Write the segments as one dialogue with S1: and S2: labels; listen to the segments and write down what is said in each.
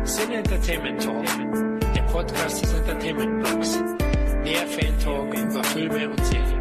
S1: Sin Entertainment Talk, der Podcast des Entertainment Blogs. Der Fan-Talk über Filme und Serien.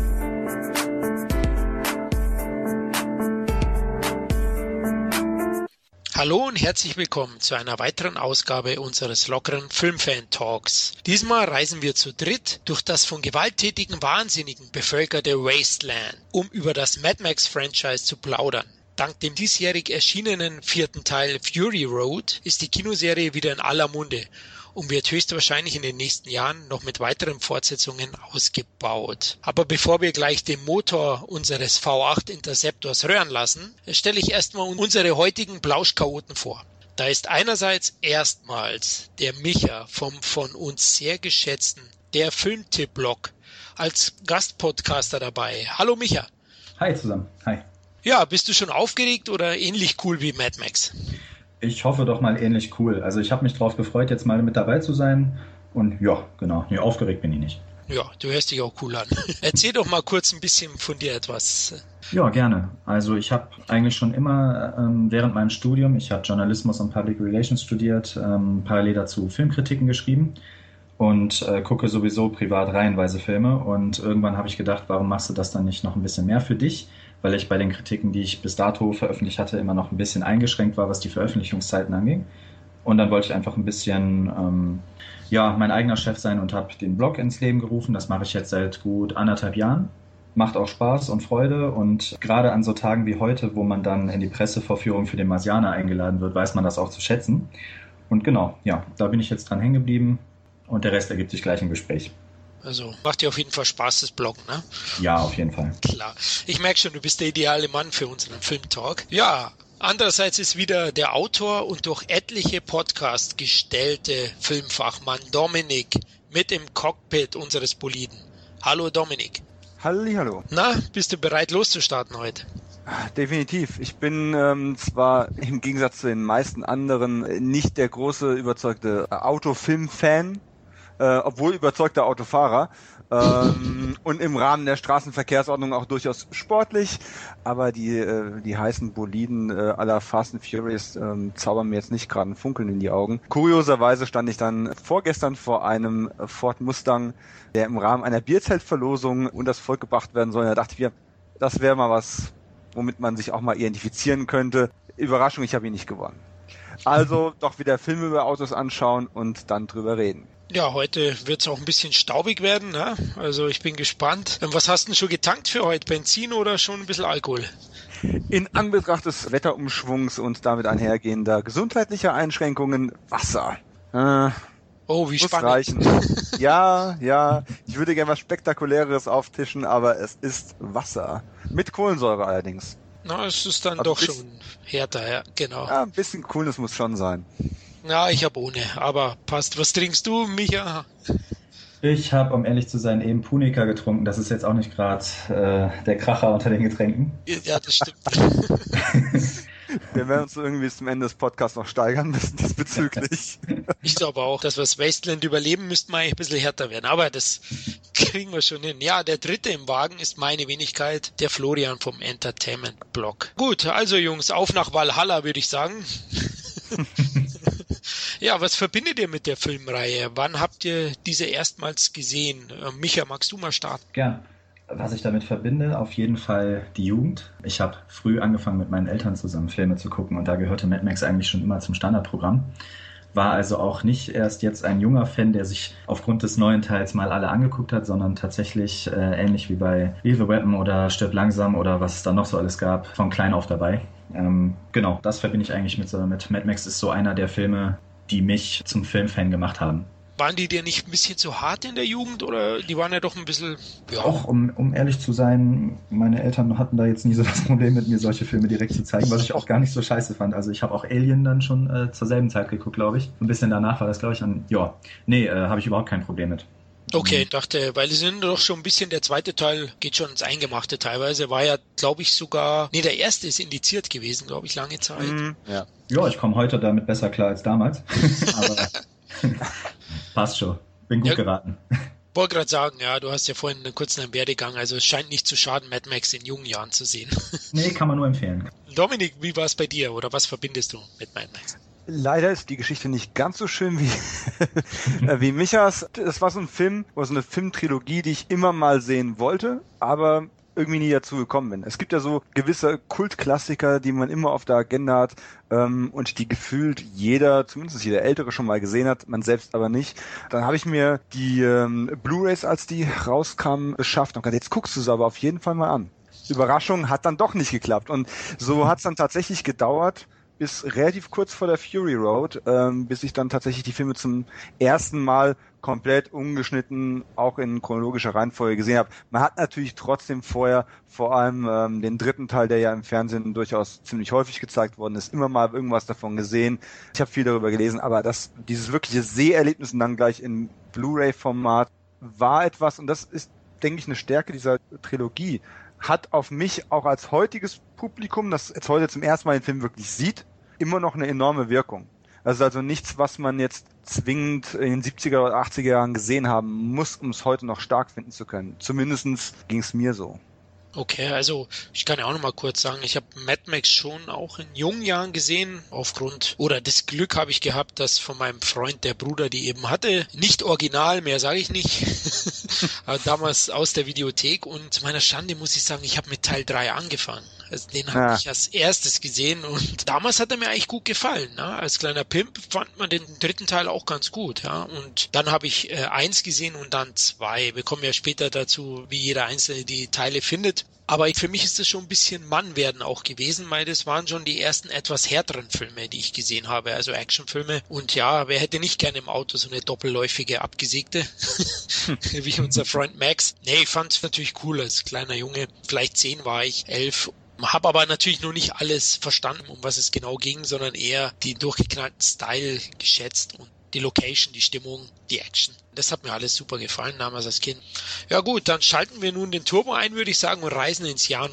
S1: Hallo und herzlich willkommen zu einer weiteren Ausgabe unseres lockeren Filmfan-Talks. Diesmal reisen wir zu dritt durch das von gewalttätigen Wahnsinnigen bevölkerte Wasteland, um über das Mad Max-Franchise zu plaudern. Dank dem diesjährig erschienenen 4. Teil Fury Road ist die Kinoserie wieder in aller Munde und wird höchstwahrscheinlich in den nächsten Jahren noch mit weiteren Fortsetzungen ausgebaut. Aber bevor wir gleich den Motor unseres V8 Interceptors röhren lassen, stelle ich erstmal unsere heutigen Plauschchaoten vor. Da ist einerseits erstmals der Micha vom von uns sehr geschätzten Der Filmtipp-Blog als Gastpodcaster dabei. Hallo Micha.
S2: Hi zusammen. Hi.
S1: Ja, bist du schon aufgeregt oder ähnlich cool wie Mad Max?
S2: Ich hoffe doch mal ähnlich cool. Also ich habe mich drauf gefreut, jetzt mal mit dabei zu sein. Und ja, genau. Nee, aufgeregt bin ich nicht.
S1: Ja, du hörst dich auch cool an. Erzähl doch mal kurz ein bisschen von dir etwas.
S2: Ja, gerne. Also ich habe eigentlich schon immer während meinem Studium, ich habe Journalismus und Public Relations studiert, parallel dazu Filmkritiken geschrieben und gucke sowieso privat reihenweise Filme. Und irgendwann habe ich gedacht, warum machst du das dann nicht noch ein bisschen mehr für dich? Weil ich bei den Kritiken, die ich bis dato veröffentlicht hatte, immer noch ein bisschen eingeschränkt war, was die Veröffentlichungszeiten anging. Und dann wollte ich einfach ein bisschen mein eigener Chef sein und habe den Blog ins Leben gerufen. Das mache ich jetzt seit gut 1,5 Jahren. Macht auch Spaß und Freude. Und gerade an so Tagen wie heute, wo man dann in die Pressevorführung für den Marsianer eingeladen wird, weiß man das auch zu schätzen. Und genau, ja, da bin ich jetzt dran hängen geblieben. Und der Rest ergibt sich gleich im Gespräch.
S1: Also macht dir auf jeden Fall Spaß, das Bloggen, ne?
S2: Ja, auf jeden Fall.
S1: Klar. Ich merke schon, du bist der ideale Mann für unseren Filmtalk. Ja, andererseits ist wieder der Autor und durch etliche Podcasts gestellte Filmfachmann Dominik mit im Cockpit unseres Boliden. Hallo Dominik.
S3: Hallihallo.
S1: Na, bist du bereit loszustarten heute?
S3: Definitiv. Ich bin zwar im Gegensatz zu den meisten anderen nicht der große überzeugte Autofilm-Fan, obwohl überzeugter Autofahrer und im Rahmen der Straßenverkehrsordnung auch durchaus sportlich, aber die heißen Boliden aller Fast and Furious zaubern mir jetzt nicht gerade ein Funkeln in die Augen. Kurioserweise stand ich dann vorgestern vor einem Ford Mustang, der im Rahmen einer Bierzeltverlosung unters Volk gebracht werden soll. Da dachte ich mir, das wäre mal was, womit man sich auch mal identifizieren könnte. Überraschung, ich habe ihn nicht gewonnen. Also doch wieder Filme über Autos anschauen und dann drüber reden.
S1: Ja, heute wird es auch ein bisschen staubig werden, ne? Also ich bin gespannt. Was hast du denn schon getankt für heute? Benzin oder schon ein bisschen Alkohol?
S3: In Anbetracht des Wetterumschwungs und damit einhergehender gesundheitlicher Einschränkungen Wasser.
S1: Oh, wie
S3: muss
S1: spannend.
S3: Reichen. Ja, ich würde gerne was Spektakuläres auftischen, aber es ist Wasser. Mit Kohlensäure allerdings.
S1: Na, es ist dann
S3: Also
S1: doch schon härter, ja, genau.
S3: Ja, ein bisschen Coolness muss schon sein.
S1: Ja, ich habe ohne, aber passt. Was trinkst du, Micha?
S2: Ich habe, um ehrlich zu sein, eben Punica getrunken. Das ist jetzt auch nicht gerade der Kracher unter den Getränken.
S1: Ja, das stimmt.
S3: Wir werden uns irgendwie zum Ende des Podcasts noch steigern müssen diesbezüglich.
S1: Ich glaube auch, dass wir das Wasteland überleben, müssten wir eigentlich ein bisschen härter werden. Aber das kriegen wir schon hin. Ja, der dritte im Wagen ist meine Wenigkeit, der Florian vom Entertainment Blog. Gut, also Jungs, auf nach Valhalla, würde ich sagen. Ja, was verbindet ihr mit der Filmreihe? Wann habt ihr diese erstmals gesehen? Micha, magst du mal starten?
S2: Gern. Was ich damit verbinde, auf jeden Fall die Jugend. Ich habe früh angefangen, mit meinen Eltern zusammen Filme zu gucken und da gehörte Mad Max eigentlich schon immer zum Standardprogramm. War also auch nicht erst jetzt ein junger Fan, der sich aufgrund des neuen Teils mal alle angeguckt hat, sondern tatsächlich ähnlich wie bei Lethal Weapon oder Stirb langsam oder was es da noch so alles gab, von klein auf dabei. Genau, das verbinde ich eigentlich mit Mad Max ist so einer der Filme, die mich zum Filmfan gemacht haben.
S1: Waren die dir nicht ein bisschen zu hart in der Jugend oder die waren ja doch ein bisschen... Ja.
S2: Auch, um ehrlich zu sein, meine Eltern hatten da jetzt nie so das Problem mit mir, solche Filme direkt zu zeigen, was ich auch gar nicht so scheiße fand. Also ich habe auch Alien dann schon zur selben Zeit geguckt, glaube ich. Ein bisschen danach war das, glaube ich, habe ich überhaupt kein Problem mit.
S1: Okay, dachte, weil sie sind doch schon ein bisschen, der zweite Teil geht schon ins Eingemachte teilweise, war ja, glaube ich, sogar, der erste ist indiziert gewesen, glaube ich, lange Zeit.
S2: Ja, ich komme heute damit besser klar als damals, aber passt schon, bin gut geraten.
S1: Wollte gerade sagen, ja, du hast ja vorhin kurz einen Werdegang, also es scheint nicht zu schaden, Mad Max in jungen Jahren zu sehen.
S2: Nee, kann man nur empfehlen.
S1: Dominik, wie war es bei dir oder was verbindest du mit Mad Max?
S3: Leider ist die Geschichte nicht ganz so schön wie Michas. Das war so ein Film, oder so eine Filmtrilogie, die ich immer mal sehen wollte, aber irgendwie nie dazu gekommen bin. Es gibt ja so gewisse Kultklassiker, die man immer auf der Agenda hat und die gefühlt jeder, zumindest jeder Ältere schon mal gesehen hat, man selbst aber nicht. Dann habe ich mir die Blu-rays, als die rauskamen, beschafft und gesagt, jetzt guckst du es aber auf jeden Fall mal an. Überraschung, hat dann doch nicht geklappt. Und so hat es dann tatsächlich gedauert, bis relativ kurz vor der Fury Road, bis ich dann tatsächlich die Filme zum ersten Mal komplett ungeschnitten, auch in chronologischer Reihenfolge gesehen habe. Man hat natürlich trotzdem vorher, vor allem den dritten Teil, der ja im Fernsehen durchaus ziemlich häufig gezeigt worden ist, immer mal irgendwas davon gesehen. Ich habe viel darüber gelesen, aber dieses wirkliche Seherlebnis und dann gleich in Blu-ray-Format war etwas, und das ist, denke ich, eine Stärke dieser Trilogie, hat auf mich auch als heutiges Publikum, das jetzt heute zum ersten Mal den Film wirklich sieht, immer noch eine enorme Wirkung. Das ist also nichts, was man jetzt zwingend in den 70er oder 80er Jahren gesehen haben muss, um es heute noch stark finden zu können. Zumindest ging es mir so.
S1: Okay, also ich kann ja auch noch mal kurz sagen, ich habe Mad Max schon auch in jungen Jahren gesehen, das Glück habe ich gehabt, dass von meinem Freund der Bruder die eben hatte. Nicht original, mehr sage ich nicht, aber damals aus der Videothek, und zu meiner Schande muss ich sagen, ich habe mit Teil 3 angefangen. Also den habe ich als erstes gesehen und damals hat er mir eigentlich gut gefallen. Ne? Als kleiner Pimp fand man den dritten Teil auch ganz gut. Ja? Und dann habe ich 1 gesehen und dann 2. Wir kommen ja später dazu, wie jeder Einzelne die Teile findet. Aber für mich ist das schon ein bisschen Mannwerden auch gewesen, weil das waren schon die ersten etwas härteren Filme, die ich gesehen habe, also Actionfilme. Und ja, wer hätte nicht gerne im Auto so eine doppelläufige abgesägte, wie unser Freund Max. Nee, ich fand es natürlich cool als kleiner Junge. Vielleicht 10 war ich, 11. Habe aber natürlich noch nicht alles verstanden, um was es genau ging, sondern eher die durchgeknallten Style geschätzt und die Location, die Stimmung, die Action. Das hat mir alles super gefallen damals als Kind. Ja gut, dann schalten wir nun den Turbo ein, würde ich sagen, und reisen ins Jahr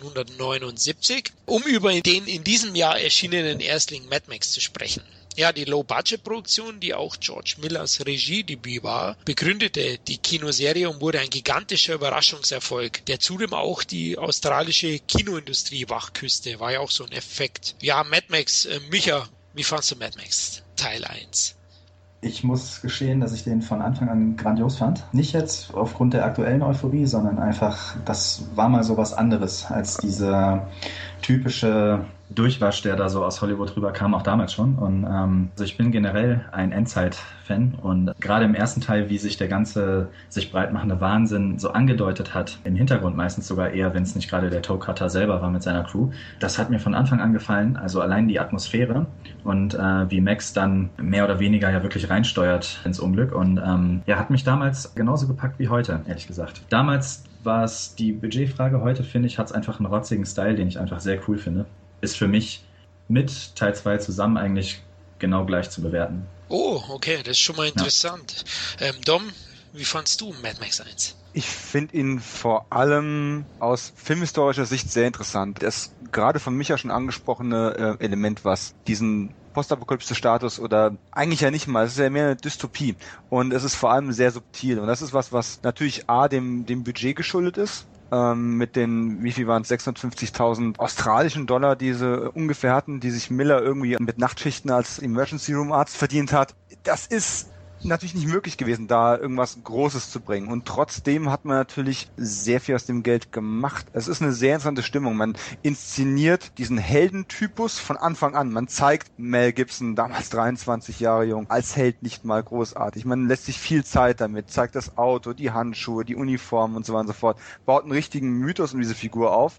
S1: 1979, um über den in diesem Jahr erschienenen Erstling Mad Max zu sprechen. Ja, die Low-Budget-Produktion, die auch George Millers Regiedebüt war, begründete die Kinoserie und wurde ein gigantischer Überraschungserfolg, der zudem auch die australische Kinoindustrie wachküsste. War ja auch so ein Effekt. Ja, Mad Max, Micha, wie fandst du Mad Max Teil 1?
S2: Ich muss gestehen, dass ich den von Anfang an grandios fand. Nicht jetzt aufgrund der aktuellen Euphorie, sondern einfach, das war mal so was anderes als dieser typische Durchwasch, der da so aus Hollywood rüber kam, auch damals schon. Und also ich bin generell ein Endzeit-Fan und gerade im ersten Teil, wie sich der ganze sich breitmachende Wahnsinn so angedeutet hat, im Hintergrund meistens sogar eher, wenn es nicht gerade der Toe Cutter selber war mit seiner Crew, das hat mir von Anfang an gefallen. Also allein die Atmosphäre und wie Max dann mehr oder weniger ja wirklich reinsteuert ins Unglück und hat mich damals genauso gepackt wie heute, ehrlich gesagt. Damals war es die Budgetfrage, heute finde ich, hat es einfach einen rotzigen Style, den ich einfach sehr cool finde. Ist für mich mit Teil 2 zusammen eigentlich genau gleich zu bewerten.
S1: Oh, okay, das ist schon mal interessant. Ja. Dom, wie fandst du Mad Max 1?
S3: Ich finde ihn vor allem aus filmhistorischer Sicht sehr interessant. Das gerade von Micha schon angesprochene Element, was diesen Postapokalypse-Status oder eigentlich ja nicht mal, es ist ja mehr eine Dystopie und es ist vor allem sehr subtil und das ist was natürlich dem Budget geschuldet ist. Mit den, wie viel waren es, 650.000 australischen Dollar, die sie ungefähr hatten, die sich Miller irgendwie mit Nachtschichten als Emergency Room Arzt verdient hat. Das ist natürlich nicht möglich gewesen, da irgendwas Großes zu bringen. Und trotzdem hat man natürlich sehr viel aus dem Geld gemacht. Es ist eine sehr interessante Stimmung. Man inszeniert diesen Heldentypus von Anfang an. Man zeigt Mel Gibson, damals 23 Jahre jung, als Held nicht mal großartig. Man lässt sich viel Zeit damit, zeigt das Auto, die Handschuhe, die Uniform und so weiter und so fort. Baut einen richtigen Mythos um diese Figur auf,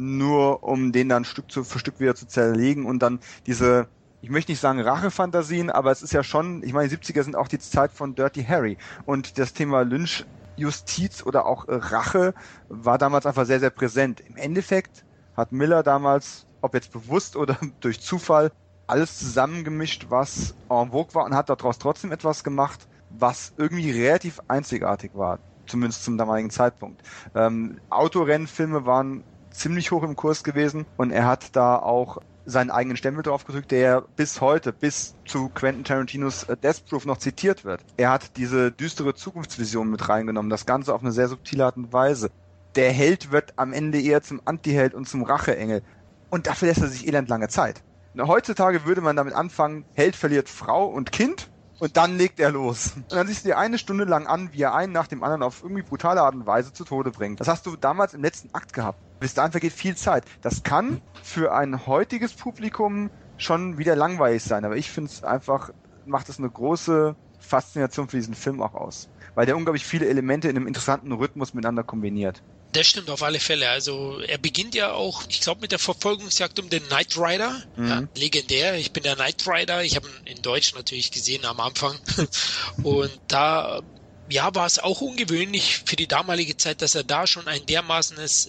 S3: nur um den dann Stück für Stück wieder zu zerlegen und dann diese, ich möchte nicht sagen Rachefantasien, aber es ist ja schon, ich meine, die 70er sind auch die Zeit von Dirty Harry und das Thema Lynchjustiz oder auch Rache war damals einfach sehr, sehr präsent. Im Endeffekt hat Miller damals, ob jetzt bewusst oder durch Zufall, alles zusammengemischt, was en vogue war und hat daraus trotzdem etwas gemacht, was irgendwie relativ einzigartig war, zumindest zum damaligen Zeitpunkt. Autorennfilme waren ziemlich hoch im Kurs gewesen und er hat da auch seinen eigenen Stempel drauf gedrückt, der bis heute, bis zu Quentin Tarantinos Death Proof noch zitiert wird. Er hat diese düstere Zukunftsvision mit reingenommen, das Ganze auf eine sehr subtile Art und Weise. Der Held wird am Ende eher zum Antiheld und zum Racheengel. Und dafür lässt er sich elend lange Zeit. Heutzutage würde man damit anfangen, Held verliert Frau und Kind und dann legt er los. Und dann siehst du dir 1 Stunde lang an, wie er einen nach dem anderen auf irgendwie brutale Art und Weise zu Tode bringt. Das hast du damals im letzten Akt gehabt. Bis dahin vergeht viel Zeit. Das kann für ein heutiges Publikum schon wieder langweilig sein, aber ich finde es einfach, macht es eine große Faszination für diesen Film auch aus. Weil der unglaublich viele Elemente in einem interessanten Rhythmus miteinander kombiniert.
S1: Das stimmt auf alle Fälle. Also er beginnt ja auch, ich glaube, mit der Verfolgungsjagd um den Knight Rider. Ja, legendär. Ich bin der Knight Rider. Ich habe ihn in Deutsch natürlich gesehen am Anfang. Und da war es auch ungewöhnlich für die damalige Zeit, dass er da schon ein dermaßenes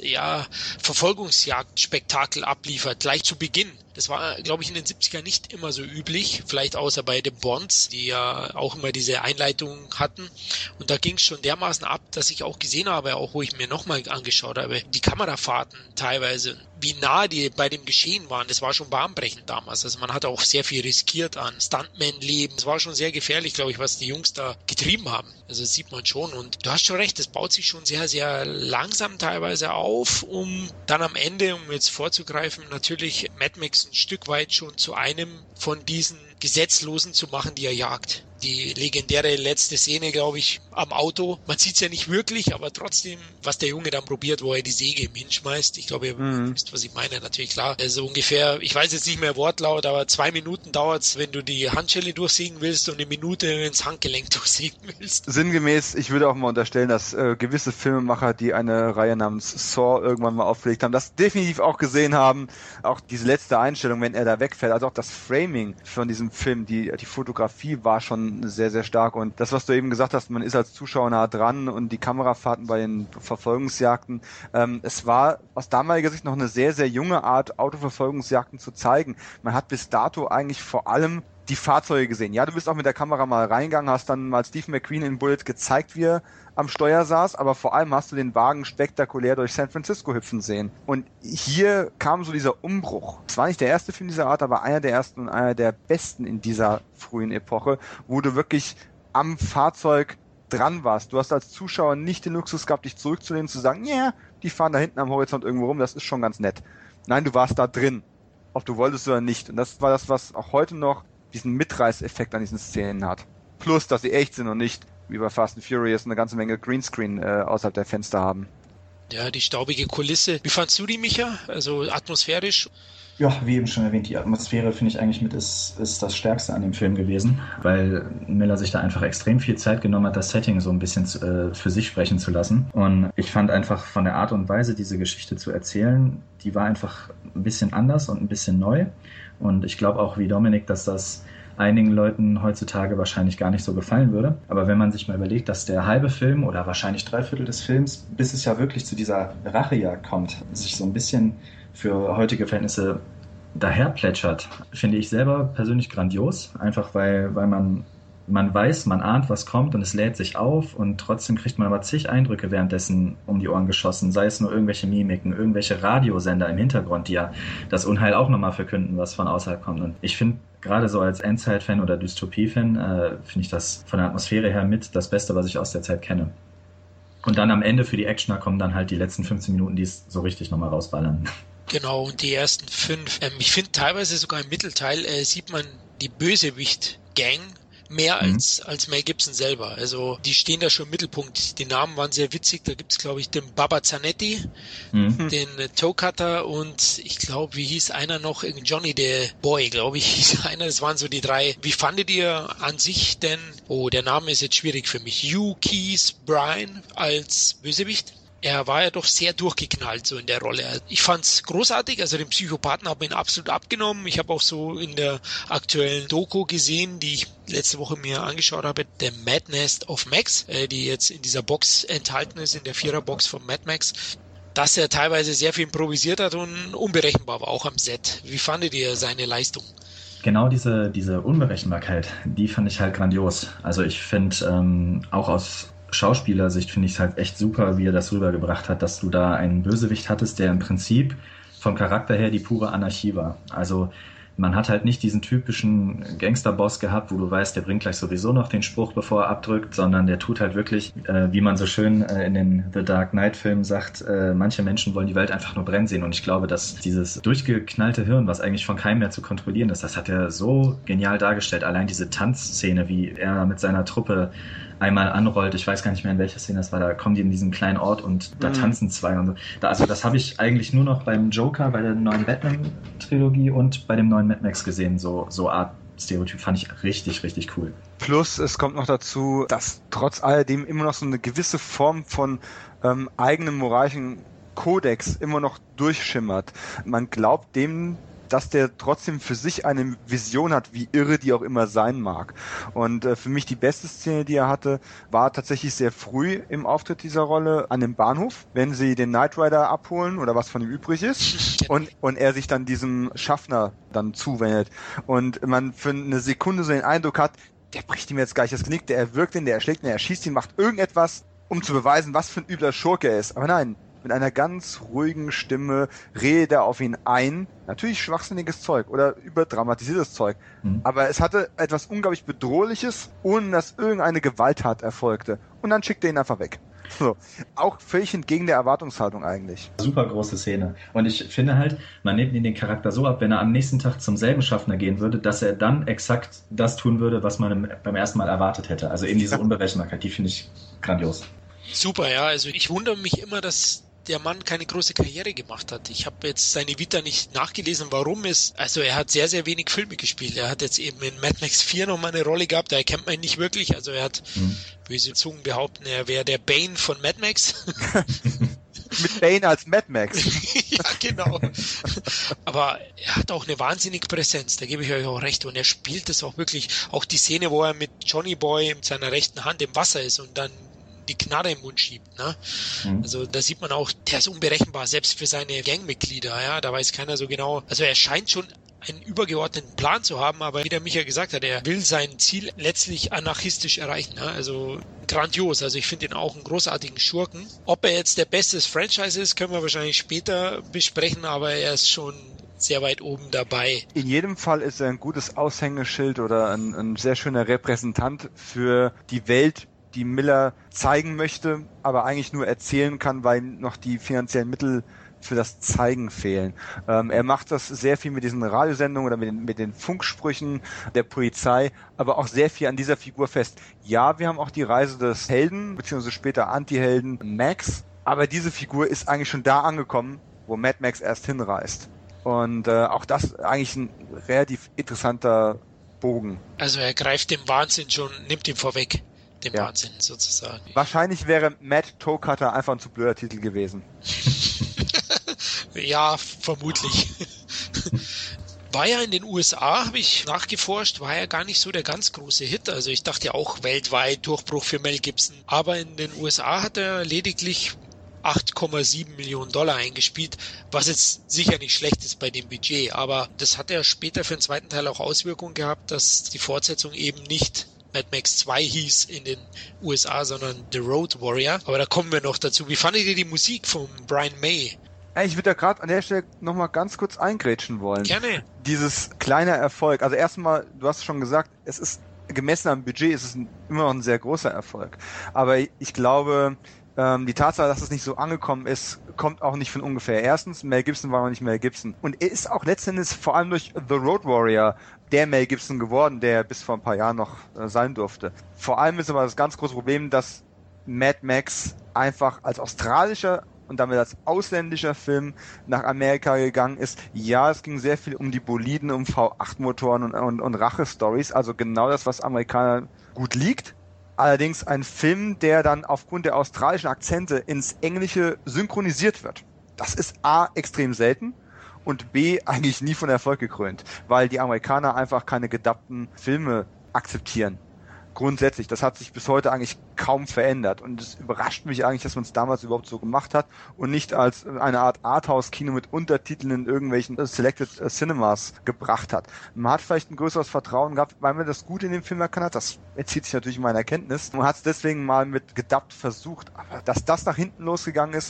S1: Verfolgungsjagdspektakel abliefert, gleich zu Beginn. Das war, glaube ich, in den 70ern nicht immer so üblich, vielleicht außer bei den Bonds, die ja auch immer diese Einleitung hatten. Und da ging es schon dermaßen ab, dass ich auch gesehen habe, auch wo ich mir nochmal angeschaut habe, die Kamerafahrten teilweise, wie nah die bei dem Geschehen waren. Das war schon bahnbrechend damals. Also man hat auch sehr viel riskiert an Stuntman-Leben. Es war schon sehr gefährlich, glaube ich, was die Jungs da getrieben haben. Also das sieht man schon. Und du hast schon recht, das baut sich schon sehr, sehr langsam teilweise auf, um dann am Ende, um jetzt vorzugreifen, natürlich Mad Max ein Stück weit schon zu einem von diesen Gesetzlosen zu machen, die er jagt. Die legendäre letzte Szene, glaube ich, am Auto. Man sieht es ja nicht wirklich, aber trotzdem, was der Junge dann probiert, wo er die Säge ihm hinschmeißt. Ich glaube, ihr wisst, was ich meine. Natürlich, klar. Also ungefähr, ich weiß jetzt nicht mehr Wortlaut, aber 2 Minuten dauert's, wenn du die Handschelle durchsägen willst und 1 Minute ins Handgelenk durchsägen willst.
S3: Sinngemäß, ich würde auch mal unterstellen, dass gewisse Filmemacher, die eine Reihe namens Saw irgendwann mal aufgelegt haben, das definitiv auch gesehen haben. Auch diese letzte Einstellung, wenn er da wegfällt, also auch das Framing von diesem Film, die Fotografie war schon sehr, sehr stark. Und das, was du eben gesagt hast, man ist als Zuschauer nah dran und die Kamerafahrten bei den Verfolgungsjagden, es war aus damaliger Sicht noch eine sehr, sehr junge Art, Autoverfolgungsjagden zu zeigen. Man hat bis dato eigentlich vor allem die Fahrzeuge gesehen. Ja, du bist auch mit der Kamera mal reingegangen, hast dann mal Steve McQueen in Bullet gezeigt, wie er am Steuer saß, aber vor allem hast du den Wagen spektakulär durch San Francisco hüpfen sehen. Und hier kam so dieser Umbruch. Es war nicht der erste Film dieser Art, aber einer der ersten und einer der besten in dieser frühen Epoche, wo du wirklich am Fahrzeug dran warst. Du hast als Zuschauer nicht den Luxus gehabt, dich zurückzulehnen, zu sagen, ja, die fahren da hinten am Horizont irgendwo rum, das ist schon ganz nett. Nein, du warst da drin, ob du wolltest oder nicht. Und das war das, was auch heute noch diesen Mitreißeffekt an diesen Szenen hat. Plus, dass sie echt sind und nicht wie bei Fast and Furious eine ganze Menge Greenscreen außerhalb der Fenster haben.
S1: Ja, die staubige Kulisse. Wie fandst du die, Micha? Also atmosphärisch?
S2: Ja, wie eben schon erwähnt, die Atmosphäre finde ich eigentlich ist das Stärkste an dem Film gewesen, weil Miller sich da einfach extrem viel Zeit genommen hat, das Setting so ein bisschen für sich sprechen zu lassen. Und ich fand einfach von der Art und Weise, diese Geschichte zu erzählen, die war einfach ein bisschen anders und ein bisschen neu. Und ich glaube auch wie Dominik, dass das einigen Leuten heutzutage wahrscheinlich gar nicht so gefallen würde. Aber wenn man sich mal überlegt, dass der halbe Film oder wahrscheinlich 3/4 des Films, bis es ja wirklich zu dieser Rachejagd kommt, sich so ein bisschen für heutige Verhältnisse daherplätschert, finde ich selber persönlich grandios. Einfach weil man weiß, man ahnt, was kommt und es lädt sich auf und trotzdem kriegt man aber zig Eindrücke währenddessen um die Ohren geschossen, sei es nur irgendwelche Mimiken, irgendwelche Radiosender im Hintergrund, die ja das Unheil auch nochmal verkünden, was von außerhalb kommt. Und ich finde, gerade so als Endzeit-Fan oder Dystopie-Fan, finde ich das von der Atmosphäre her mit das Beste, was ich aus der Zeit kenne. Und dann am Ende für die Actioner kommen dann halt die letzten 15 Minuten, die es so richtig nochmal rausballern.
S1: Genau, und die ersten 5. Ich finde teilweise sogar im Mittelteil sieht man die Bösewicht-Gang mehr als Mel Gibson selber. Also die stehen da schon im Mittelpunkt. Die Namen waren sehr witzig. Da gibt's, glaube ich, den Baba Zanetti, den Toe Cutter und ich glaube, wie hieß einer noch? Johnny the Boy, glaube ich, hieß einer. Das waren so die 3. Wie fandet ihr an sich denn, der Name ist jetzt schwierig für mich, Hugh Keys Brian als Bösewicht? Er war ja doch sehr durchgeknallt so in der Rolle. Ich fand's großartig, also den Psychopathen habe ich ihn absolut abgenommen. Ich habe auch so in der aktuellen Doku gesehen, die ich letzte Woche mir angeschaut habe, The Madness of Max, die jetzt in dieser Box enthalten ist, in der 4er-Box von Mad Max, dass er teilweise sehr viel improvisiert hat und unberechenbar war, auch am Set. Wie fandet ihr seine Leistung?
S2: Genau diese Unberechenbarkeit, die fand ich halt grandios. Also ich finde auch aus Schauspielersicht finde ich es halt echt super, wie er das rübergebracht hat, dass du da einen Bösewicht hattest, der im Prinzip vom Charakter her die pure Anarchie war. Also man hat halt nicht diesen typischen Gangsterboss gehabt, wo du weißt, der bringt gleich sowieso noch den Spruch, bevor er abdrückt, sondern der tut halt wirklich, wie man so schön in den The Dark Knight-Filmen sagt, manche Menschen wollen die Welt einfach nur brennen sehen. Und ich glaube, dass dieses durchgeknallte Hirn, was eigentlich von keinem mehr zu kontrollieren ist, das hat er so genial dargestellt. Allein diese Tanzszene, wie er mit seiner Truppe einmal anrollt, ich weiß gar nicht mehr, in welcher Szene das war, da kommen die in diesen kleinen Ort und da tanzen zwei und so. Also das habe ich eigentlich nur noch beim Joker, bei der neuen Batman-Trilogie und bei dem neuen Mad Max gesehen, so Art Stereotyp fand ich richtig, richtig cool.
S3: Plus, es kommt noch dazu, dass trotz alledem immer noch so eine gewisse Form von eigenem moralischen Kodex immer noch durchschimmert. Man glaubt dem, dass der trotzdem für sich eine Vision hat, wie irre die auch immer sein mag. Und für mich die beste Szene, die er hatte, war tatsächlich sehr früh im Auftritt dieser Rolle an dem Bahnhof, wenn sie den Knight Rider abholen oder was von ihm übrig ist und er sich dann diesem Schaffner dann zuwendet. Und man für eine Sekunde so den Eindruck hat, der bricht ihm jetzt gleich das Genick, der erwürgt ihn, der erschlägt ihn, der erschießt ihn, macht irgendetwas, um zu beweisen, was für ein übler Schurke er ist. Aber nein, mit einer ganz ruhigen Stimme redet er auf ihn ein. Natürlich schwachsinniges Zeug oder überdramatisiertes Zeug. Aber es hatte etwas unglaublich Bedrohliches, ohne dass irgendeine Gewalttat erfolgte. Und dann schickt er ihn einfach weg. So. Auch völlig entgegen der Erwartungshaltung eigentlich.
S2: Super große Szene. Und ich finde halt, man nimmt ihn den Charakter so ab, wenn er am nächsten Tag zum selben Schaffner gehen würde, dass er dann exakt das tun würde, was man beim ersten Mal erwartet hätte. Also eben diese Unberechenbarkeit, die finde ich grandios.
S1: Super, ja. Also ich wundere mich immer, dass der Mann keine große Karriere gemacht hat. Ich habe jetzt seine Vita nicht nachgelesen, warum es. Also er hat sehr, sehr wenig Filme gespielt. Er hat jetzt eben in Mad Max 4 nochmal eine Rolle gehabt, da erkennt man ihn nicht wirklich. Also er hat, böse Zungen behaupten, er wäre der Bane von Mad Max.
S3: Mit Bane als Mad Max.
S1: Ja, genau. Aber er hat auch eine wahnsinnige Präsenz, da gebe ich euch auch recht. Und er spielt es auch wirklich, auch die Szene, wo er mit Johnny Boy mit seiner rechten Hand im Wasser ist und dann die Knarre im Mund schiebt, ne? Also da sieht man auch, der ist unberechenbar, selbst für seine Gangmitglieder, ja, da weiß keiner so genau. Also er scheint schon einen übergeordneten Plan zu haben, aber wie der Michael gesagt hat, er will sein Ziel letztlich anarchistisch erreichen, ne? Also grandios, also ich finde ihn auch einen großartigen Schurken. Ob er jetzt der Beste des Franchise ist, können wir wahrscheinlich später besprechen, aber er ist schon sehr weit oben dabei.
S3: In jedem Fall ist er ein gutes Aushängeschild oder ein sehr schöner Repräsentant für die Welt, die Miller zeigen möchte, aber eigentlich nur erzählen kann, weil noch die finanziellen Mittel für das Zeigen fehlen. Er macht das sehr viel mit diesen Radiosendungen oder mit den Funksprüchen der Polizei, aber auch sehr viel an dieser Figur fest. Ja, wir haben auch die Reise des Helden, beziehungsweise später Anti-Helden Max, aber diese Figur ist eigentlich schon da angekommen, wo Mad Max erst hinreist. Und auch das eigentlich ein relativ interessanter Bogen.
S1: Also er greift dem Wahnsinn schon, nimmt ihn vorweg. Dem Wahnsinn sozusagen.
S3: Wahrscheinlich wäre Mad Toe Cutter einfach ein zu blöder Titel gewesen.
S1: Ja, vermutlich. War ja in den USA, habe ich nachgeforscht, war ja gar nicht so der ganz große Hit. Also ich dachte ja auch weltweit Durchbruch für Mel Gibson. Aber in den USA hat er lediglich 8,7 Millionen Dollar eingespielt, was jetzt sicher nicht schlecht ist bei dem Budget. Aber das hat ja später für den zweiten Teil auch Auswirkungen gehabt, dass die Fortsetzung eben nicht Mad Max 2 hieß in den USA, sondern The Road Warrior. Aber da kommen wir noch dazu. Wie fandet ihr die Musik von Brian May?
S3: Ich würde da gerade an der Stelle nochmal ganz kurz eingrätschen wollen.
S1: Gerne.
S3: Dieses kleine Erfolg. Also erstmal, du hast schon gesagt, es ist gemessen am Budget, ist es immer noch ein sehr großer Erfolg. Aber ich glaube, die Tatsache, dass es nicht so angekommen ist, kommt auch nicht von ungefähr. Erstens, Mel Gibson war noch nicht Mel Gibson. Und er ist auch letztendlich vor allem durch The Road Warrior der Mel Gibson geworden, der bis vor ein paar Jahren noch sein durfte. Vor allem ist aber das ganz große Problem, dass Mad Max einfach als australischer und damit als ausländischer Film nach Amerika gegangen ist. Ja, es ging sehr viel um die Boliden, um V8-Motoren und Rache-Stories, also genau das, was Amerikanern gut liegt. Allerdings ein Film, der dann aufgrund der australischen Akzente ins Englische synchronisiert wird. Das ist A, extrem selten und B, eigentlich nie von Erfolg gekrönt, weil die Amerikaner einfach keine gedubbten Filme akzeptieren. Grundsätzlich, das hat sich bis heute eigentlich kaum verändert und es überrascht mich eigentlich, dass man es damals überhaupt so gemacht hat und nicht als eine Art Arthouse-Kino mit Untertiteln in irgendwelchen Selected Cinemas gebracht hat. Man hat vielleicht ein größeres Vertrauen gehabt, weil man das gut in dem Film erkannt hat, das entzieht sich natürlich meiner Kenntnis. Man hat es deswegen mal mit gedubbt versucht, aber dass das nach hinten losgegangen ist,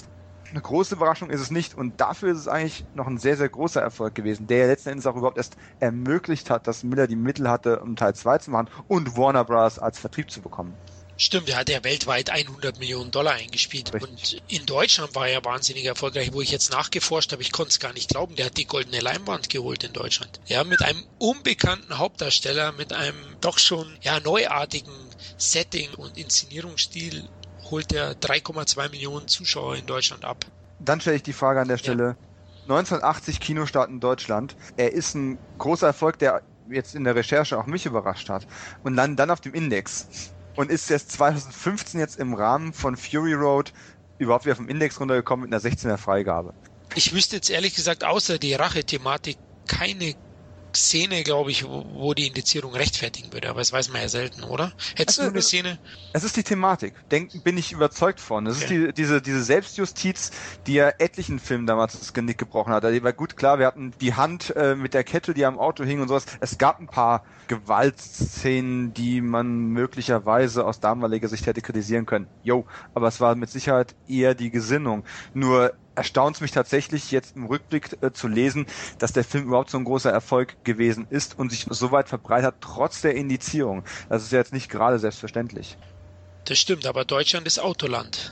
S3: eine große Überraschung ist es nicht und dafür ist es eigentlich noch ein sehr, sehr großer Erfolg gewesen, der ja letzten Endes auch überhaupt erst ermöglicht hat, dass Miller die Mittel hatte, um Teil 2 zu machen und Warner Bros. Als Vertrieb zu bekommen.
S1: Stimmt, er hat ja weltweit $100 Millionen eingespielt.
S3: Richtig.
S1: Und in Deutschland war er wahnsinnig erfolgreich, wo ich jetzt nachgeforscht habe, ich konnte es gar nicht glauben, der hat die goldene Leinwand geholt in Deutschland. Ja, mit einem unbekannten Hauptdarsteller, mit einem doch schon neuartigen Setting und Inszenierungsstil holt er 3,2 Millionen Zuschauer in Deutschland ab.
S3: Dann stelle ich die Frage an der Stelle. 1980 Kinostart in Deutschland. Er ist ein großer Erfolg, der jetzt in der Recherche auch mich überrascht hat. Und dann auf dem Index. Und ist erst 2015 jetzt im Rahmen von Fury Road überhaupt wieder vom Index runtergekommen mit einer 16er Freigabe.
S1: Ich wüsste jetzt ehrlich gesagt, außer die Rache-Thematik, keine Szene, glaube ich, wo die Indizierung rechtfertigen würde. Aber das weiß man ja selten, oder? Hättest du eine Szene? Es
S3: ist die Thematik. Bin ich überzeugt von. Es ist diese Selbstjustiz, die ja etlichen Filmen damals das Genick gebrochen hat. Also, war gut, klar, wir hatten die Hand mit der Kette, die am Auto hing und sowas. Es gab ein paar Gewaltszenen, die man möglicherweise aus damaliger Sicht hätte kritisieren können. Aber es war mit Sicherheit eher die Gesinnung. Nur erstaunt es mich tatsächlich jetzt im Rückblick zu lesen, dass der Film überhaupt so ein großer Erfolg gewesen ist und sich so weit verbreitet hat, trotz der Indizierung. Das ist ja jetzt nicht gerade selbstverständlich.
S1: Das stimmt, aber Deutschland ist Autoland.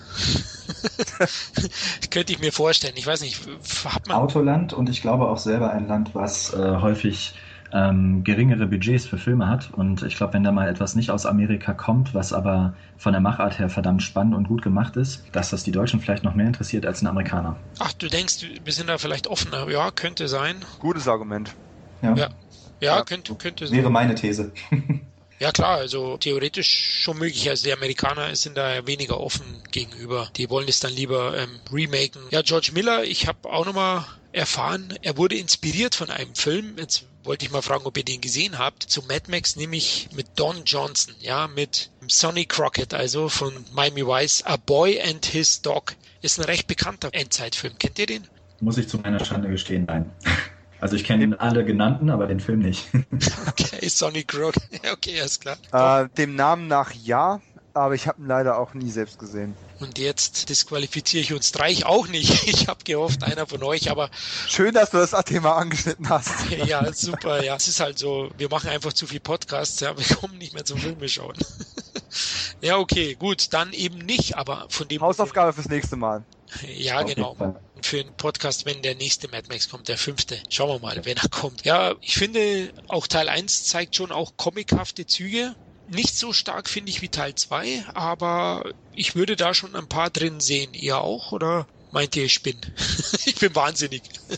S1: Könnte ich mir vorstellen. Ich weiß nicht, hat man...
S2: Autoland und ich glaube auch selber ein Land, was häufig geringere Budgets für Filme hat. Und ich glaube, wenn da mal etwas nicht aus Amerika kommt, was aber von der Machart her verdammt spannend und gut gemacht ist, dass das die Deutschen vielleicht noch mehr interessiert als ein Amerikaner.
S1: Ach, du denkst, wir sind da vielleicht offener? Ja, könnte sein.
S3: Gutes Argument.
S1: Ja, könnte sein.
S2: Wäre meine These.
S1: Ja klar, also theoretisch schon möglich. Also die Amerikaner sind da weniger offen gegenüber. Die wollen es dann lieber remaken. Ja, George Miller, ich habe auch nochmal erfahren, er wurde inspiriert von einem Film. Jetzt wollte ich mal fragen, ob ihr den gesehen habt. Zu Mad Max, nämlich mit Don Johnson, ja, mit Sonny Crockett, also von Miami Vice, A Boy and His Dog. Ist ein recht bekannter Endzeitfilm. Kennt ihr den?
S2: Muss ich zu meiner Schande gestehen, nein. Also ich kenne alle genannten, aber den Film nicht.
S1: Okay, Sonny Crockett. Okay, alles klar.
S3: Dem Namen nach ja, aber ich habe ihn leider auch nie selbst gesehen.
S1: Und jetzt disqualifiziere ich uns drei, ich auch nicht. Ich habe gehofft, einer von euch, aber...
S3: Schön, dass du das Thema angeschnitten hast.
S1: Ja, super, ja. Es ist halt so, wir machen einfach zu viel Podcasts, ja, wir kommen nicht mehr zum Filme schauen. Ja, okay, gut, dann eben nicht, aber von dem...
S3: Hausaufgabe fürs nächste Mal.
S1: Ja, genau. Für einen Podcast, wenn der nächste Mad Max kommt, der 5. Schauen wir mal, wenn er kommt. Ja, ich finde, auch Teil 1 zeigt schon auch comichafte Züge. Nicht so stark, finde ich, wie Teil 2, aber ich würde da schon ein paar drin sehen. Ihr auch? Oder meint ihr, ich bin? Ich bin wahnsinnig.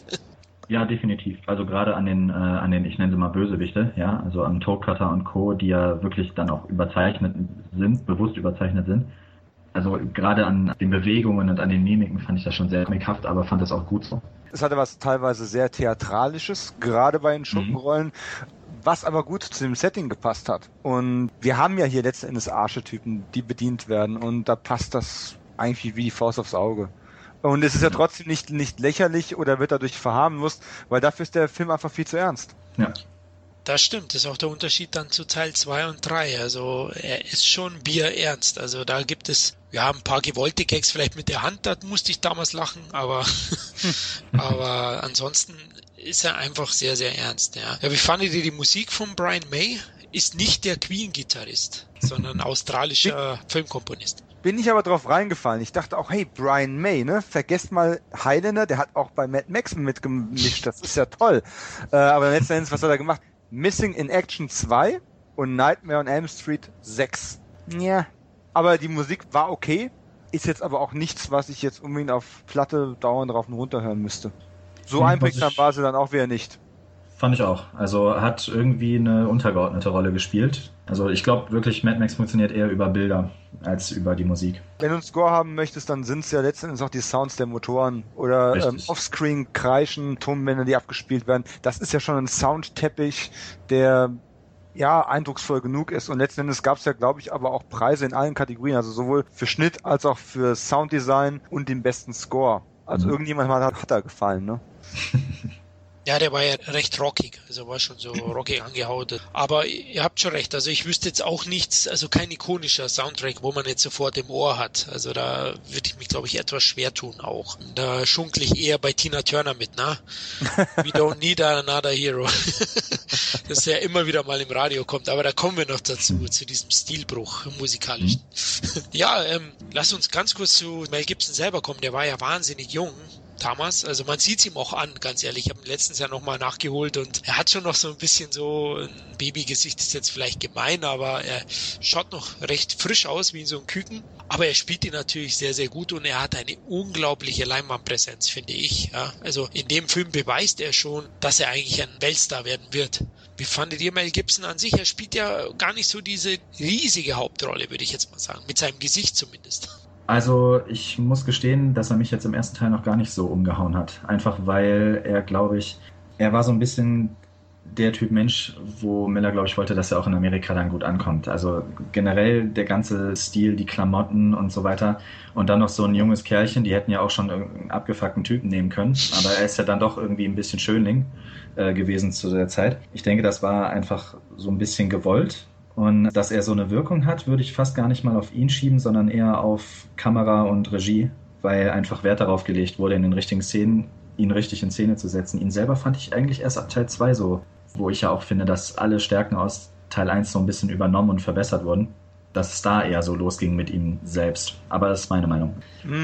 S2: Ja, definitiv. Also gerade an den, ich nenne sie mal Bösewichte, ja, also an Toadcutter und Co., die ja wirklich dann auch überzeichnet sind, bewusst überzeichnet sind. Also gerade an den Bewegungen und an den Mimiken fand ich das schon sehr comichaft, aber fand das auch gut so.
S3: Es hatte was teilweise sehr Theatralisches, gerade bei den Schurkenrollen, was aber gut zu dem Setting gepasst hat. Und wir haben ja hier letzten Endes Archetypen, die bedient werden und da passt das eigentlich wie die Faust aufs Auge. Und es ist ja trotzdem nicht lächerlich oder wird dadurch verharmlost, weil dafür ist der Film einfach viel zu ernst.
S2: Ja.
S1: Das stimmt, das ist auch der Unterschied dann zu Teil 2 und 3. Also er ist schon bierernst. Also da gibt es ein paar gewollte Gags, vielleicht mit der Hand, da musste ich damals lachen, aber ansonsten ist er einfach sehr, sehr ernst. Ja. Wie fandet ihr die Musik von Brian May? Ist nicht der Queen-Gitarrist, sondern australischer Filmkomponist.
S3: Bin ich aber drauf reingefallen. Ich dachte auch, hey, Brian May, ne? Vergesst mal Highlander, der hat auch bei Mad Max mitgemischt, das ist ja toll. Aber letzten Endes, was hat er gemacht? Missing in Action 2 und Nightmare on Elm Street 6. Ja. Aber die Musik war okay, ist jetzt aber auch nichts, was ich jetzt unbedingt auf Platte dauernd drauf und runter hören müsste. So einprägsam war sie dann auch wieder nicht.
S2: Fand ich auch. Also hat irgendwie eine untergeordnete Rolle gespielt. Also ich glaube wirklich, Mad Max funktioniert eher über Bilder als über die Musik.
S3: Wenn du einen Score haben möchtest, dann sind es ja letztendlich auch die Sounds der Motoren oder Offscreen kreischen, Tonbänder, die abgespielt werden. Das ist ja schon ein Soundteppich, der eindrucksvoll genug ist. Und letzten Endes gab es ja, glaube ich, aber auch Preise in allen Kategorien, also sowohl für Schnitt als auch für Sounddesign und den besten Score. Also irgendjemand hat da gefallen, ne?
S1: Ja, der war ja recht rockig, also war schon so rockig angehaut. Aber ihr habt schon recht, also ich wüsste jetzt auch nichts, also kein ikonischer Soundtrack, wo man jetzt sofort im Ohr hat. Also da würde ich mich, glaube ich, etwas schwer tun auch. Da schunkle ich eher bei Tina Turner mit, ne? We don't need another hero. Das ja immer wieder mal im Radio kommt, aber da kommen wir noch dazu, zu diesem Stilbruch musikalisch. Ja, lass uns ganz kurz zu Mel Gibson selber kommen, der war ja wahnsinnig jung. Damals, also man sieht es ihm auch an, ganz ehrlich. Ich habe ihn letztens ja nochmal nachgeholt und er hat schon noch so ein bisschen so ein Babygesicht, ist jetzt vielleicht gemein, aber er schaut noch recht frisch aus, wie in so einem Küken. Aber er spielt ihn natürlich sehr, sehr gut und er hat eine unglaubliche Leinwandpräsenz, finde ich. Ja. Also in dem Film beweist er schon, dass er eigentlich ein Weltstar werden wird. Wie fandet ihr Mel Gibson an sich? Er spielt ja gar nicht so diese riesige Hauptrolle, würde ich jetzt mal sagen, mit seinem Gesicht zumindest.
S2: Also ich muss gestehen, dass er mich jetzt im ersten Teil noch gar nicht so umgehauen hat. Einfach weil er, glaube ich, er war so ein bisschen der Typ Mensch, wo Miller, glaube ich, wollte, dass er auch in Amerika dann gut ankommt. Also generell der ganze Stil, die Klamotten und so weiter. Und dann noch so ein junges Kerlchen, die hätten ja auch schon irgendeinen abgefuckten Typen nehmen können. Aber er ist ja dann doch irgendwie ein bisschen Schönling gewesen zu der Zeit. Ich denke, das war einfach so ein bisschen gewollt. Und dass er so eine Wirkung hat, würde ich fast gar nicht mal auf ihn schieben, sondern eher auf Kamera und Regie, weil einfach Wert darauf gelegt wurde, in den richtigen Szenen, ihn richtig in Szene zu setzen. Ihn selber fand ich eigentlich erst ab Teil 2 so, wo ich ja auch finde, dass alle Stärken aus Teil 1 so ein bisschen übernommen und verbessert wurden, dass es da eher so losging mit ihm selbst. Aber das ist meine Meinung.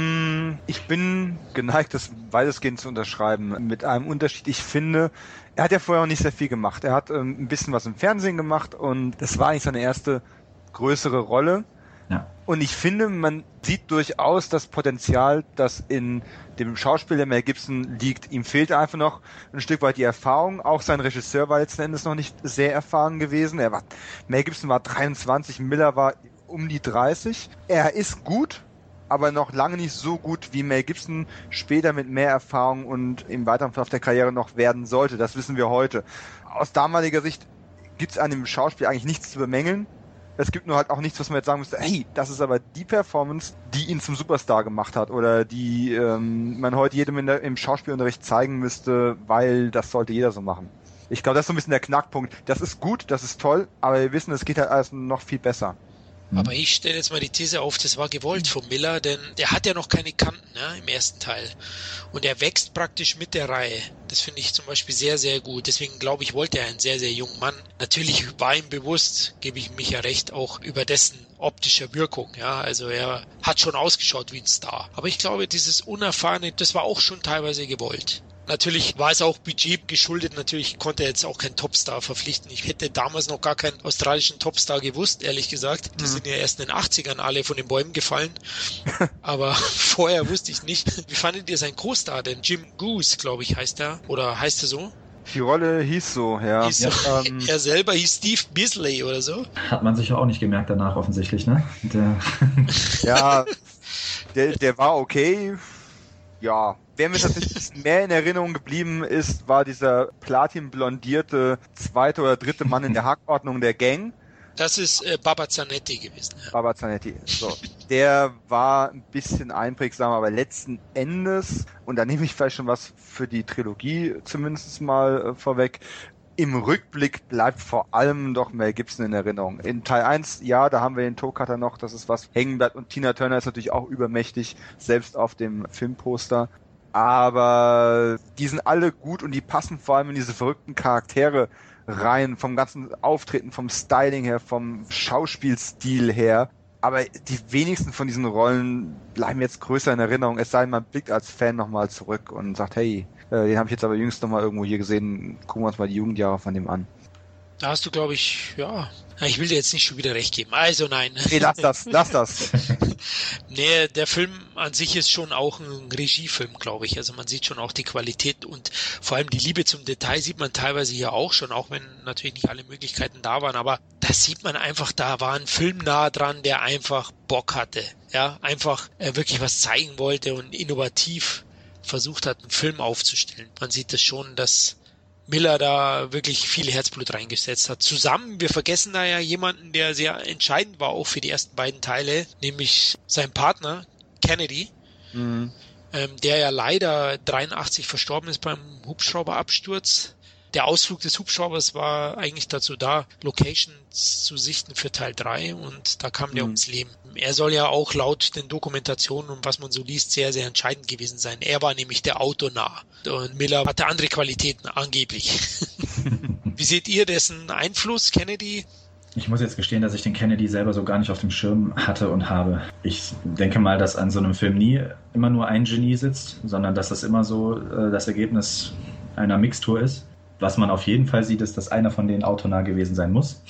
S3: Ich bin geneigt, das weitestgehend zu unterschreiben, mit einem Unterschied. Ich finde, er hat ja vorher auch nicht sehr viel gemacht. Er hat ein bisschen was im Fernsehen gemacht und das war eigentlich seine erste größere Rolle.
S2: Ja.
S3: Und ich finde, man sieht durchaus das Potenzial, das in dem Schauspiel der Mel Gibson liegt. Ihm fehlt einfach noch ein Stück weit die Erfahrung. Auch sein Regisseur war letzten Endes noch nicht sehr erfahren gewesen. Mel Gibson war 23, Miller war um die 30. Er ist gut, aber noch lange nicht so gut, wie Mel Gibson später mit mehr Erfahrung und im weiteren Verlauf der Karriere noch werden sollte. Das wissen wir heute. Aus damaliger Sicht gibt es an dem Schauspiel eigentlich nichts zu bemängeln. Es gibt nur halt auch nichts, was man jetzt sagen müsste, hey, das ist aber die Performance, die ihn zum Superstar gemacht hat oder die man heute jedem im Schauspielunterricht zeigen müsste, weil das sollte jeder so machen. Ich glaube, das ist so ein bisschen der Knackpunkt. Das ist gut, das ist toll, aber wir wissen, es geht halt alles noch viel besser.
S1: Aber ich stelle jetzt mal die These auf, das war gewollt von Miller, denn der hat ja noch keine Kanten, ne, im ersten Teil. Und er wächst praktisch mit der Reihe. Das finde ich zum Beispiel sehr, sehr gut. Deswegen glaube ich, wollte er einen sehr, sehr jungen Mann. Natürlich war ihm bewusst, gebe ich mich ja recht, auch über dessen optischer Wirkung. Ja, also er hat schon ausgeschaut wie ein Star. Aber ich glaube, dieses Unerfahrene, das war auch schon teilweise gewollt. Natürlich war es auch Budget geschuldet, natürlich konnte er jetzt auch keinen Topstar verpflichten. Ich hätte damals noch gar keinen australischen Topstar gewusst, ehrlich gesagt. Die sind ja erst in den 80ern alle von den Bäumen gefallen. Aber vorher wusste ich nicht. Wie fandet ihr seinen Co-Star denn? Jim Goose, glaube ich, heißt er. Oder heißt er so?
S3: Die Rolle hieß so, ja.
S1: Er selber hieß Steve Bisley oder so.
S2: Hat man sich ja auch nicht gemerkt danach offensichtlich, ne?
S3: Ja, der war okay. Ja, wer mir tatsächlich mehr in Erinnerung geblieben ist, war dieser platinblondierte zweite oder dritte Mann in der Hackordnung der Gang.
S1: Das ist Baba Zanetti gewesen. Ja.
S3: Baba Zanetti, so. Der war ein bisschen einprägsamer, aber letzten Endes, und da nehme ich vielleicht schon was für die Trilogie zumindest mal vorweg, im Rückblick bleibt vor allem doch Mel Gibson in Erinnerung. In Teil 1, ja, da haben wir den Toe-Cutter noch, das ist was hängen bleibt. Und Tina Turner ist natürlich auch übermächtig, selbst auf dem Filmposter. Aber die sind alle gut und die passen vor allem in diese verrückten Charaktere rein, vom ganzen Auftreten, vom Styling her, vom Schauspielstil her. Aber die wenigsten von diesen Rollen bleiben jetzt größer in Erinnerung, es sei denn, man blickt als Fan nochmal zurück und sagt, hey, den habe ich jetzt aber jüngst nochmal irgendwo hier gesehen, gucken wir uns mal die Jugendjahre von dem an.
S1: Da hast du, glaube ich, ja, ich will dir jetzt nicht schon wieder recht geben. Also nein.
S3: Nee, lass das.
S1: Nee, der Film an sich ist schon auch ein Regiefilm, glaube ich. Also man sieht schon auch die Qualität und vor allem die Liebe zum Detail sieht man teilweise hier auch schon, auch wenn natürlich nicht alle Möglichkeiten da waren. Aber da sieht man einfach, da war ein Film nah dran, der einfach Bock hatte. Ja, einfach wirklich was zeigen wollte und innovativ versucht hat, einen Film aufzustellen. Man sieht das schon, dass Miller da wirklich viel Herzblut reingesetzt hat. Zusammen, wir vergessen da ja jemanden, der sehr entscheidend war, auch für die ersten beiden Teile, nämlich sein Partner, Kennedy. der ja leider 83 verstorben ist beim Hubschrauberabsturz. Der Ausflug des Hubschraubers war eigentlich dazu da, Locations zu sichten für Teil 3 und da kam der ums Leben. Er soll ja auch laut den Dokumentationen und was man so liest, sehr, sehr entscheidend gewesen sein. Er war nämlich der Autonah und Miller hatte andere Qualitäten, angeblich. Wie seht ihr dessen Einfluss, Kennedy?
S2: Ich muss jetzt gestehen, dass ich den Kennedy selber so gar nicht auf dem Schirm hatte und habe. Ich denke mal, dass an so einem Film nie immer nur ein Genie sitzt, sondern dass das immer so das Ergebnis einer Mixtur ist. Was man auf jeden Fall sieht, ist, dass einer von denen Autonah gewesen sein muss,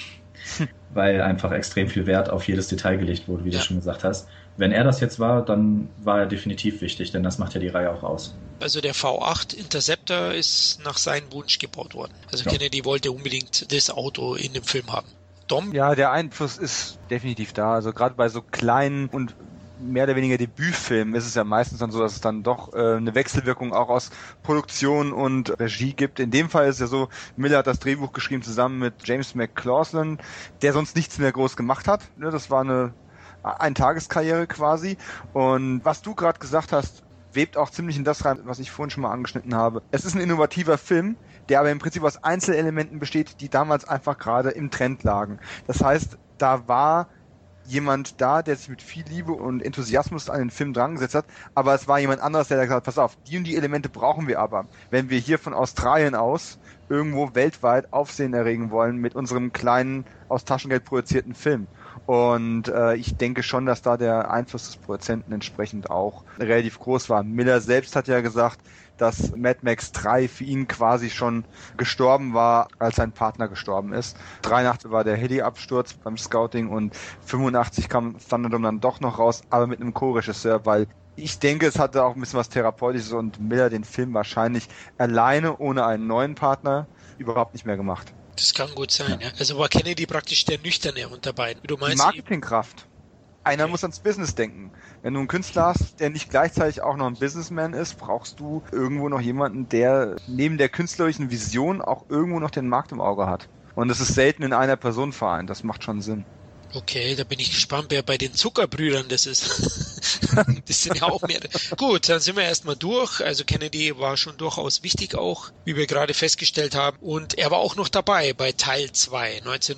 S2: weil einfach extrem viel Wert auf jedes Detail gelegt wurde, wie du schon gesagt hast. Wenn er das jetzt war, dann war er definitiv wichtig, denn das macht ja die Reihe auch aus.
S1: Also der V8 Interceptor ist nach seinem Wunsch gebaut worden. Also Kennedy wollte unbedingt das Auto in dem Film haben. Dom?
S3: Ja, der Einfluss ist definitiv da. Also gerade bei so kleinen und mehr oder weniger Debütfilmen ist es ja meistens dann so, dass es dann doch eine Wechselwirkung auch aus Produktion und Regie gibt. In dem Fall ist es ja so, Miller hat das Drehbuch geschrieben zusammen mit James McCausland, der sonst nichts mehr groß gemacht hat. Das war eine Eintageskarriere quasi. Und was du gerade gesagt hast, webt auch ziemlich in das rein, was ich vorhin schon mal angeschnitten habe. Es ist ein innovativer Film, der aber im Prinzip aus Einzelelementen besteht, die damals einfach gerade im Trend lagen. Das heißt, da war jemand da, der sich mit viel Liebe und Enthusiasmus an den Film drangesetzt hat, aber es war jemand anderes, der gesagt hat, pass auf, die und die Elemente brauchen wir aber, wenn wir hier von Australien aus irgendwo weltweit Aufsehen erregen wollen mit unserem kleinen, aus Taschengeld produzierten Film. Und ich denke schon, dass da der Einfluss des Produzenten entsprechend auch relativ groß war. Miller selbst hat ja gesagt, dass Mad Max 3 für ihn quasi schon gestorben war, als sein Partner gestorben ist. 83 war der Heli-Absturz beim Scouting und 85 kam Thunderdome dann doch noch raus, aber mit einem Co-Regisseur, weil ich denke, es hatte auch ein bisschen was Therapeutisches und Miller den Film wahrscheinlich alleine, ohne einen neuen Partner, überhaupt nicht mehr gemacht.
S1: Das kann gut sein, ja. Also war Kennedy praktisch der Nüchterne unter beiden. Du meinst,
S3: die Marketingkraft. Einer muss ans Business denken. Wenn du einen Künstler hast, der nicht gleichzeitig auch noch ein Businessman ist, brauchst du irgendwo noch jemanden, der neben der künstlerischen Vision auch irgendwo noch den Markt im Auge hat. Und das ist selten in einer Person vereint. Das macht schon Sinn.
S1: Okay, da bin ich gespannt, wer bei den Zuckerbrüdern das ist. Das sind ja auch mehrere. Gut, dann sind wir erstmal durch. Also Kennedy war schon durchaus wichtig auch, wie wir gerade festgestellt haben. Und er war auch noch dabei bei Teil 2.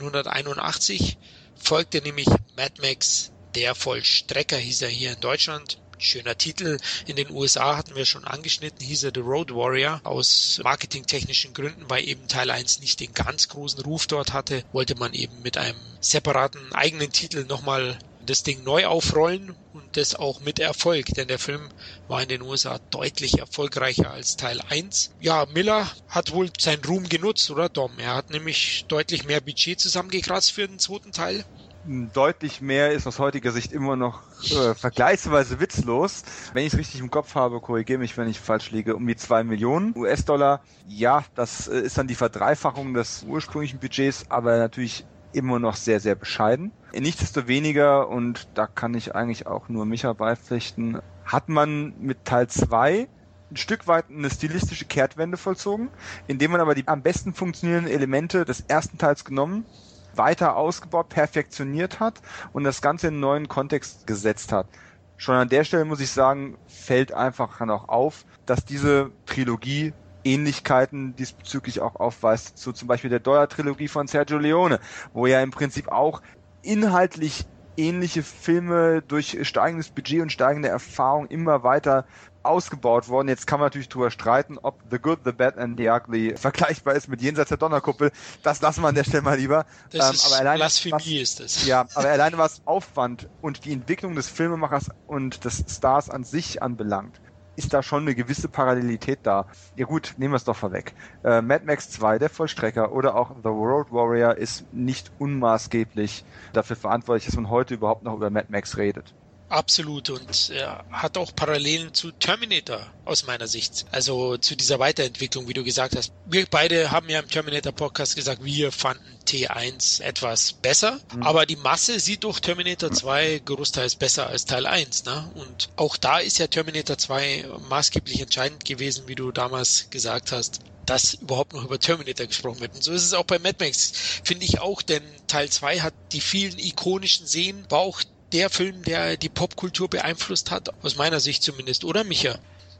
S1: 1981 folgte nämlich Mad Max, der Vollstrecker, hieß er hier in Deutschland. Schöner Titel. In den USA hatten wir schon angeschnitten, hieß er The Road Warrior. Aus marketingtechnischen Gründen, weil eben Teil 1 nicht den ganz großen Ruf dort hatte, wollte man eben mit einem separaten eigenen Titel nochmal das Ding neu aufrollen und das auch mit Erfolg, denn der Film war in den USA deutlich erfolgreicher als Teil 1. Ja, Miller hat wohl seinen Ruhm genutzt, oder Dom? Er hat nämlich deutlich mehr Budget zusammengekratzt für den zweiten Teil.
S3: Deutlich mehr ist aus heutiger Sicht immer noch vergleichsweise witzlos. Wenn ich es richtig im Kopf habe, korrigiere mich, wenn ich falsch liege, um die 2 Millionen US-Dollar. Ja, das ist dann die Verdreifachung des ursprünglichen Budgets, aber natürlich immer noch sehr, sehr bescheiden. Nichtsdestoweniger, und da kann ich eigentlich auch nur Micha beipflichten, hat man mit Teil 2 ein Stück weit eine stilistische Kehrtwende vollzogen, indem man aber die am besten funktionierenden Elemente des ersten Teils genommen, weiter ausgebaut, perfektioniert hat und das Ganze in einen neuen Kontext gesetzt hat. Schon an der Stelle muss ich sagen, fällt einfach auch auf, dass diese Trilogie Ähnlichkeiten diesbezüglich auch aufweist zu zum Beispiel der Dollar-Trilogie von Sergio Leone, wo ja im Prinzip auch inhaltlich ähnliche Filme durch steigendes Budget und steigende Erfahrung immer weiter ausgebaut worden. Jetzt kann man natürlich drüber streiten, ob The Good, The Bad and The Ugly vergleichbar ist mit Jenseits der Donnerkuppel. Das lassen wir an der Stelle mal lieber.
S1: Das ist aber Blasphemie, ist das.
S3: Ja, aber alleine was Aufwand und die Entwicklung des Filmemachers und des Stars an sich anbelangt, ist da schon eine gewisse Parallelität da. Ja gut, nehmen wir es doch vorweg. Mad Max 2, der Vollstrecker, oder auch The Road Warrior ist nicht unmaßgeblich dafür verantwortlich, dass man heute überhaupt noch über Mad Max redet.
S1: Absolut, und er hat auch Parallelen zu Terminator aus meiner Sicht. Also zu dieser Weiterentwicklung, wie du gesagt hast. Wir beide haben ja im Terminator-Podcast gesagt, wir fanden T1 etwas besser, aber die Masse sieht doch Terminator 2 großteils besser als Teil 1. Ne? Und auch da ist ja Terminator 2 maßgeblich entscheidend gewesen, wie du damals gesagt hast, dass überhaupt noch über Terminator gesprochen wird. Und so ist es auch bei Mad Max, finde ich auch, denn Teil 2 hat die vielen ikonischen Szenen, war auch der Film, der die Popkultur beeinflusst hat, aus meiner Sicht zumindest, oder Micha?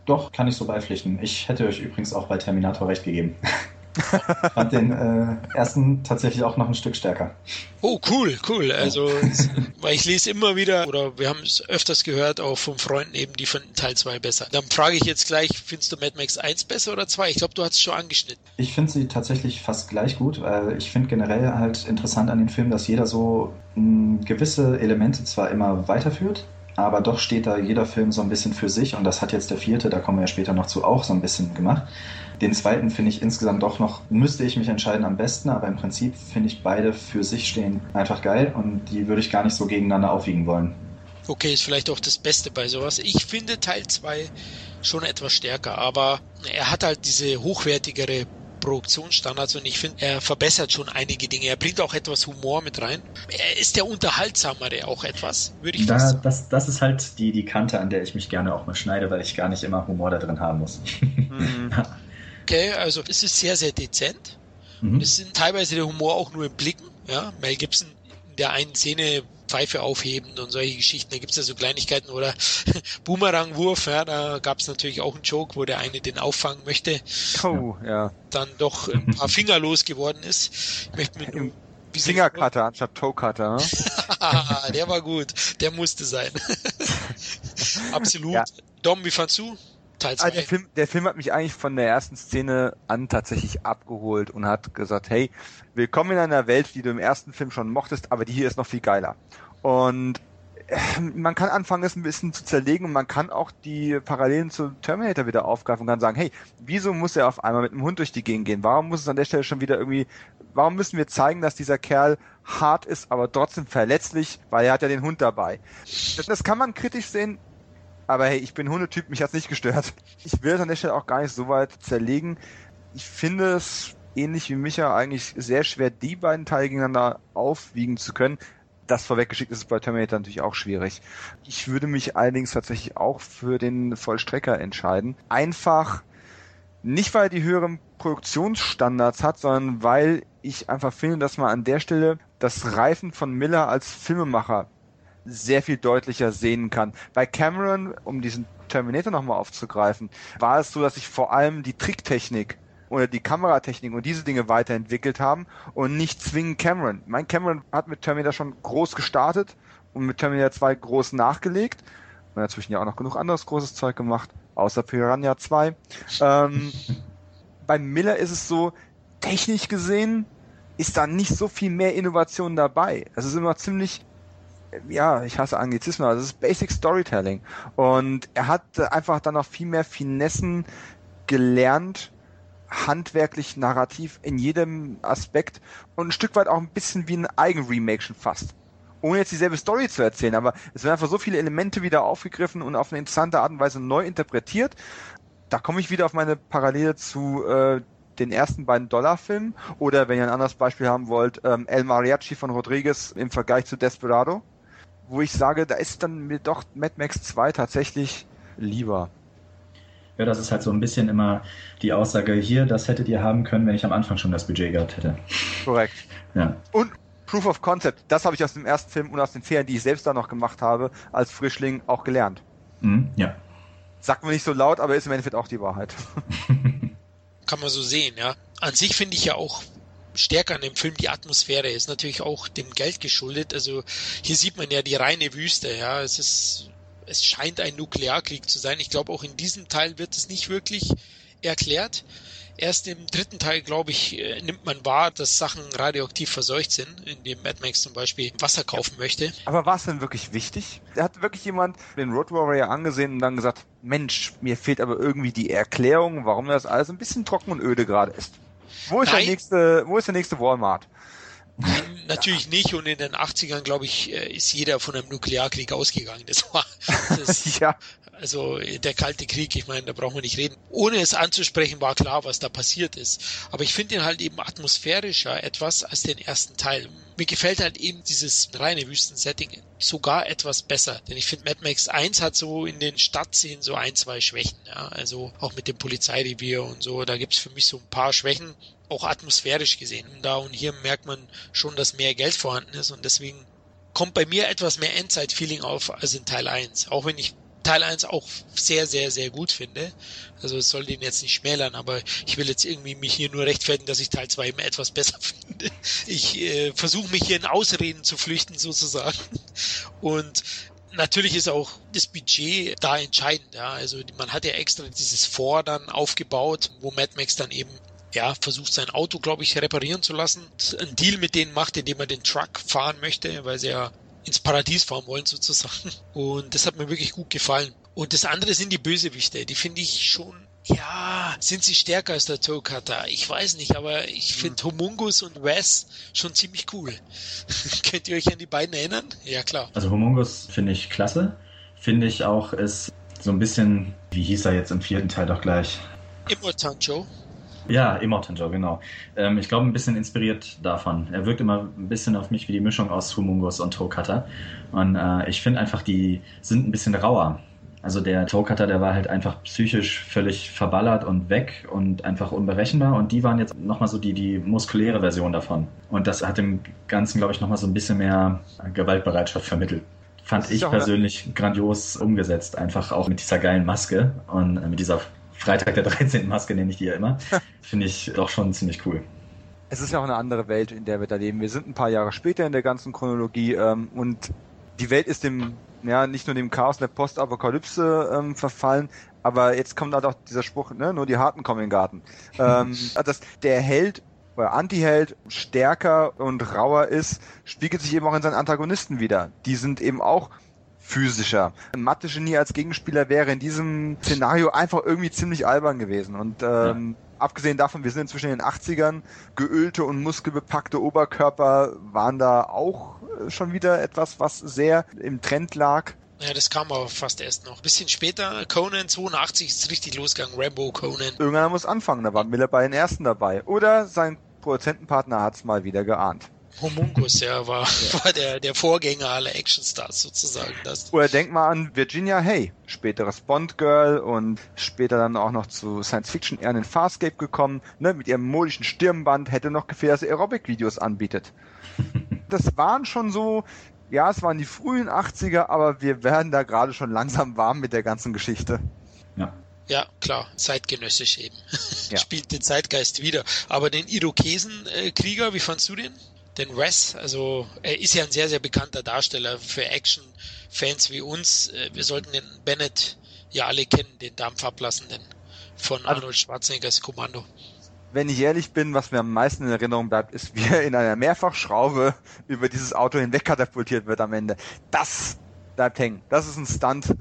S2: Doch, kann ich so beipflichten. Ich hätte euch übrigens auch bei Terminator recht gegeben. Fand den ersten tatsächlich auch noch ein Stück stärker.
S1: Oh, cool. Also, weil ich lese immer wieder, oder wir haben es öfters gehört, auch von Freunden eben, die finden Teil 2 besser. Dann frage ich jetzt gleich, findest du Mad Max 1 besser oder 2? Ich glaube, du hast es schon angeschnitten.
S2: Ich finde sie tatsächlich fast gleich gut, weil ich finde generell halt interessant an den Filmen, dass jeder so gewisse Elemente zwar immer weiterführt, aber doch steht da jeder Film so ein bisschen für sich und das hat jetzt der 4., da kommen wir ja später noch zu, auch so ein bisschen gemacht. Den 2. finde ich insgesamt doch noch, müsste ich mich entscheiden, am besten, aber im Prinzip finde ich beide für sich stehen einfach geil und die würde ich gar nicht so gegeneinander aufwiegen wollen.
S1: Okay, ist vielleicht auch das Beste bei sowas. Ich finde Teil 2 schon etwas stärker, aber er hat halt diese hochwertigere Produktionsstandards und ich finde, er verbessert schon einige Dinge. Er bringt auch etwas Humor mit rein. Er ist der unterhaltsamere auch etwas, würde ich fast sagen.
S2: Das ist halt die Kante, an der ich mich gerne auch mal schneide, weil ich gar nicht immer Humor da drin haben muss.
S1: Okay, also es ist sehr, sehr dezent. Es sind teilweise der Humor auch nur im Blicken. Ja, Mel Gibson in der einen Szene Pfeife aufheben und solche Geschichten, da gibt es ja so Kleinigkeiten oder Boomerangwurf, ja, da gab es natürlich auch einen Joke, wo der eine den auffangen möchte, dann doch ein paar Finger losgeworden ist. Ich möchte mir nur
S3: Fingercutter anstatt Toe-Cutter. Ne?
S1: Der war gut, der musste sein. Absolut. Ja. Dom, wie fandst du? Teil 2?
S3: Also der Film hat mich eigentlich von der ersten Szene an tatsächlich abgeholt und hat gesagt, hey, willkommen in einer Welt, die du im ersten Film schon mochtest, aber die hier ist noch viel geiler. Und man kann anfangen, es ein bisschen zu zerlegen und man kann auch die Parallelen zu Terminator wieder aufgreifen und kann sagen, hey, wieso muss er auf einmal mit dem Hund durch die Gegend gehen? Warum muss es an der Stelle schon wieder warum müssen wir zeigen, dass dieser Kerl hart ist, aber trotzdem verletzlich, weil er hat ja den Hund dabei. Das kann man kritisch sehen, aber hey, ich bin Hundetyp, mich hat's nicht gestört. Ich will es an der Stelle auch gar nicht so weit zerlegen. Ich finde es, ähnlich wie Micha, eigentlich sehr schwer, die beiden Teile gegeneinander aufwiegen zu können. Das vorweggeschickt ist bei Terminator natürlich auch schwierig. Ich würde mich allerdings tatsächlich auch für den Vollstrecker entscheiden. Einfach nicht, weil er die höheren Produktionsstandards hat, sondern weil ich einfach finde, dass man an der Stelle das Reifen von Miller als Filmemacher sehr viel deutlicher sehen kann. Bei Cameron, um diesen Terminator nochmal aufzugreifen, war es so, dass sich vor allem die Tricktechnik oder die Kameratechnik und diese Dinge weiterentwickelt haben und nicht zwingend Cameron. Cameron hat mit Terminator schon groß gestartet und mit Terminator 2 groß nachgelegt und dazwischen ja auch noch genug anderes großes Zeug gemacht, außer Piranha 2. Bei Miller ist es so, technisch gesehen ist da nicht so viel mehr Innovation dabei. Es ist immer ziemlich, ja, ich hasse Anglizismen, aber es ist Basic Storytelling. Und er hat einfach dann noch viel mehr Finessen gelernt, handwerklich, narrativ, in jedem Aspekt und ein Stück weit auch ein bisschen wie ein Eigenremake schon fast. Ohne jetzt dieselbe Story zu erzählen, aber es werden einfach so viele Elemente wieder aufgegriffen und auf eine interessante Art und Weise neu interpretiert. Da komme ich wieder auf meine Parallele zu den ersten beiden Dollar-Filmen oder, wenn ihr ein anderes Beispiel haben wollt, El Mariachi von Rodriguez im Vergleich zu Desperado, wo ich sage, da ist dann mir doch Mad Max 2 tatsächlich lieber.
S2: Ja, das ist halt so ein bisschen immer die Aussage hier, das hättet ihr haben können, wenn ich am Anfang schon das Budget gehabt hätte.
S3: Korrekt.
S2: Ja.
S3: Und Proof of Concept, das habe ich aus dem ersten Film und aus den Fehlern, die ich selbst da noch gemacht habe, als Frischling auch gelernt.
S2: Ja.
S3: Sagt man nicht so laut, aber ist im Endeffekt auch die Wahrheit.
S1: Kann man so sehen, ja. An sich finde ich ja auch stärker an dem Film die Atmosphäre, ist natürlich auch dem Geld geschuldet. Also hier sieht man ja die reine Wüste, ja. Es scheint ein Nuklearkrieg zu sein. Ich glaube, auch in diesem Teil wird es nicht wirklich erklärt. Erst im 3. Teil, glaube ich, nimmt man wahr, dass Sachen radioaktiv verseucht sind, indem Mad Max zum Beispiel Wasser kaufen möchte.
S3: Aber war es denn wirklich wichtig? Da hat wirklich jemand den Road Warrior angesehen und dann gesagt, Mensch, mir fehlt aber irgendwie die Erklärung, warum das alles ein bisschen trocken und öde gerade ist. Wo ist der nächste Walmart?
S1: Nein, natürlich nicht. Und in den 80ern, glaube ich, ist jeder von einem Nuklearkrieg ausgegangen.
S3: Ja.
S1: Also der Kalte Krieg, ich meine, da brauchen wir nicht reden. Ohne es anzusprechen, war klar, was da passiert ist. Aber ich finde ihn halt eben atmosphärischer etwas als den ersten Teil. Mir gefällt halt eben dieses reine Wüstensetting sogar etwas besser. Denn ich finde, Mad Max 1 hat so in den Stadtszenen so 1, 2 Schwächen. Ja? Also auch mit dem Polizeirevier und so, da gibt's für mich so ein paar Schwächen, auch atmosphärisch gesehen. Und da und hier merkt man schon, dass mehr Geld vorhanden ist und deswegen kommt bei mir etwas mehr Endzeit-Feeling auf als in Teil 1. Auch wenn ich Teil 1 auch sehr, sehr, sehr gut finde. Also es soll den jetzt nicht schmälern, aber ich will jetzt irgendwie mich hier nur rechtfertigen, dass ich Teil 2 eben etwas besser finde. Ich versuche mich hier in Ausreden zu flüchten sozusagen. Und natürlich ist auch das Budget da entscheidend. Ja. Also man hat ja extra dieses Fort dann aufgebaut, wo Mad Max dann eben versucht sein Auto, glaube ich, reparieren zu lassen. Einen Deal mit denen macht, indem er den Truck fahren möchte, weil sie ja ins Paradies fahren wollen sozusagen. Und das hat mir wirklich gut gefallen. Und das andere sind die Bösewichte. Die finde ich schon, sind sie stärker als der Toe Cutter? Ich weiß nicht, aber ich finde Homungus und Wes schon ziemlich cool. Könnt ihr euch an die beiden erinnern? Ja, klar.
S2: Also Homungus finde ich klasse. Finde ich auch, ist so ein bisschen, wie hieß er jetzt im 4. Teil doch gleich?
S1: Immortan Joe.
S2: Ja, Immortan Joe, genau. Ich glaube, ein bisschen inspiriert davon. Er wirkt immer ein bisschen auf mich wie die Mischung aus Homungus und Toe Cutter. Und ich finde einfach, die sind ein bisschen rauer. Also der Toe Cutter, der war halt einfach psychisch völlig verballert und weg und einfach unberechenbar. Und die waren jetzt nochmal so die muskuläre Version davon. Und das hat dem Ganzen, glaube ich, nochmal so ein bisschen mehr Gewaltbereitschaft vermittelt. Fand ich persönlich grandios umgesetzt. Einfach auch mit dieser geilen Maske und mit dieser Freitag der 13. Maske nenne ich die ja immer. Finde ich doch schon ziemlich cool.
S3: Es ist ja auch eine andere Welt, in der wir da leben. Wir sind ein paar Jahre später in der ganzen Chronologie und die Welt ist nicht nur dem Chaos der Postapokalypse verfallen, aber jetzt kommt halt auch dieser Spruch, nur die Harten kommen in den Garten. Dass der Held oder Anti-Held stärker und rauer ist, spiegelt sich eben auch in seinen Antagonisten wieder. Die sind eben auch physischer. Ein Mathe-Genie als Gegenspieler wäre in diesem Szenario einfach irgendwie ziemlich albern gewesen. Und abgesehen davon, wir sind inzwischen in den 80ern, geölte und muskelbepackte Oberkörper waren da auch schon wieder etwas, was sehr im Trend lag.
S1: Ja, das kam aber fast erst noch. Ein bisschen später, Conan 82 ist richtig losgegangen, Rambo, Conan.
S3: Irgendwann muss anfangen, da war Miller bei den ersten dabei. Oder sein Produzentenpartner hat es mal wieder geahnt.
S1: Homungus, war der Vorgänger aller Actionstars sozusagen.
S3: Oder denk mal an Virginia Hay, späteres Bond-Girl und später dann auch noch zu Science-Fiction eher in den Farscape gekommen, mit ihrem modischen Stirnband, hätte noch gefehlt, dass sie Aerobic-Videos anbietet. Das waren schon so, es waren die frühen 80er, aber wir werden da gerade schon langsam warm mit der ganzen Geschichte.
S1: Ja, klar, zeitgenössisch eben. Spielt den Zeitgeist wieder. Aber den Irokesen-Krieger, wie fandst du den? Den Wes, also er ist ja ein sehr, sehr bekannter Darsteller für Action-Fans wie uns. Wir sollten den Bennett ja alle kennen, den Dampfablassenden von Arnold Schwarzeneggers Kommando.
S3: Wenn ich ehrlich bin, was mir am meisten in Erinnerung bleibt, ist, wie er in einer Mehrfachschraube über dieses Auto hinweg katapultiert wird am Ende. Das bleibt hängen. Das ist ein Stunt.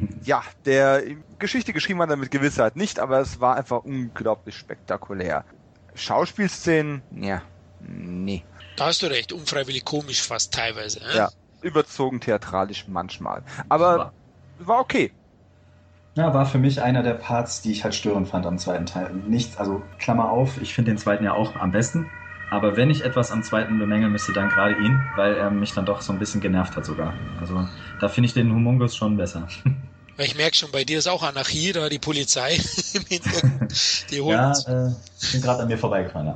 S3: Der Geschichte geschrieben hat er mit Gewissheit nicht, aber es war einfach unglaublich spektakulär. Schauspielszenen, nee.
S1: Da hast du recht, unfreiwillig komisch fast teilweise.
S3: Ja, überzogen theatralisch manchmal. Aber war okay.
S2: Ja, war für mich einer der Parts, die ich halt störend fand am zweiten Teil. Nichts, also Klammer auf, ich finde den zweiten ja auch am besten. Aber wenn ich etwas am zweiten bemängeln müsste, dann gerade ihn, weil er mich dann doch so ein bisschen genervt hat sogar. Also da finde ich den Homungus schon besser.
S1: Ich merke schon, bei dir ist auch Anarchie, da die Polizei im Hintergrund. Die holen
S2: ich bin gerade an mir vorbeigefahren.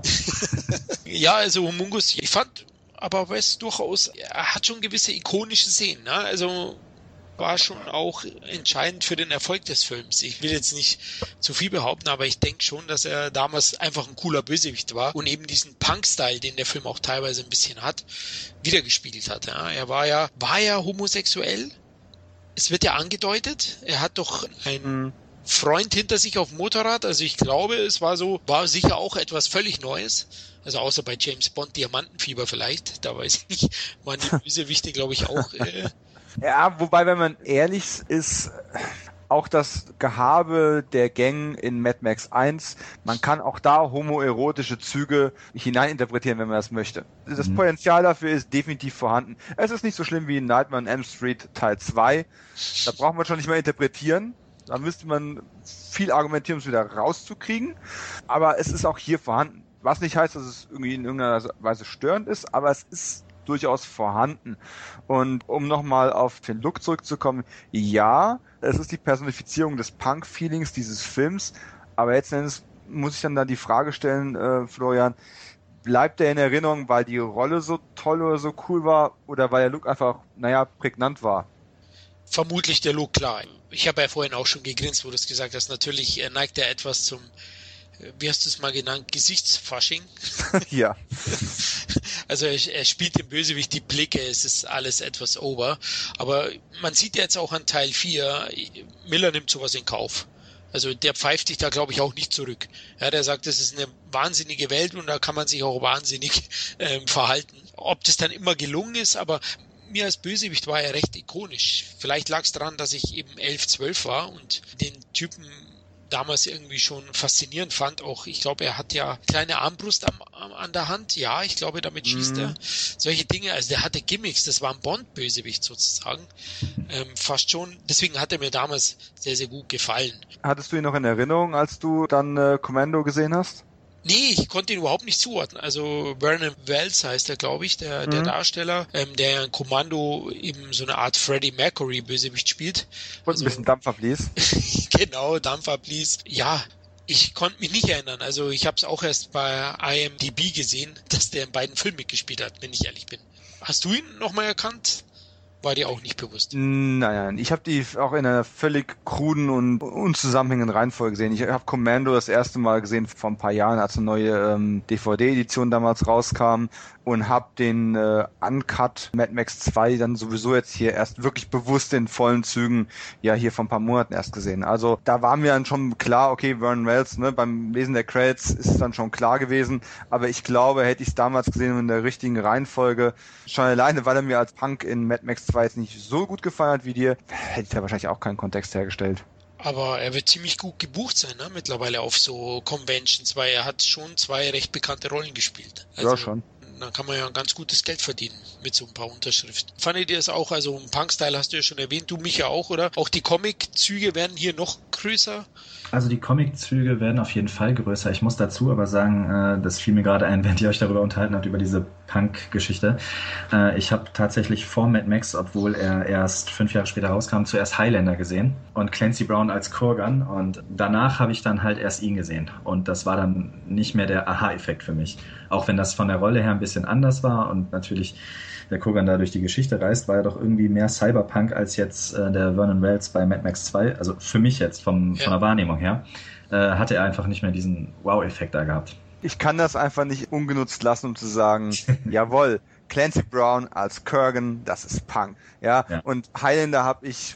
S1: Ja, also Homungus, ich fand aber Wes durchaus, er hat schon gewisse ikonische Szenen, ne? Also war schon auch entscheidend für den Erfolg des Films. Ich will jetzt nicht zu viel behaupten, aber ich denke schon, dass er damals einfach ein cooler Bösewicht war und eben diesen Punk-Style, den der Film auch teilweise ein bisschen hat, wiedergespiegelt hat. Ja? Er war ja homosexuell. Es wird ja angedeutet, er hat doch einen Freund hinter sich auf dem Motorrad, also ich glaube, es war sicher auch etwas völlig Neues, also außer bei James Bond Diamantenfieber vielleicht, da weiß ich nicht, waren die Bösewichte, glaube ich, auch.
S3: Ja, wobei, wenn man ehrlich ist, auch das Gehabe der Gang in Mad Max 1, man kann auch da homoerotische Züge hineininterpretieren, wenn man das möchte. Das Potenzial dafür ist definitiv vorhanden. Es ist nicht so schlimm wie in Nightmare on Elm Street Teil 2. Da braucht man schon nicht mehr interpretieren. Da müsste man viel argumentieren, um es wieder rauszukriegen. Aber es ist auch hier vorhanden. Was nicht heißt, dass es irgendwie in irgendeiner Weise störend ist, aber es ist durchaus vorhanden. Und um nochmal auf den Look zurückzukommen, ja, es ist die Personifizierung des Punk-Feelings dieses Films, aber letzten Endes muss ich dann die Frage stellen, Florian, bleibt er in Erinnerung, weil die Rolle so toll oder so cool war oder weil der Look einfach, prägnant war?
S1: vermutlich der Look, klar. Ich habe ja vorhin auch schon gegrinst, wo du es gesagt hast. Natürlich neigt er etwas zum, wie hast du es mal genannt, Gesichtsfasching.
S3: Ja.
S1: Also er spielt dem Bösewicht die Blicke, es ist alles etwas over. Aber man sieht ja jetzt auch an Teil 4, Miller nimmt sowas in Kauf. Also der pfeift sich da, glaube ich, auch nicht zurück. Ja, der sagt, das ist eine wahnsinnige Welt und da kann man sich auch wahnsinnig verhalten. Ob das dann immer gelungen ist, aber mir als Bösewicht war er recht ikonisch. Vielleicht lag es daran, dass ich eben 11, 12 war und den Typen damals irgendwie schon faszinierend fand. Auch, ich glaube, er hat ja kleine Armbrust an der Hand. Ja, ich glaube, damit schießt er. Solche Dinge, also der hatte Gimmicks, das war ein Bond-Bösewicht sozusagen. Fast schon. Deswegen hat er mir damals sehr, sehr gut gefallen.
S3: Hattest du ihn noch in Erinnerung, als du dann Commando gesehen hast?
S1: Nee, ich konnte ihn überhaupt nicht zuordnen. Also Vernon Wells heißt er, glaube ich, der Darsteller, der in Kommando eben so eine Art Freddie Mercury Bösewicht spielt.
S3: Und also, ein bisschen Dampf ablies.
S1: Genau, Dampf ablies. Ja, ich konnte mich nicht erinnern. Also ich habe es auch erst bei IMDb gesehen, dass der in beiden Filmen mitgespielt hat, wenn ich ehrlich bin. Hast du ihn nochmal erkannt? War dir auch nicht bewusst?
S3: Nein, ich habe die auch in einer völlig kruden und unzusammenhängenden Reihenfolge gesehen. Ich habe Commando das erste Mal gesehen vor ein paar Jahren, als eine neue DVD-Edition damals rauskam und habe den Uncut Mad Max 2 dann sowieso jetzt hier erst wirklich bewusst in vollen Zügen ja hier vor ein paar Monaten erst gesehen. Also da war mir dann schon klar, okay, Vernon Wells, ne, beim Lesen der Credits ist es dann schon klar gewesen, aber ich glaube, hätte ich es damals gesehen in der richtigen Reihenfolge, schon alleine, weil er mir als Punk in Mad Max 2 jetzt nicht so gut gefallen hat wie dir, hätte ich da wahrscheinlich auch keinen Kontext hergestellt.
S1: Aber er wird ziemlich gut gebucht sein, ne? Mittlerweile auf so Conventions, weil er hat schon 2 recht bekannte Rollen gespielt. Also,
S3: ja, schon.
S1: Dann kann man ja ein ganz gutes Geld verdienen mit so ein paar Unterschriften. Fandet ihr es auch, also im Punk-Style hast du ja schon erwähnt, du mich ja auch, oder? Auch die Comic-Züge werden hier noch größer?
S2: Also die Comic-Züge werden auf jeden Fall größer. Ich muss dazu aber sagen, das fiel mir gerade ein, während ihr euch darüber unterhalten habt, über diese Punk-Geschichte. Ich habe tatsächlich vor Mad Max, obwohl er erst 5 Jahre später rauskam, zuerst Highlander gesehen und Clancy Brown als Kurgan und danach habe ich dann halt erst ihn gesehen und das war dann nicht mehr der Aha-Effekt für mich. Auch wenn das von der Rolle her ein bisschen anders war und natürlich der Kurgan da durch die Geschichte reist, war er doch irgendwie mehr Cyberpunk als jetzt der Vernon Wells bei Mad Max 2. Also für mich jetzt von der Wahrnehmung her, hatte er einfach nicht mehr diesen Wow-Effekt da gehabt.
S3: Ich kann das einfach nicht ungenutzt lassen, um zu sagen, jawohl, Clancy Brown als Kurgan, das ist Punk. Ja. Und Highlander habe ich,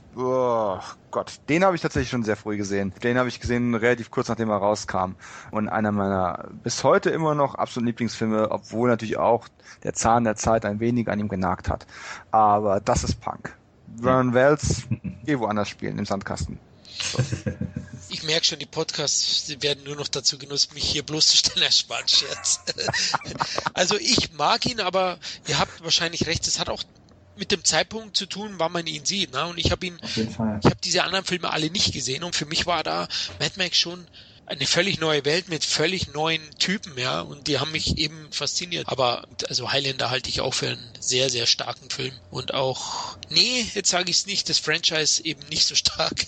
S3: den habe ich tatsächlich schon sehr früh gesehen. Den habe ich gesehen relativ kurz nachdem er rauskam. Und einer meiner bis heute immer noch absoluten Lieblingsfilme, obwohl natürlich auch der Zahn der Zeit ein wenig an ihm genagt hat. Aber das ist Punk. Vernon Wells, woanders spielen, im Sandkasten. So.
S1: Ich merke schon, die Podcasts werden nur noch dazu genutzt, mich hier bloßzustellen, Herr Scherz. Also ich mag ihn, aber ihr habt wahrscheinlich recht, es hat auch mit dem Zeitpunkt zu tun, wann man ihn sieht. Ne? Und ich habe diese anderen Filme alle nicht gesehen und für mich war da Mad Max schon eine völlig neue Welt mit völlig neuen Typen, ja, und die haben mich eben fasziniert. Aber also Highlander halte ich auch für einen sehr, sehr starken Film. Und auch, jetzt sage ich es nicht, das Franchise eben nicht so stark.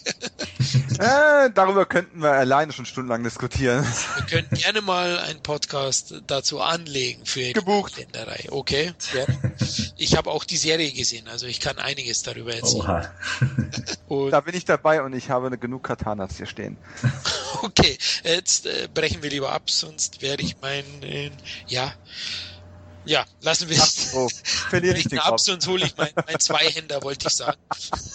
S3: Darüber könnten wir alleine schon stundenlang diskutieren.
S1: Wir könnten gerne mal einen Podcast dazu anlegen für die Holländerei. Okay, gerne. Ich habe auch die Serie gesehen, also ich kann einiges darüber erzählen.
S3: Und da bin ich dabei und ich habe genug Katanas hier stehen.
S1: Okay, jetzt brechen wir lieber ab, sonst werde ich meinen, lassen wir es.
S3: Verliere ich den
S1: ab, sonst hole ich mein Zweihänder, wollte ich sagen.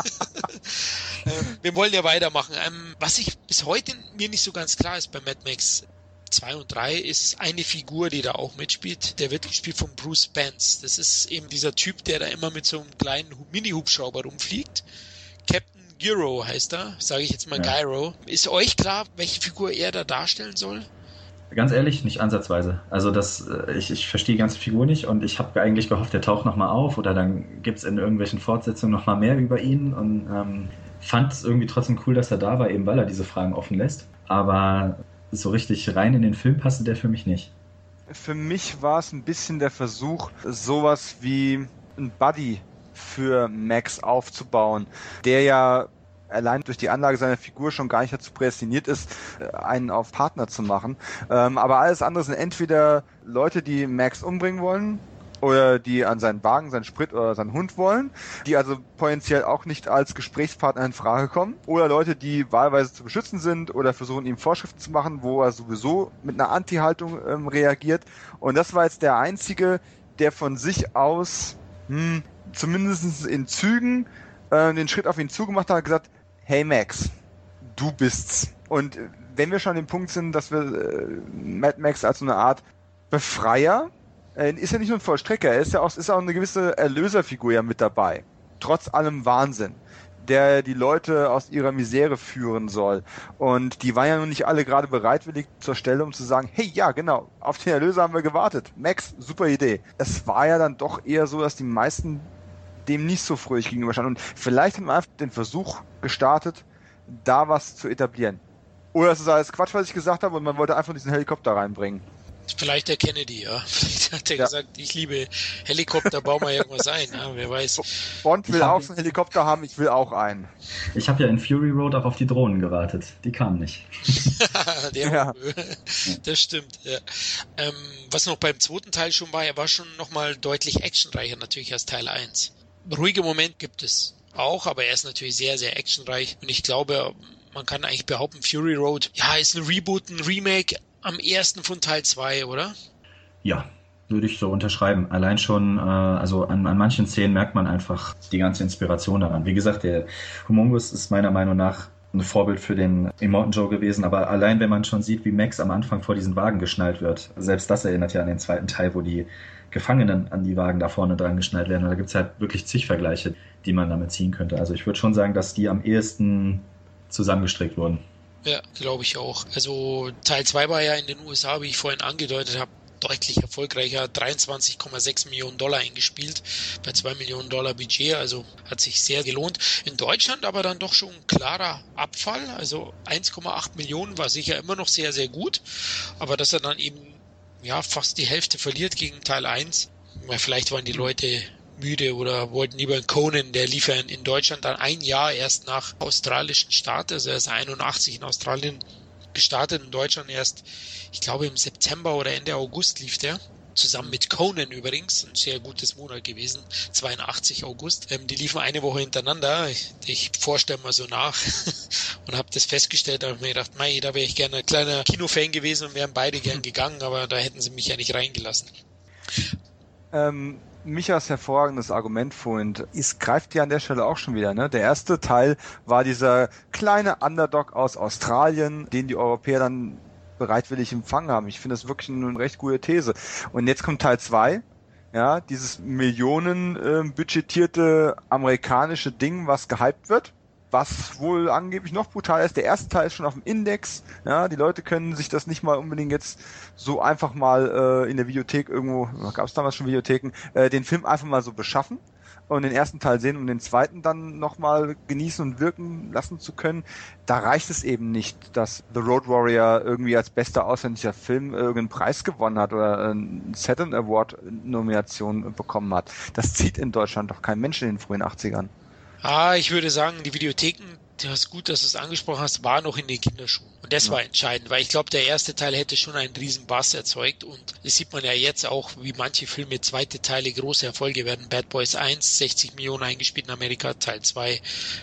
S1: Wir wollen ja weitermachen. Was ich bis heute mir nicht so ganz klar ist bei Mad Max 2 und 3 ist eine Figur, die da auch mitspielt. Der wird gespielt von Bruce Spence. Das ist eben dieser Typ, der da immer mit so einem kleinen Mini-Hubschrauber rumfliegt. Captain Gyro heißt er, sage ich jetzt mal Gyro. Ist euch klar, welche Figur er da darstellen soll?
S2: Ganz ehrlich, nicht ansatzweise. Also ich verstehe die ganze Figur nicht und ich habe eigentlich gehofft, der taucht nochmal auf oder dann gibt es in irgendwelchen Fortsetzungen nochmal mehr über ihn und fand es irgendwie trotzdem cool, dass er da war, eben weil er diese Fragen offen lässt. Aber so richtig rein in den Film passte der für mich nicht.
S3: Für mich war es ein bisschen der Versuch, sowas wie ein Buddy für Max aufzubauen, der ja allein durch die Anlage seiner Figur schon gar nicht dazu prädestiniert ist, einen auf Partner zu machen. Aber alles andere sind entweder Leute, die Max umbringen wollen, oder die an seinen Wagen, seinen Sprit oder seinen Hund wollen, die also potenziell auch nicht als Gesprächspartner in Frage kommen, oder Leute, die wahlweise zu beschützen sind oder versuchen, ihm Vorschriften zu machen, wo er sowieso mit einer Anti-Haltung reagiert. Und das war jetzt der Einzige, der von sich aus, zumindest in Zügen, den Schritt auf ihn zugemacht hat und gesagt, hey Max, du bist's. Und wenn wir schon an dem Punkt sind, dass wir Mad Max als so eine Art Befreier, ist ja nicht nur ein Vollstrecker, er ist ja auch eine gewisse Erlöserfigur ja mit dabei. Trotz allem Wahnsinn, der die Leute aus ihrer Misere führen soll. Und die waren ja nun nicht alle gerade bereitwillig zur Stelle, um zu sagen, hey, ja, genau, auf den Erlöser haben wir gewartet. Max, super Idee. Es war ja dann doch eher so, dass die meisten dem nicht so fröhlich gegenüberstanden. Und vielleicht haben wir einfach den Versuch gestartet, da was zu etablieren. Oder es ist alles Quatsch, was ich gesagt habe, und man wollte einfach diesen Helikopter reinbringen.
S1: Vielleicht der Kennedy, ja. Vielleicht hat er gesagt, ich liebe Helikopter, bau mal irgendwas ein. Ja, wer weiß.
S3: Bond will auch so einen Helikopter haben, ich will auch einen.
S2: Ich habe ja in Fury Road auch auf die Drohnen gewartet. Die kamen nicht.
S1: Das stimmt. Ja. Was noch beim zweiten Teil schon war, er war schon nochmal deutlich actionreicher natürlich als Teil 1. Ruhige Moment gibt es auch, aber er ist natürlich sehr, sehr actionreich. Und ich glaube, man kann eigentlich behaupten, Fury Road, ja, ist ein Reboot, ein Remake am ersten von Teil 2, oder?
S2: Ja, würde ich so unterschreiben. Allein schon, also an manchen Szenen merkt man einfach die ganze Inspiration daran. Wie gesagt, der Humungus ist meiner Meinung nach ein Vorbild für den Immortan Joe gewesen, aber allein wenn man schon sieht, wie Max am Anfang vor diesen Wagen geschnallt wird, selbst das erinnert ja an den zweiten Teil, wo die Gefangenen an die Wagen da vorne dran geschnallt werden. Und da gibt es halt wirklich zig Vergleiche, die man damit ziehen könnte. Also ich würde schon sagen, dass die am ehesten zusammengestrickt wurden.
S1: Ja, glaube ich auch. Also Teil 2 war ja in den USA, wie ich vorhin angedeutet habe, deutlich erfolgreicher, 23,6 Millionen Dollar eingespielt, bei $2 Millionen Budget, also hat sich sehr gelohnt. In Deutschland aber dann doch schon ein klarer Abfall, also 1,8 Millionen war sicher immer noch sehr, sehr gut, aber dass er dann eben ja fast die Hälfte verliert gegen Teil 1, weil vielleicht waren die Leute müde oder wollten lieber einen Conan, der lief ja in Deutschland dann ein Jahr erst nach australischen Start, also er ist 81 in Australien gestartet, in Deutschland erst, ich glaube im September oder Ende August lief der, zusammen mit Conan übrigens, ein sehr gutes Monat gewesen, 82 August, die liefen eine Woche hintereinander, ich vorstelle mal so nach und habe das festgestellt, da habe ich mir gedacht, mei, da wäre ich gerne ein kleiner Kinofan gewesen und wären beide gern gegangen, aber da hätten sie mich ja nicht reingelassen.
S3: Michas hervorragendes Argument vorhin, es greift ja an der Stelle auch schon wieder, ne? Der erste Teil war dieser kleine Underdog aus Australien, den die Europäer dann bereitwillig empfangen haben. Ich finde das wirklich eine recht gute These. Und jetzt kommt Teil 2, ja, dieses Millionen budgetierte amerikanische Ding, was gehypt wird, was wohl angeblich noch brutal ist. Der erste Teil ist schon auf dem Index, ja, die Leute können sich das nicht mal unbedingt jetzt so einfach mal in der Videothek irgendwo, gab es damals schon Videotheken, den Film einfach mal so beschaffen und den ersten Teil sehen, um den zweiten dann nochmal genießen und wirken lassen zu können. Da reicht es eben nicht, dass The Road Warrior irgendwie als bester ausländischer Film irgendeinen Preis gewonnen hat oder einen Saturn Award Nomination bekommen hat. Das zieht in Deutschland doch kein Mensch in den frühen 80ern.
S1: Ich würde sagen, die Videotheken, das ist gut, dass du es angesprochen hast, war noch in den Kinderschuhen. Und das war entscheidend, weil ich glaube, der erste Teil hätte schon einen riesen Bass erzeugt. Und das sieht man ja jetzt auch, wie manche Filme, zweite Teile große Erfolge werden. Bad Boys 1, 60 Millionen eingespielt in Amerika, Teil 2,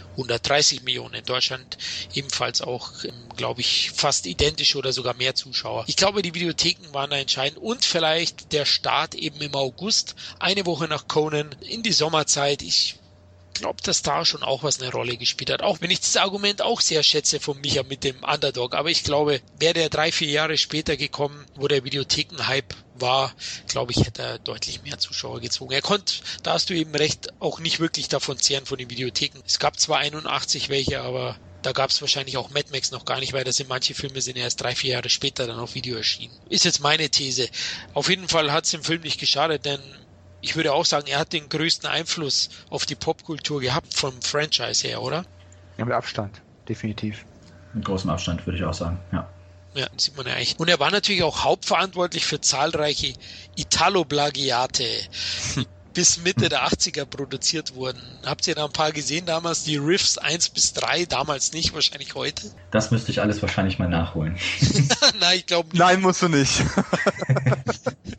S1: 130 Millionen. In Deutschland ebenfalls auch, glaube ich, fast identisch oder sogar mehr Zuschauer. Ich glaube, die Videotheken waren da entscheidend. Und vielleicht der Start eben im August, eine Woche nach Conan, in die Sommerzeit. Ich glaube, dass da schon auch was eine Rolle gespielt hat. Auch wenn ich das Argument auch sehr schätze von Micha mit dem Underdog. Aber ich glaube, wäre der 3-4 Jahre später gekommen, wo der Videotheken-Hype war, glaube ich, hätte er deutlich mehr Zuschauer gezogen. Er konnte, da hast du eben recht, auch nicht wirklich davon zehren von den Videotheken. Es gab zwar 81 welche, aber da gab es wahrscheinlich auch Mad Max noch gar nicht, weil das in manche Filme sind erst 3-4 Jahre später dann auf Video erschienen. Ist jetzt meine These. Auf jeden Fall hat es dem Film nicht geschadet, denn ich würde auch sagen, er hat den größten Einfluss auf die Popkultur gehabt vom Franchise her, oder?
S3: Ja, mit Abstand, definitiv.
S2: Mit großem Abstand, würde ich auch sagen, ja.
S1: Ja, sieht man ja eigentlich. Und er war natürlich auch hauptverantwortlich für zahlreiche Italo-Plagiate, die bis Mitte der 80er produziert wurden. Habt ihr da ein paar gesehen damals? Die Riffs 1-3, damals nicht, wahrscheinlich heute?
S2: Das müsste ich alles wahrscheinlich mal nachholen.
S1: Nein, ich glaube nicht.
S3: Nein, musst du nicht.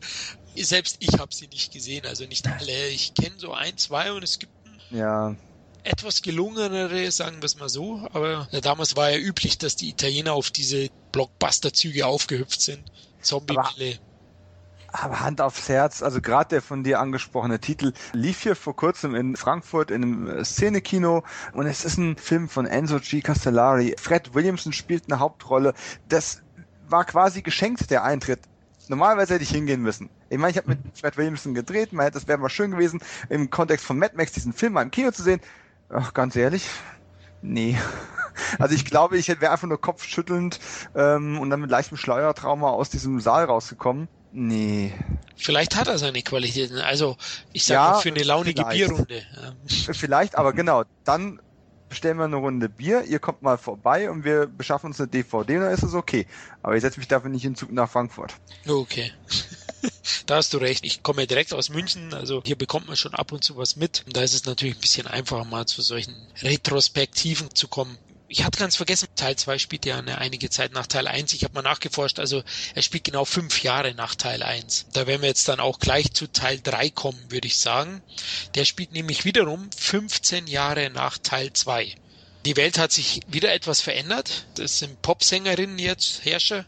S1: Selbst ich habe sie nicht gesehen, also nicht alle. Ich kenne so 1, 2 und es gibt etwas gelungenere, sagen wir es mal so. Aber damals war ja üblich, dass die Italiener auf diese Blockbuster-Züge aufgehüpft sind. Zombie-Welle.
S3: Aber Hand aufs Herz, also gerade der von dir angesprochene Titel lief hier vor kurzem in Frankfurt in einem Szenekino und es ist ein Film von Enzo G. Castellari. Fred Williamson spielt eine Hauptrolle. Das war quasi geschenkt, der Eintritt. Normalerweise hätte ich hingehen müssen. Ich meine, ich habe mit Fred Williamson gedreht, das wäre mal schön gewesen, im Kontext von Mad Max diesen Film mal im Kino zu sehen. Ach, ganz ehrlich, nee. Also ich glaube, ich wäre einfach nur kopfschüttelnd und dann mit leichtem Schleuertrauma aus diesem Saal rausgekommen. Nee.
S1: Vielleicht hat er seine Qualitäten. Also, ich sage mal für eine launige Bierrunde.
S3: Vielleicht, aber genau, dann bestellen wir eine Runde Bier, ihr kommt mal vorbei und wir beschaffen uns eine DVD und dann ist es okay. Aber ich setze mich dafür nicht in den Zug nach Frankfurt.
S1: Okay. Da hast du recht. Ich komme ja direkt aus München, also hier bekommt man schon ab und zu was mit. Und da ist es natürlich ein bisschen einfacher, mal zu solchen Retrospektiven zu kommen. Ich hatte ganz vergessen, Teil 2 spielt ja einige Zeit nach Teil 1. Ich habe mal nachgeforscht, also er spielt genau 5 Jahre nach Teil 1. Da werden wir jetzt dann auch gleich zu Teil 3 kommen, würde ich sagen. Der spielt nämlich wiederum 15 Jahre nach Teil 2. Die Welt hat sich wieder etwas verändert. Das sind Popsängerinnen jetzt Herrscher.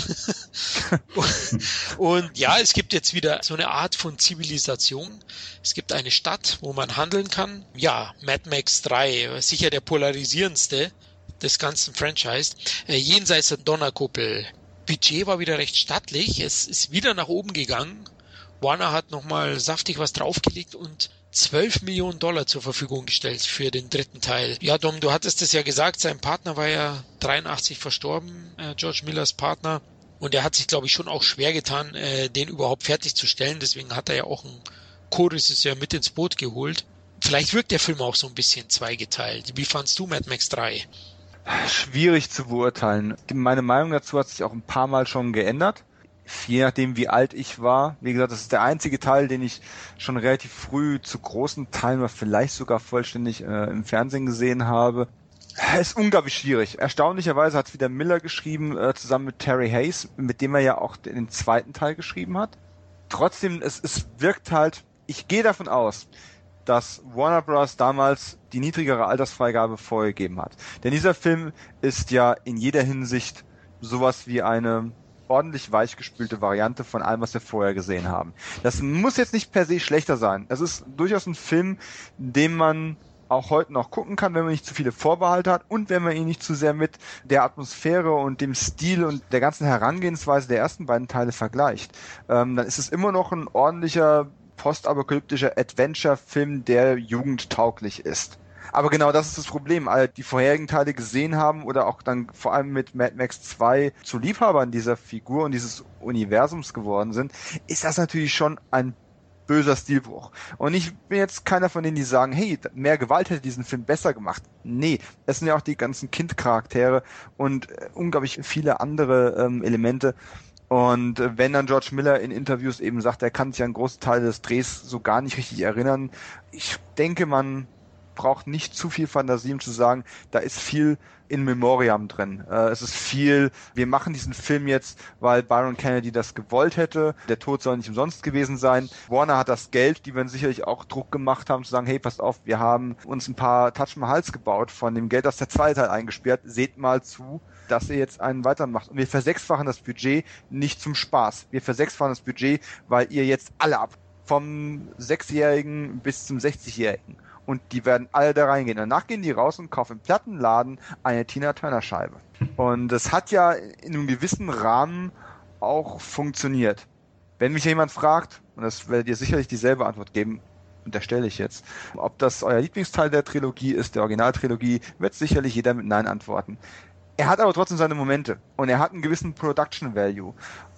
S1: Und ja, es gibt jetzt wieder so eine Art von Zivilisation. Es gibt eine Stadt, wo man handeln kann. Ja, Mad Max 3, sicher der polarisierendste des ganzen Franchise. Jenseits der Donnerkuppel. Budget war wieder recht stattlich. Es ist wieder nach oben gegangen. Warner hat nochmal saftig was draufgelegt und $12 Millionen zur Verfügung gestellt für den dritten Teil. Ja, Dom, du hattest es ja gesagt, sein Partner war ja 83 verstorben, George Millers Partner. Und er hat sich, glaube ich, schon auch schwer getan, den überhaupt fertigzustellen. Deswegen hat er ja auch einen Co-Regisseur mit ins Boot geholt. Vielleicht wirkt der Film auch so ein bisschen zweigeteilt. Wie fandst du Mad Max 3?
S3: Schwierig zu beurteilen. Meine Meinung dazu hat sich auch ein paar Mal schon geändert. Je nachdem, wie alt ich war. Wie gesagt, das ist der einzige Teil, den ich schon relativ früh zu großen Teilen oder vielleicht sogar vollständig im Fernsehen gesehen habe. Ist unglaublich schwierig. Erstaunlicherweise hat es wieder Miller geschrieben, zusammen mit Terry Hayes, mit dem er ja auch den zweiten Teil geschrieben hat. Trotzdem, es wirkt halt, ich gehe davon aus, dass Warner Bros. Damals die niedrigere Altersfreigabe vorgegeben hat. Denn dieser Film ist ja in jeder Hinsicht sowas wie eine ordentlich weichgespülte Variante von allem, was wir vorher gesehen haben. Das muss jetzt nicht per se schlechter sein. Es ist durchaus ein Film, den man auch heute noch gucken kann, wenn man nicht zu viele Vorbehalte hat und wenn man ihn nicht zu sehr mit der Atmosphäre und dem Stil und der ganzen Herangehensweise der ersten beiden Teile vergleicht. Dann ist es immer noch ein ordentlicher postapokalyptischer Adventure-Film, der jugendtauglich ist. Aber genau das ist das Problem. Alle, die vorherigen Teile gesehen haben oder auch dann vor allem mit Mad Max 2 zu Liebhabern dieser Figur und dieses Universums geworden sind, ist das natürlich schon ein böser Stilbruch. Und ich bin jetzt keiner von denen, die sagen, hey, mehr Gewalt hätte diesen Film besser gemacht. Nee, es sind ja auch die ganzen Kindcharaktere und unglaublich viele andere Elemente. Und wenn dann George Miller in Interviews eben sagt, er kann sich an große Teile des Drehs so gar nicht richtig erinnern, ich denke, man braucht nicht zu viel Fantasie, um zu sagen, da ist viel in Memoriam drin. Es ist viel, wir machen diesen Film jetzt, weil Byron Kennedy das gewollt hätte. Der Tod soll nicht umsonst gewesen sein. Warner hat das Geld, die werden sicherlich auch Druck gemacht haben, zu sagen, hey, passt auf, wir haben uns ein paar Taj Mahals gebaut von dem Geld, das der zweite Teil eingesperrt. Seht mal zu, dass ihr jetzt einen weitermacht. Und wir versechsfachen das Budget nicht zum Spaß. Wir versechsfachen das Budget, weil ihr jetzt alle ab, vom 6-Jährigen bis zum 60-Jährigen. Und die werden alle da reingehen. Danach gehen die raus und kaufen im Plattenladen eine Tina Turner Scheibe. Und das hat ja in einem gewissen Rahmen auch funktioniert. Wenn mich jemand fragt, und das werdet ihr sicherlich dieselbe Antwort geben, unterstelle ich jetzt, ob das euer Lieblingsteil der Trilogie ist, der Originaltrilogie, wird sicherlich jeder mit Nein antworten. Er hat aber trotzdem seine Momente und er hat einen gewissen Production Value.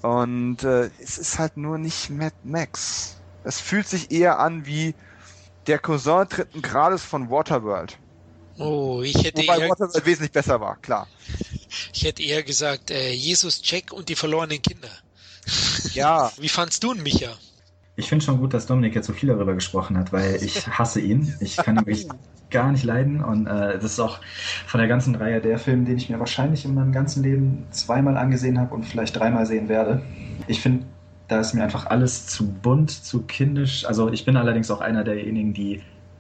S3: Und es ist halt nur nicht Mad Max. Es fühlt sich eher an wie der Cousin dritten Grades von Waterworld.
S1: Oh, ich hätte
S3: Wobei Waterworld wesentlich besser war, klar.
S1: Ich hätte eher gesagt, Jesus, Jack und die verlorenen Kinder.
S3: Ja.
S1: Wie fandst du ihn, Micha?
S2: Ich finde schon gut, dass Dominik jetzt so viel darüber gesprochen hat, weil ich hasse ihn. Ich kann ihn wirklich gar nicht leiden und das ist auch von der ganzen Reihe der Film, den ich mir wahrscheinlich in meinem ganzen Leben zweimal angesehen habe und vielleicht dreimal sehen werde. Ich finde, da ist mir einfach alles zu bunt, zu kindisch. Also ich bin allerdings auch einer derjenigen, die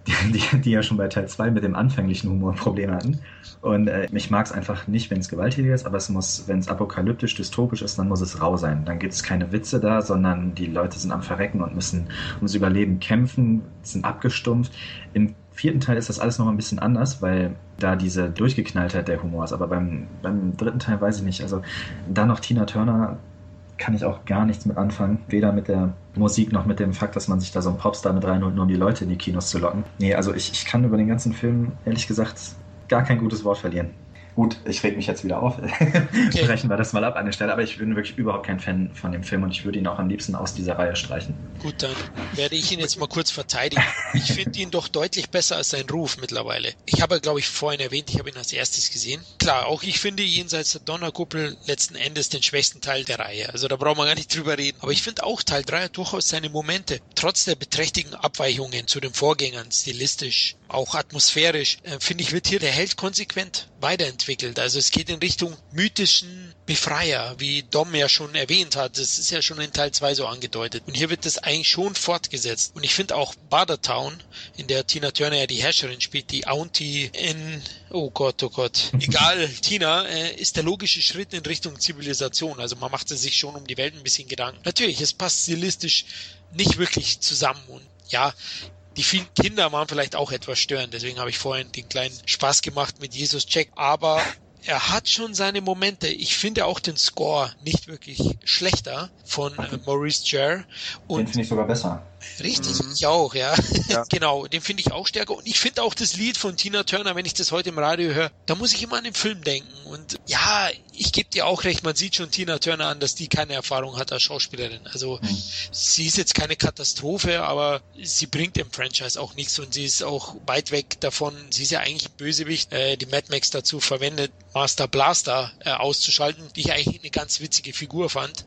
S2: ja schon bei Teil 2 mit dem anfänglichen Humor Probleme hatten. Und ich mag es einfach nicht, wenn es gewalttätig ist, aber es muss, wenn es apokalyptisch, dystopisch ist, dann muss es rau sein. Dann gibt es keine Witze da, sondern die Leute sind am Verrecken und müssen ums Überleben kämpfen, sind abgestumpft. Im 4. Teil ist das alles noch ein bisschen anders, weil da diese Durchgeknalltheit der Humor ist. Aber beim 3. Teil weiß ich nicht. Also da noch Tina Turner kann ich auch gar nichts mit anfangen. Weder mit der Musik noch mit dem Fakt, dass man sich da so einen Popstar mit reinholt, nur um die Leute in die Kinos zu locken. Nee, also ich kann über den ganzen Film, ehrlich gesagt, gar kein gutes Wort verlieren. Gut, ich reg mich jetzt wieder auf. Okay. Brechen wir das mal ab an der Stelle. Aber ich bin wirklich überhaupt kein Fan von dem Film und ich würde ihn auch am liebsten aus dieser Reihe streichen.
S1: Gut, dann werde ich ihn jetzt mal kurz verteidigen. Ich finde ihn doch deutlich besser als sein Ruf mittlerweile. Ich habe, glaube ich, vorhin erwähnt, ich habe ihn als erstes gesehen. Klar, auch ich finde jenseits der Donnerkuppel letzten Endes den schwächsten Teil der Reihe. Also da brauchen wir gar nicht drüber reden. Aber ich finde auch Teil 3 hat durchaus seine Momente. Trotz der beträchtlichen Abweichungen zu den Vorgängern, stilistisch, auch atmosphärisch, finde ich, wird hier der Held konsequent weiterentwickelt. Also es geht in Richtung mythischen Befreier, wie Dom ja schon erwähnt hat. Das ist ja schon in Teil 2 so angedeutet. Und hier wird das eigentlich schon fortgesetzt. Und ich finde auch Bartertown, in der Tina Turner ja die Herrscherin spielt, die Auntie in, oh Gott, egal, Tina, ist der logische Schritt in Richtung Zivilisation. Also man macht sich schon um die Welt ein bisschen Gedanken. Natürlich, es passt stilistisch nicht wirklich zusammen. Und ja, die vielen Kinder waren vielleicht auch etwas störend. Deswegen habe ich vorhin den kleinen Spaß gemacht mit Jesus Check. Aber er hat schon seine Momente. Ich finde auch den Score nicht wirklich schlechter von Maurice Jarre.
S2: Den finde ich sogar besser.
S1: Richtig, ich auch, ja. Genau, den finde ich auch stärker. Und ich finde auch das Lied von Tina Turner, wenn ich das heute im Radio höre, da muss ich immer an den Film denken. Und ja, ich gebe dir auch recht, man sieht schon Tina Turner an, dass die keine Erfahrung hat als Schauspielerin. Also sie ist jetzt keine Katastrophe, aber sie bringt dem Franchise auch nichts und sie ist auch weit weg davon. Sie ist ja eigentlich ein Bösewicht, die Mad Max dazu verwendet, Master Blaster auszuschalten, die ich eigentlich eine ganz witzige Figur fand.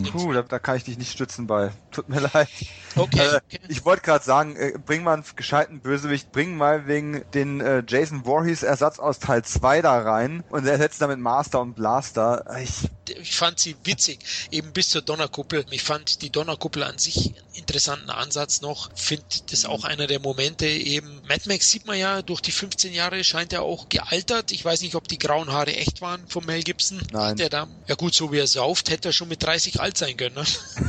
S3: Da kann ich dich nicht stützen bei. Tut mir leid.
S1: Okay.
S3: Ich wollte gerade sagen, bring mal einen gescheiten Bösewicht, bring mal wegen den Jason Voorhees Ersatz aus Teil 2 da rein und ersetzt damit Master und Blaster.
S1: Ich fand sie witzig, eben bis zur Donnerkuppel. Ich fand die Donnerkuppel an sich einen interessanten Ansatz noch. Finde das auch einer der Momente eben. Mad Max sieht man ja, durch die 15 Jahre scheint er auch gealtert. Ich weiß nicht, ob die grauen Haare echt waren von Mel Gibson.
S3: Nein.
S1: Ja gut, so wie er sauft, hätte er schon mit 30 alt sein können. Ne?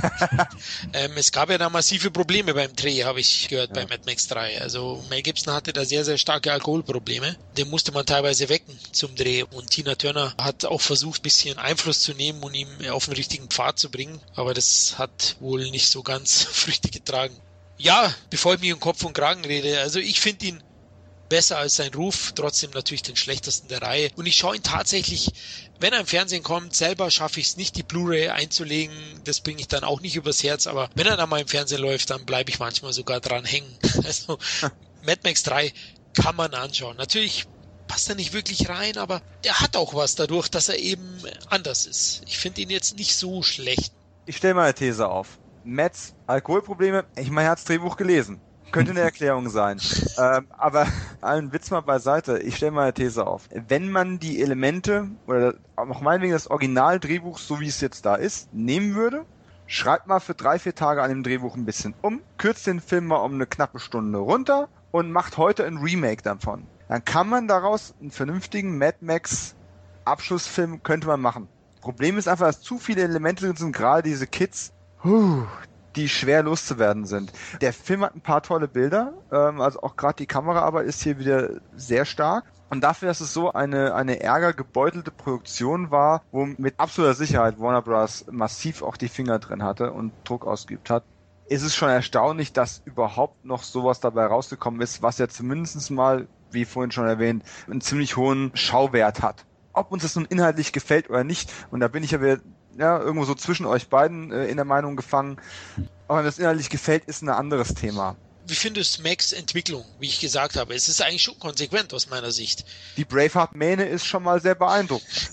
S1: Es gab ja da massive Probleme beim Dreh, habe ich gehört, bei Mad Max 3. Also Mel Gibson hatte da sehr, sehr starke Alkoholprobleme. Den musste man teilweise wecken zum Dreh. Und Tina Turner hat auch versucht, ein bisschen Einfluss zu nehmen und ihm auf den richtigen Pfad zu bringen. Aber das hat wohl nicht so ganz Früchte getragen. Ja, bevor ich mich um Kopf und Kragen rede, also ich finde ihn besser als sein Ruf, trotzdem natürlich den schlechtesten der Reihe. Und ich schaue ihn tatsächlich, wenn er im Fernsehen kommt, selber schaffe ich es nicht, die Blu-ray einzulegen. Das bringe ich dann auch nicht übers Herz. Aber wenn er dann mal im Fernsehen läuft, dann bleibe ich manchmal sogar dran hängen. Also Mad Max 3 kann man anschauen. Natürlich passt er nicht wirklich rein, aber er hat auch was dadurch, dass er eben anders ist. Ich finde ihn jetzt nicht so schlecht.
S3: Ich stelle mal eine These auf. Mads Alkoholprobleme, ich meine, er hat das Drehbuch gelesen. Könnte eine Erklärung sein. Aber allen Witz mal beiseite. Ich stelle mal eine These auf. Wenn man die Elemente oder auch meinetwegen das Originaldrehbuch, so wie es jetzt da ist, nehmen würde, schreibt mal für 3-4 Tage an dem Drehbuch ein bisschen um, kürzt den Film mal um eine knappe Stunde runter und macht heute ein Remake davon. Dann kann man daraus einen vernünftigen Mad Max Abschlussfilm könnte man machen. Problem ist einfach, dass zu viele Elemente drin sind, gerade diese Kids, die schwer loszuwerden sind. Der Film hat ein paar tolle Bilder, also auch gerade die Kameraarbeit ist hier wieder sehr stark. Und dafür, dass es so eine ärgergebeutelte Produktion war, wo mit absoluter Sicherheit Warner Bros. Massiv auch die Finger drin hatte und Druck ausgeübt hat, ist es schon erstaunlich, dass überhaupt noch sowas dabei rausgekommen ist, was ja zumindest mal, wie vorhin schon erwähnt, einen ziemlich hohen Schauwert hat. Ob uns das nun inhaltlich gefällt oder nicht, und da bin ich ja wieder irgendwo so zwischen euch beiden in der Meinung gefangen, ob mir das inhaltlich gefällt, ist ein anderes Thema.
S1: Wie findest du Max Entwicklung, wie ich gesagt habe? Es ist eigentlich schon konsequent aus meiner Sicht.
S3: Die Braveheart-Mähne ist schon mal sehr beeindruckend.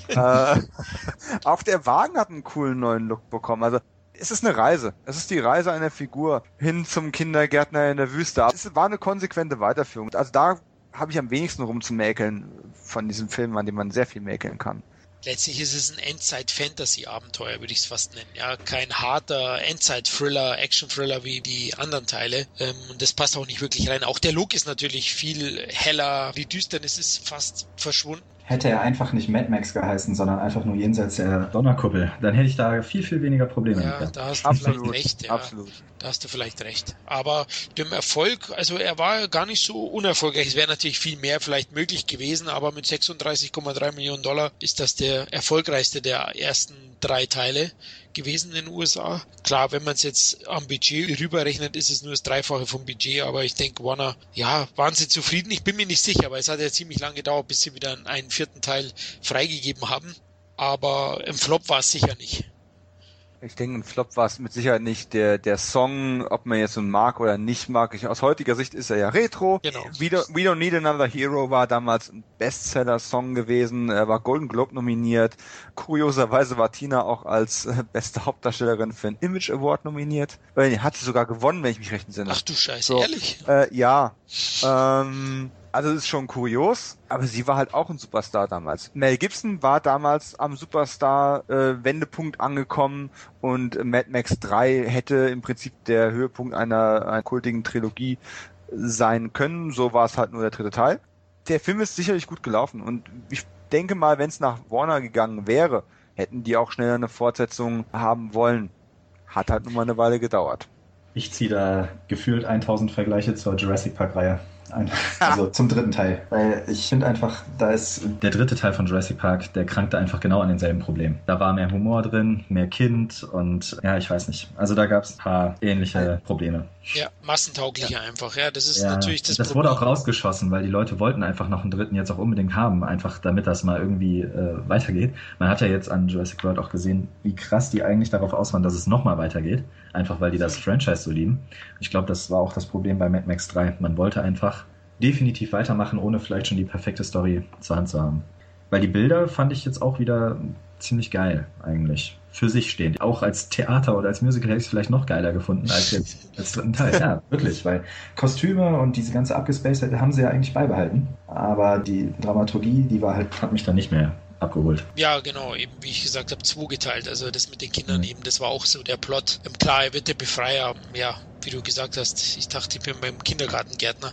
S3: Auch der Wagen hat einen coolen neuen Look bekommen. Also es ist eine Reise. Es ist die Reise einer Figur hin zum Kindergärtner in der Wüste. Es war eine konsequente Weiterführung. Also da habe ich am wenigsten rumzumäkeln von diesem Film, an dem man sehr viel mäkeln kann.
S1: letztlich ist es ein Endzeit-Fantasy-Abenteuer, würde ich es fast nennen. Ja, kein harter Endzeit-Thriller, Action-Thriller wie die anderen Teile. Und das passt auch nicht wirklich rein. Auch der Look ist natürlich viel heller. Die Düsternis ist fast verschwunden.
S2: Hätte er einfach nicht Mad Max geheißen, sondern einfach nur jenseits der Donnerkuppel, dann hätte ich da viel, viel weniger Probleme mit.
S1: Ja, da hast du vielleicht recht. Ja. Absolut. Da hast du vielleicht recht. Aber dem Erfolg, also er war gar nicht so unerfolgreich. Es wäre natürlich viel mehr vielleicht möglich gewesen, aber mit 36,3 Millionen Dollar ist das der erfolgreichste der ersten 3 Teile gewesen in den USA. Klar, wenn man es jetzt am Budget rüberrechnet, ist es nur das Dreifache vom Budget, aber ich denke, Warner, ja, waren sie zufrieden? Ich bin mir nicht sicher, weil es hat ja ziemlich lange gedauert, bis sie wieder einen 4. Teil freigegeben haben. Aber im Flop war es sicher nicht.
S3: Ich denke, ein Flop war es mit Sicherheit nicht. Der Song, ob man jetzt ihn mag oder nicht mag, aus heutiger Sicht ist er ja Retro.
S1: Genau.
S3: We Don't Need Another Hero war damals ein Bestseller-Song gewesen. Er war Golden Globe nominiert. Kurioserweise war Tina auch als beste Hauptdarstellerin für einen Image Award nominiert. Die hat sie sogar gewonnen, wenn ich mich recht entsinne.
S1: Ach du Scheiße, ehrlich?
S3: Ja. Also es ist schon kurios, aber sie war halt auch ein Superstar damals. Mel Gibson war damals am Superstar-Wendepunkt angekommen und Mad Max 3 hätte im Prinzip der Höhepunkt einer kultigen Trilogie sein können. So war es halt nur der 3. Teil. Der Film ist sicherlich gut gelaufen und ich denke mal, wenn es nach Warner gegangen wäre, hätten die auch schneller eine Fortsetzung haben wollen. Hat halt nur mal eine Weile gedauert.
S2: Ich ziehe da gefühlt 1000 Vergleiche zur Jurassic Park-Reihe. Also zum 3. Teil. Weil ich finde einfach, da ist der 3. Teil von Jurassic Park, der krankte einfach genau an denselben Problemen. Da war mehr Humor drin, mehr Kind und ja, ich weiß nicht. Also da gab es ein paar ähnliche Probleme.
S1: Ja, massentauglicher einfach. Ja, das ist natürlich das Problem.
S2: Das wurde auch rausgeschossen, weil die Leute wollten einfach noch einen 3. jetzt auch unbedingt haben, einfach damit das mal irgendwie weitergeht. Man hat ja jetzt an Jurassic World auch gesehen, wie krass die eigentlich darauf aus waren, dass es nochmal weitergeht. Einfach weil die das Franchise so lieben. Ich glaube, das war auch das Problem bei Mad Max 3. Man wollte einfach definitiv weitermachen, ohne vielleicht schon die perfekte Story zur Hand zu haben. Weil die Bilder fand ich jetzt auch wieder ziemlich geil, eigentlich. Für sich stehend. Auch als Theater oder als Musical hätte ich es vielleicht noch geiler gefunden als jetzt als 3. Teil. Ja, wirklich, weil Kostüme und diese ganze Abgespaced haben sie ja eigentlich beibehalten. Aber die Dramaturgie, die war halt, hat mich dann nicht mehr abgeholt.
S1: Ja, genau, eben wie ich gesagt habe, zweigeteilt. Also das mit den Kindern eben, das war auch so der Plot. Klar, er wird der Befreier, ja, wie du gesagt hast, ich dachte, ich bin beim Kindergartengärtner.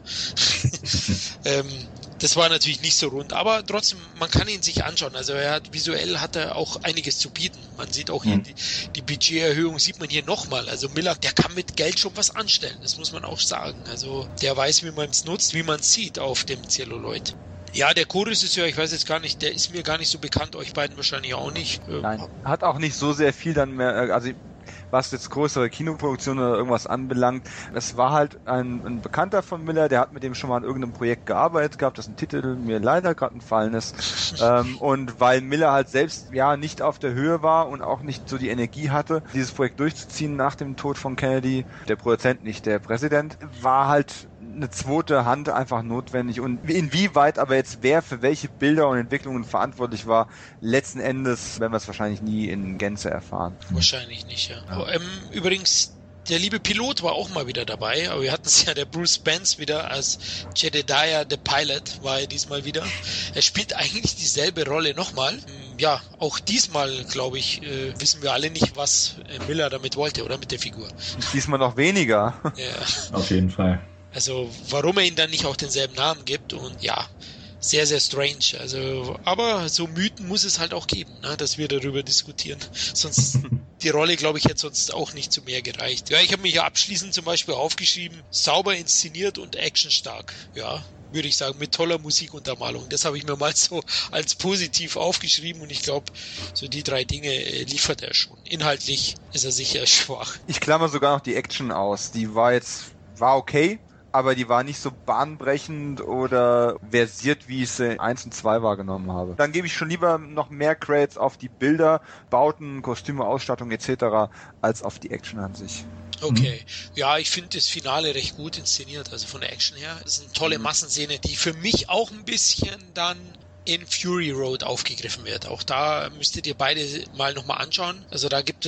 S1: Das war natürlich nicht so rund, aber trotzdem, man kann ihn sich anschauen. Also visuell hat er auch einiges zu bieten. Man sieht auch hier die Budgeterhöhung, sieht man hier nochmal. Also Miller, der kann mit Geld schon was anstellen, das muss man auch sagen. Also der weiß, wie man es nutzt, wie man es sieht auf dem Celluloid. Ja, der Co-Regisseur, ich weiß jetzt gar nicht, der ist mir gar nicht so bekannt, euch beiden wahrscheinlich auch nicht.
S3: Nein, hat auch nicht so sehr viel dann mehr, also was jetzt größere Kinoproduktionen oder irgendwas anbelangt. Es war halt ein Bekannter von Miller, der hat mit dem schon mal an irgendeinem Projekt gearbeitet gehabt, dessen Titel mir leider gerade entfallen ist. Und weil Miller halt selbst ja nicht auf der Höhe war und auch nicht so die Energie hatte, dieses Projekt durchzuziehen nach dem Tod von Kennedy, der Produzent, nicht der Präsident, war halt eine zweite Hand einfach notwendig. Und inwieweit aber jetzt wer für welche Bilder und Entwicklungen verantwortlich war, letzten Endes werden wir es wahrscheinlich nie in Gänze erfahren.
S1: Wahrscheinlich nicht, ja. Übrigens, der liebe Pilot war auch mal wieder dabei, aber wir hatten es ja, der Bruce Spence wieder als Jedediah the Pilot, war er diesmal wieder. Er spielt eigentlich dieselbe Rolle nochmal. Ja, auch diesmal, glaube ich, wissen wir alle nicht, was Miller damit wollte, oder mit der Figur.
S3: Diesmal noch weniger.
S2: Ja. Auf jeden Fall.
S1: Also, warum er ihn dann nicht auch denselben Namen gibt und ja, sehr, sehr strange. Also, aber so Mythen muss es halt auch geben, ne, dass wir darüber diskutieren. Sonst, die Rolle, glaube ich, hätte sonst auch nicht zu mehr gereicht. Ja, ich habe mir hier abschließend zum Beispiel aufgeschrieben, sauber inszeniert und actionstark. Ja, würde ich sagen, mit toller Musikuntermalung. Das habe ich mir mal so als positiv aufgeschrieben und ich glaube, so die 3 Dinge liefert er schon. Inhaltlich ist er sicher schwach.
S3: Ich klammer sogar noch die Action aus. Die war okay, aber die war nicht so bahnbrechend oder versiert, wie ich sie 1 und 2 wahrgenommen habe. Dann gebe ich schon lieber noch mehr Credits auf die Bilder, Bauten, Kostüme, Ausstattung etc. als auf die Action an sich.
S1: Okay, ja, ich finde das Finale recht gut inszeniert, also von der Action her. Es ist eine tolle Massenszene, die für mich auch ein bisschen dann in Fury Road aufgegriffen wird. Auch da müsstet ihr beide mal nochmal anschauen. Also da gibt es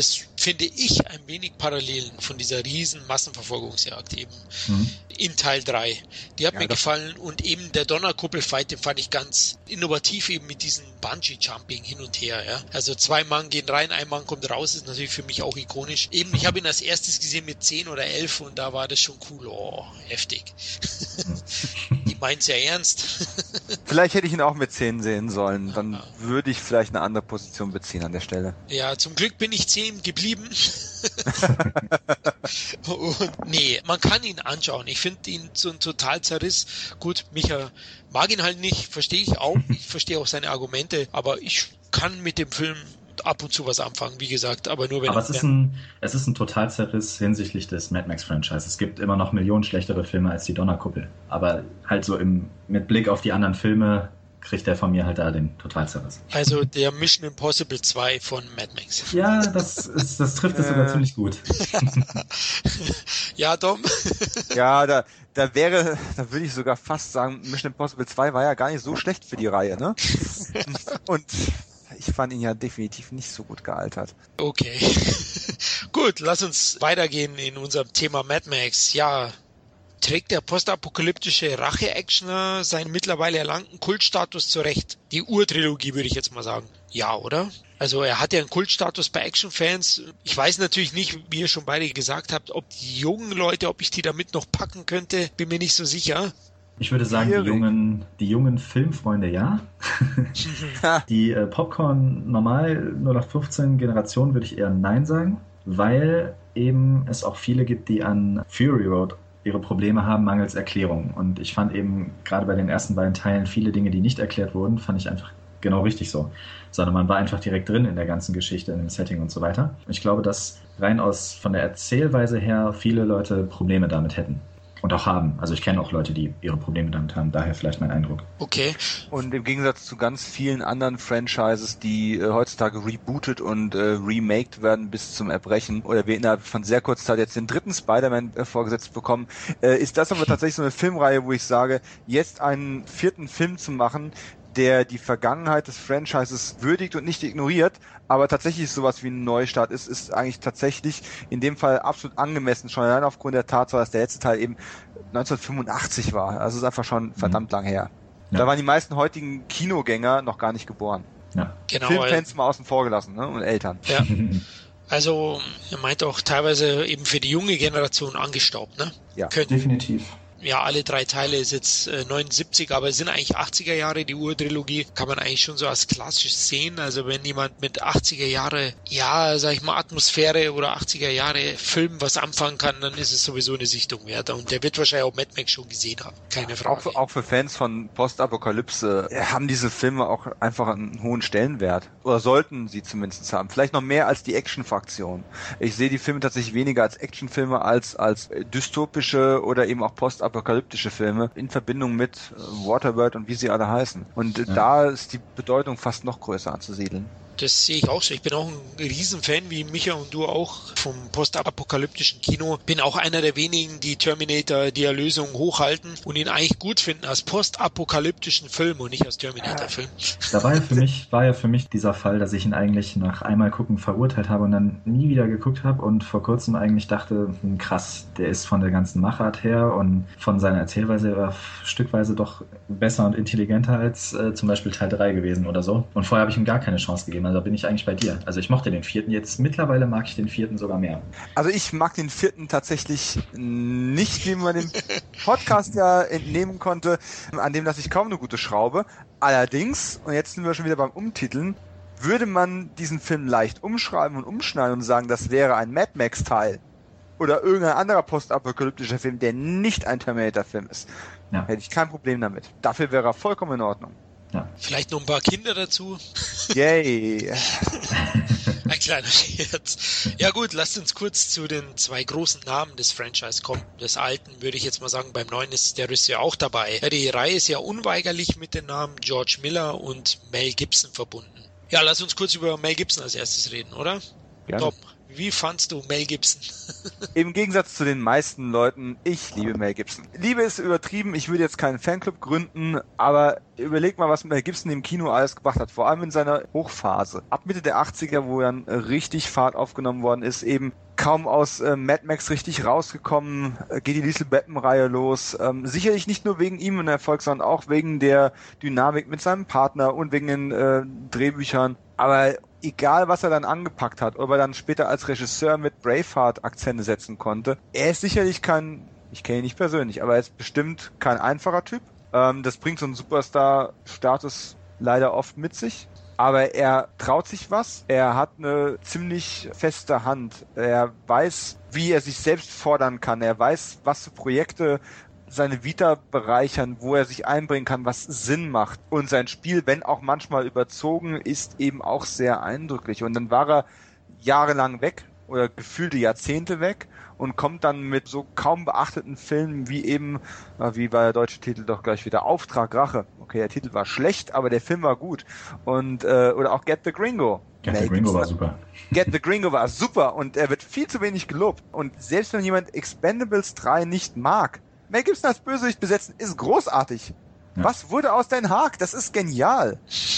S1: finde ich, ein wenig Parallelen von dieser riesen Massenverfolgungsjagd eben in Teil 3. Die hat mir gefallen und eben der Donnerkuppel-Fight, den fand ich ganz innovativ eben mit diesem Bungee-Jumping hin und her. Ja. Also 2 Mann gehen rein, ein Mann kommt raus, ist natürlich für mich auch ikonisch. Eben, ich habe ihn als erstes gesehen mit 10 oder 11 und da war das schon cool. Oh, heftig. Die meint's ja ernst.
S3: Vielleicht hätte ich ihn auch mit 10 sehen sollen, dann würde ich vielleicht eine andere Position beziehen an der Stelle.
S1: Ja, zum Glück bin ich 10 geblieben. Und nee, man kann ihn anschauen. Ich finde ihn so ein Totalzerriss. Gut, Micha mag ihn halt nicht, verstehe ich auch. Ich verstehe auch seine Argumente, aber ich kann mit dem Film ab und zu was anfangen, wie gesagt, aber nur wenn...
S2: Aber es ist ein Totalzerriss hinsichtlich des Mad Max-Franchise. Es gibt immer noch Millionen schlechtere Filme als die Donnerkuppel. Aber halt so mit Blick auf die anderen Filme kriegt der von mir halt da den Totalzerriss.
S1: Also der Mission Impossible 2 von Mad Max.
S2: Ja, das trifft es sogar ziemlich gut.
S1: Ja, Dom?
S3: Ja, da würde ich sogar fast sagen, Mission Impossible 2 war ja gar nicht so schlecht für die Reihe, ne? Und ich fand ihn ja definitiv nicht so gut gealtert.
S1: Okay. Gut, lass uns weitergehen in unserem Thema Mad Max. Ja, trägt der postapokalyptische Rache-Actioner seinen mittlerweile erlangten Kultstatus zurecht? Die Urtrilogie, würde ich jetzt mal sagen. Ja, oder? Also er hat ja einen Kultstatus bei Actionfans. Ich weiß natürlich nicht, wie ihr schon beide gesagt habt, ob die jungen Leute, ob ich die damit noch packen könnte, bin mir nicht so sicher.
S2: Ich würde sagen, die jungen Filmfreunde, ja. Die Popcorn normal 0815 Generation würde ich eher nein sagen, weil eben es auch viele gibt, die an Fury Road ihre Probleme haben mangels Erklärung. Und ich fand eben gerade bei den ersten beiden Teilen viele Dinge, die nicht erklärt wurden, fand ich einfach genau richtig so. Sondern man war einfach direkt drin in der ganzen Geschichte, in dem Setting und so weiter. Ich glaube, dass rein von der Erzählweise her viele Leute Probleme damit hätten. Und auch haben. Also ich kenne auch Leute, die ihre Probleme damit haben. Daher vielleicht mein Eindruck.
S1: Okay.
S3: Und im Gegensatz zu ganz vielen anderen Franchises, die heutzutage rebootet und remaked werden bis zum Erbrechen, oder wir innerhalb von sehr kurzer Zeit jetzt den 3. Spider-Man vorgesetzt bekommen, ist das aber tatsächlich so eine Filmreihe, wo ich sage, jetzt einen 4. Film zu machen, der die Vergangenheit des Franchises würdigt und nicht ignoriert, aber tatsächlich sowas wie ein Neustart ist eigentlich tatsächlich in dem Fall absolut angemessen, schon allein aufgrund der Tatsache, dass der letzte Teil eben 1985 war. Also es ist einfach schon verdammt lang her. Ja. Da waren die meisten heutigen Kinogänger noch gar nicht geboren.
S2: Ja.
S1: Genau.
S3: Filmfans mal außen vor gelassen, ne? Und Eltern.
S1: Ja. Also er meint auch teilweise eben für die junge Generation angestaubt, ne?
S2: Ja, definitiv.
S1: Ja, alle 3 Teile ist jetzt 79, aber es sind eigentlich 80er Jahre, die Urtrilogie kann man eigentlich schon so als klassisch sehen. Also wenn jemand mit 80er Jahre, ja, sag ich mal, Atmosphäre oder 80er Jahre Film was anfangen kann, dann ist es sowieso eine Sichtung wert. Und der wird wahrscheinlich auch Mad Max schon gesehen haben, keine Frage.
S3: Auch für Fans von Postapokalypse haben diese Filme auch einfach einen hohen Stellenwert. Oder sollten sie zumindest haben. Vielleicht noch mehr als die Action-Fraktion. Ich sehe die Filme tatsächlich weniger als Actionfilme als dystopische oder eben auch postapokalyptische Filme in Verbindung mit Waterworld und wie sie alle heißen. Und da ist die Bedeutung fast noch größer anzusiedeln.
S1: Das sehe ich auch so. Ich bin auch ein Riesenfan, wie Micha und du auch, vom postapokalyptischen Kino. Bin auch einer der wenigen, die Terminator, die Erlösung hochhalten und ihn eigentlich gut finden als postapokalyptischen Film und nicht als Terminator-Film.
S2: Da war ja für mich dieser Fall, dass ich ihn eigentlich nach einmal gucken verurteilt habe und dann nie wieder geguckt habe und vor kurzem eigentlich dachte, krass, der ist von der ganzen Machart her und von seiner Erzählweise stückweise doch besser und intelligenter als zum Beispiel Teil 3 gewesen oder so. Und vorher habe ich ihm gar keine Chance gegeben. Also da bin ich eigentlich bei dir. Also ich mochte den 4. jetzt. Mittlerweile mag ich den 4. sogar mehr.
S3: Also ich mag den 4. tatsächlich nicht, wie man dem Podcast ja entnehmen konnte, an dem lasse ich kaum eine gute Schraube. Allerdings, und jetzt sind wir schon wieder beim Umtiteln, würde man diesen Film leicht umschreiben und umschneiden und sagen, das wäre ein Mad Max Teil oder irgendein anderer postapokalyptischer Film, der nicht ein Terminator-Film ist, hätte ich kein Problem damit. Dafür wäre er vollkommen in Ordnung.
S2: Ja.
S1: Vielleicht noch ein paar Kinder dazu.
S3: Yay!
S1: Ein kleiner Scherz. Ja gut, lasst uns kurz zu den 2 großen Namen des Franchise kommen. Des alten würde ich jetzt mal sagen, beim neuen ist der Riss ja auch dabei. Ja, die Reihe ist ja unweigerlich mit den Namen George Miller und Mel Gibson verbunden. Ja, lass uns kurz über Mel Gibson als erstes reden, oder?
S3: Ja.
S1: Tom, Wie fandst du Mel Gibson?
S3: Im Gegensatz zu den meisten Leuten, ich liebe Mel Gibson. Liebe ist übertrieben, ich würde jetzt keinen Fanclub gründen, aber überleg mal, was Mel Gibson im Kino alles gebracht hat, vor allem in seiner Hochphase. Ab Mitte der 80er, wo dann richtig Fahrt aufgenommen worden ist, eben kaum aus Mad Max richtig rausgekommen, geht die Liesl Beppen-Reihe los. Sicherlich nicht nur wegen ihm ein Erfolg, sondern auch wegen der Dynamik mit seinem Partner und wegen den Drehbüchern. Aber egal, was er dann angepackt hat, ob er dann später als Regisseur mit Braveheart Akzente setzen konnte, er ist sicherlich ich kenne ihn nicht persönlich, aber er ist bestimmt kein einfacher Typ. Das bringt so einen Superstar-Status leider oft mit sich. Aber er traut sich was, er hat eine ziemlich feste Hand, er weiß, wie er sich selbst fordern kann, er weiß, was für Projekte seine Vita bereichern, wo er sich einbringen kann, was Sinn macht. Und sein Spiel, wenn auch manchmal überzogen, ist eben auch sehr eindrücklich. Und dann war er jahrelang weg oder gefühlte Jahrzehnte weg und kommt dann mit so kaum beachteten Filmen wie eben, wie war der deutsche Titel doch gleich wieder, Auftrag Rache. Okay, der Titel war schlecht, aber der Film war gut. Und oder auch Get the Gringo.
S2: Get the Gringo war super.
S3: Get the Gringo war super und er wird viel zu wenig gelobt. Und selbst wenn jemand Expendables 3 nicht mag, Mel Gibson als Bösewicht besetzen ist großartig. Ja. Was wurde aus Den Haag? Das ist genial.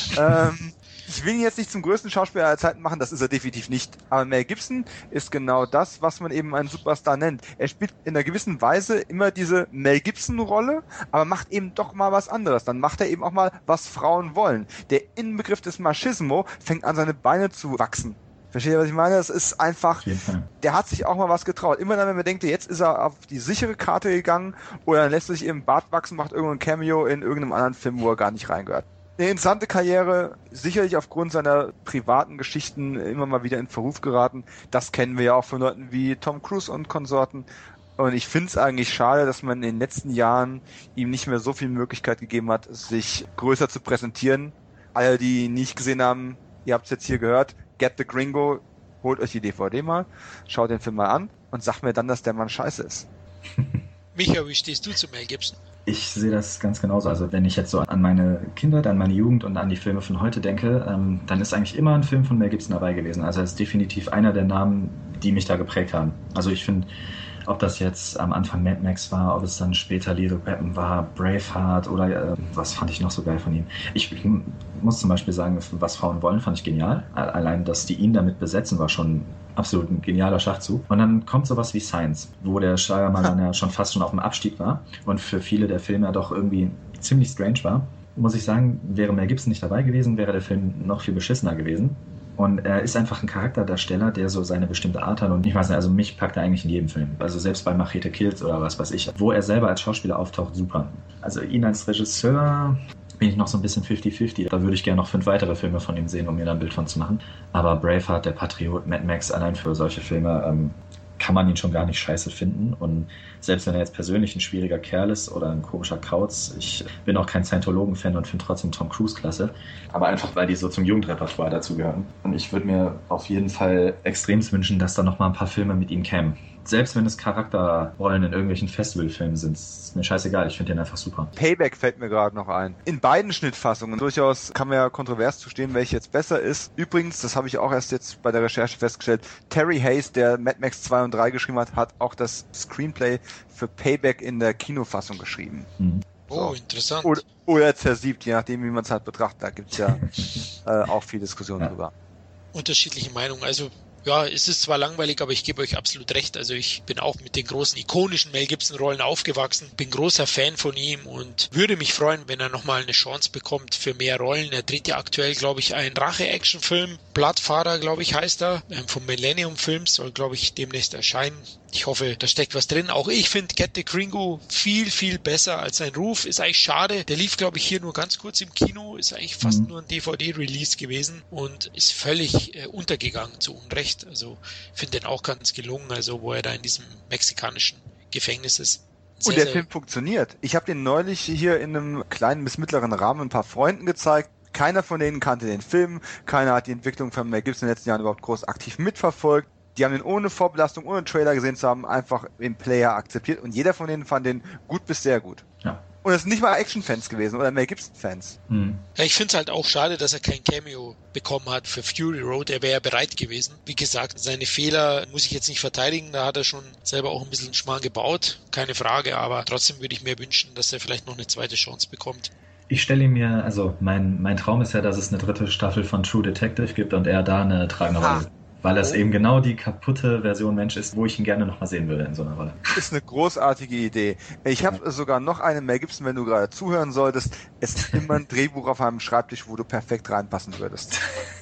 S3: Ich will ihn jetzt nicht zum größten Schauspieler aller Zeiten machen, das ist er definitiv nicht. Aber Mel Gibson ist genau das, was man eben einen Superstar nennt. Er spielt in einer gewissen Weise immer diese Mel Gibson-Rolle, aber macht eben doch mal was anderes. Dann macht er eben auch mal, was Frauen wollen. Der Inbegriff des Machismo fängt an, seine Beine zu wachsen. Versteht ihr, was ich meine? Das ist einfach, der hat sich auch mal was getraut. Immer dann, wenn man denkt, jetzt ist er auf die sichere Karte gegangen oder dann lässt er sich im Bart wachsen, macht irgendein Cameo in irgendeinem anderen Film, wo er gar nicht reingehört. Eine interessante Karriere, sicherlich aufgrund seiner privaten Geschichten immer mal wieder in Verruf geraten. Das kennen wir ja auch von Leuten wie Tom Cruise und Konsorten. Und ich finde es eigentlich schade, dass man in den letzten Jahren ihm nicht mehr so viel Möglichkeit gegeben hat, sich größer zu präsentieren. Alle, die ihn nicht gesehen haben, ihr habt es jetzt hier gehört, Get the Gringo, holt euch die DVD mal, schaut den Film mal an und sagt mir dann, dass der Mann scheiße ist.
S1: Micha, wie stehst du zu Mel Gibson?
S2: Ich sehe das ganz genauso. Also wenn ich jetzt so an meine Kindheit, an meine Jugend und an die Filme von heute denke, dann ist eigentlich immer ein Film von Mel Gibson dabei gewesen. Also er ist definitiv einer der Namen, die mich da geprägt haben. Also ich finde, ob das jetzt am Anfang Mad Max war, ob es dann später Lethal Weapon war, Braveheart oder was fand ich noch so geil von ihm. Ich muss zum Beispiel sagen, Was Frauen wollen, fand ich genial. Allein, dass die ihn damit besetzen, war schon absolut ein genialer Schachzug. Und dann kommt sowas wie Science, wo der Shyamalan ja schon fast auf dem Abstieg war und für viele der Filme ja doch irgendwie ziemlich strange war. Muss ich sagen, wäre Mel Gibson nicht dabei gewesen, wäre der Film noch viel beschissener gewesen. Und er ist einfach ein Charakterdarsteller, der so seine bestimmte Art hat. Und ich weiß nicht, also mich packt er eigentlich in jedem Film. Also selbst bei Machete Kills oder was weiß ich. Wo er selber als Schauspieler auftaucht, super. Also ihn als Regisseur bin ich noch so ein bisschen 50-50. Da würde ich gerne noch 5 weitere Filme von ihm sehen, um mir da ein Bild von zu machen. Aber Braveheart, Der Patriot, Mad Max, allein für solche Filme kann man ihn schon gar nicht scheiße finden. Und selbst wenn er jetzt persönlich ein schwieriger Kerl ist oder ein komischer Kauz, ich bin auch kein Scientologen-Fan und finde trotzdem Tom Cruise klasse. Aber einfach, weil die so zum Jugendrepertoire dazugehören. Und ich würde mir auf jeden Fall extremst wünschen, dass da noch mal ein paar Filme mit ihm kämen. Selbst wenn es Charakterrollen in irgendwelchen Festivalfilmen sind, ist mir scheißegal, ich finde den einfach super.
S3: Payback fällt mir gerade noch ein. In beiden Schnittfassungen durchaus kann man ja kontrovers zu stehen, welche jetzt besser ist. Übrigens, das habe ich auch erst jetzt bei der Recherche festgestellt, Terry Hayes, der Mad Max 2 und 3 geschrieben hat, hat auch das Screenplay für Payback in der Kinofassung geschrieben.
S2: Mhm.
S1: Oh, interessant.
S3: Oder zersiebt, je nachdem, wie man es halt betrachtet. Da gibt es ja auch viel Diskussion drüber.
S1: Unterschiedliche Meinungen. Also ja, es ist zwar langweilig, aber ich gebe euch absolut recht. Also ich bin auch mit den großen ikonischen Mel Gibson-Rollen aufgewachsen, bin großer Fan von ihm und würde mich freuen, wenn er nochmal eine Chance bekommt für mehr Rollen. Er dreht ja aktuell, glaube ich, einen Rache-Action-Film. Bloodfather, glaube ich, heißt er. Vom Millennium Films soll, glaube ich, demnächst erscheinen. Ich hoffe, da steckt was drin. Auch ich finde Get the Gringo viel, viel besser als sein Ruf. Ist eigentlich schade. Der lief, glaube ich, hier nur ganz kurz im Kino. Ist eigentlich fast nur ein DVD-Release gewesen und ist völlig untergegangen, zu Unrecht. Also finde den auch ganz gelungen, also wo er da in diesem mexikanischen Gefängnis ist.
S3: Und der Film funktioniert. Ich habe den neulich hier in einem kleinen bis mittleren Rahmen ein paar Freunden gezeigt. Keiner von denen kannte den Film. Keiner hat die Entwicklung von Mel Gibson in den letzten Jahren überhaupt groß aktiv mitverfolgt. Die haben den ohne Vorbelastung, ohne Trailer gesehen zu haben, einfach im Player akzeptiert und jeder von denen fand den gut bis sehr gut.
S2: Ja.
S3: Und es sind nicht mal Action-Fans gewesen oder Mel Gibson-Fans.
S1: Ja, ich finde es halt auch schade, dass er kein Cameo bekommen hat für Fury Road. Er wäre ja bereit gewesen. Wie gesagt, seine Fehler muss ich jetzt nicht verteidigen. Da hat er schon selber auch ein bisschen Schmarrn gebaut. Keine Frage, aber trotzdem würde ich mir wünschen, dass er vielleicht noch eine zweite Chance bekommt.
S2: Ich stelle mir, also mein Traum ist ja, dass es eine dritte Staffel von True Detective gibt und er da eine tragende Rolle. Weil es eben genau die kaputte Version Mensch ist, wo ich ihn gerne nochmal sehen würde in so einer Rolle.
S3: Ist eine großartige Idee. Ich habe sogar noch eine Mel Gibson, wenn du gerade zuhören solltest. Es ist immer ein Drehbuch auf einem Schreibtisch, wo du perfekt reinpassen würdest.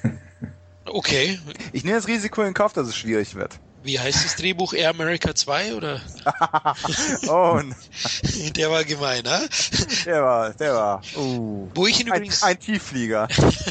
S1: Okay.
S3: Ich nehme das Risiko in Kauf, dass es schwierig wird.
S1: Wie heißt das Drehbuch? Air America 2 oder?
S3: Oh,
S1: der war gemein, ne?
S3: Der war.
S1: Wo ich ihn übrigens
S3: ein Tiefflieger.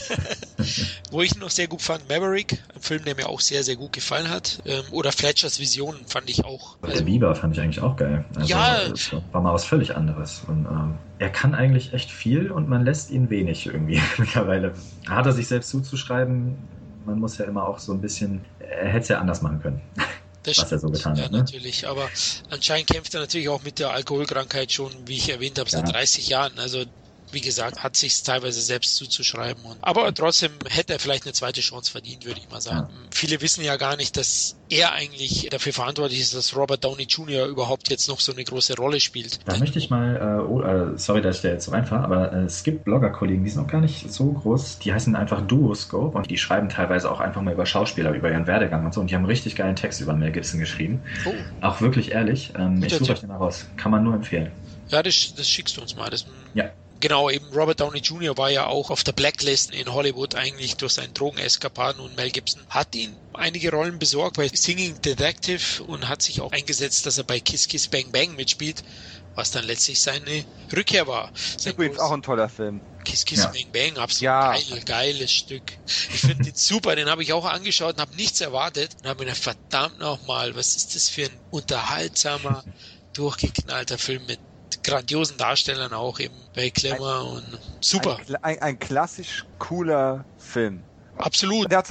S1: Wo ich ihn noch sehr gut fand, Maverick, ein Film, der mir auch sehr, sehr gut gefallen hat. Oder Fletchers Visionen fand ich auch.
S2: Der Bieber fand ich eigentlich auch geil. Also,
S1: ja.
S2: Das war mal was völlig anderes. Und er kann eigentlich echt viel und man lässt ihn wenig irgendwie mittlerweile. Hat er sich selbst zuzuschreiben, man muss ja immer auch so ein bisschen, er hätte es ja anders machen können,
S1: das
S2: was er so getan hat.
S1: Ja, natürlich, aber anscheinend kämpft er natürlich auch mit der Alkoholkrankheit schon, wie ich erwähnt habe, seit 30 Jahren. Also wie gesagt, hat sich teilweise selbst zuzuschreiben. Aber trotzdem hätte er vielleicht eine zweite Chance verdient, würde ich mal sagen. Ja. Viele wissen ja gar nicht, dass er eigentlich dafür verantwortlich ist, dass Robert Downey Jr. überhaupt jetzt noch so eine große Rolle spielt.
S2: Da möchte ich mal, sorry, dass ich da jetzt so reinfahre, aber es gibt Blogger-Kollegen, die sind auch gar nicht so groß, die heißen einfach Duoscope und die schreiben teilweise auch einfach mal über Schauspieler, über ihren Werdegang und so und die haben einen richtig geilen Text über Mel Gibson geschrieben. Oh. Auch wirklich ehrlich. Ich suche euch den mal raus. Kann man nur empfehlen.
S1: Ja, das schickst du uns mal.
S2: Ja.
S1: Genau, eben Robert Downey Jr. war ja auch auf der Blacklist in Hollywood eigentlich durch seinen Drogeneskapaden und Mel Gibson hat ihn einige Rollen besorgt bei Singing Detective und hat sich auch eingesetzt, dass er bei Kiss Kiss Bang Bang mitspielt, was dann letztlich seine Rückkehr war.
S3: Übrigens auch ein toller Film.
S1: Kiss Kiss Bang Bang, absolut geiles Stück. Ich finde den super, den habe ich auch angeschaut und habe nichts erwartet und habe mir gedacht, verdammt nochmal, was ist das für ein unterhaltsamer, durchgeknallter Film mit grandiosen Darstellern auch eben bei Klemmer und super.
S3: Ein klassisch cooler Film.
S1: Absolut.
S3: Der hat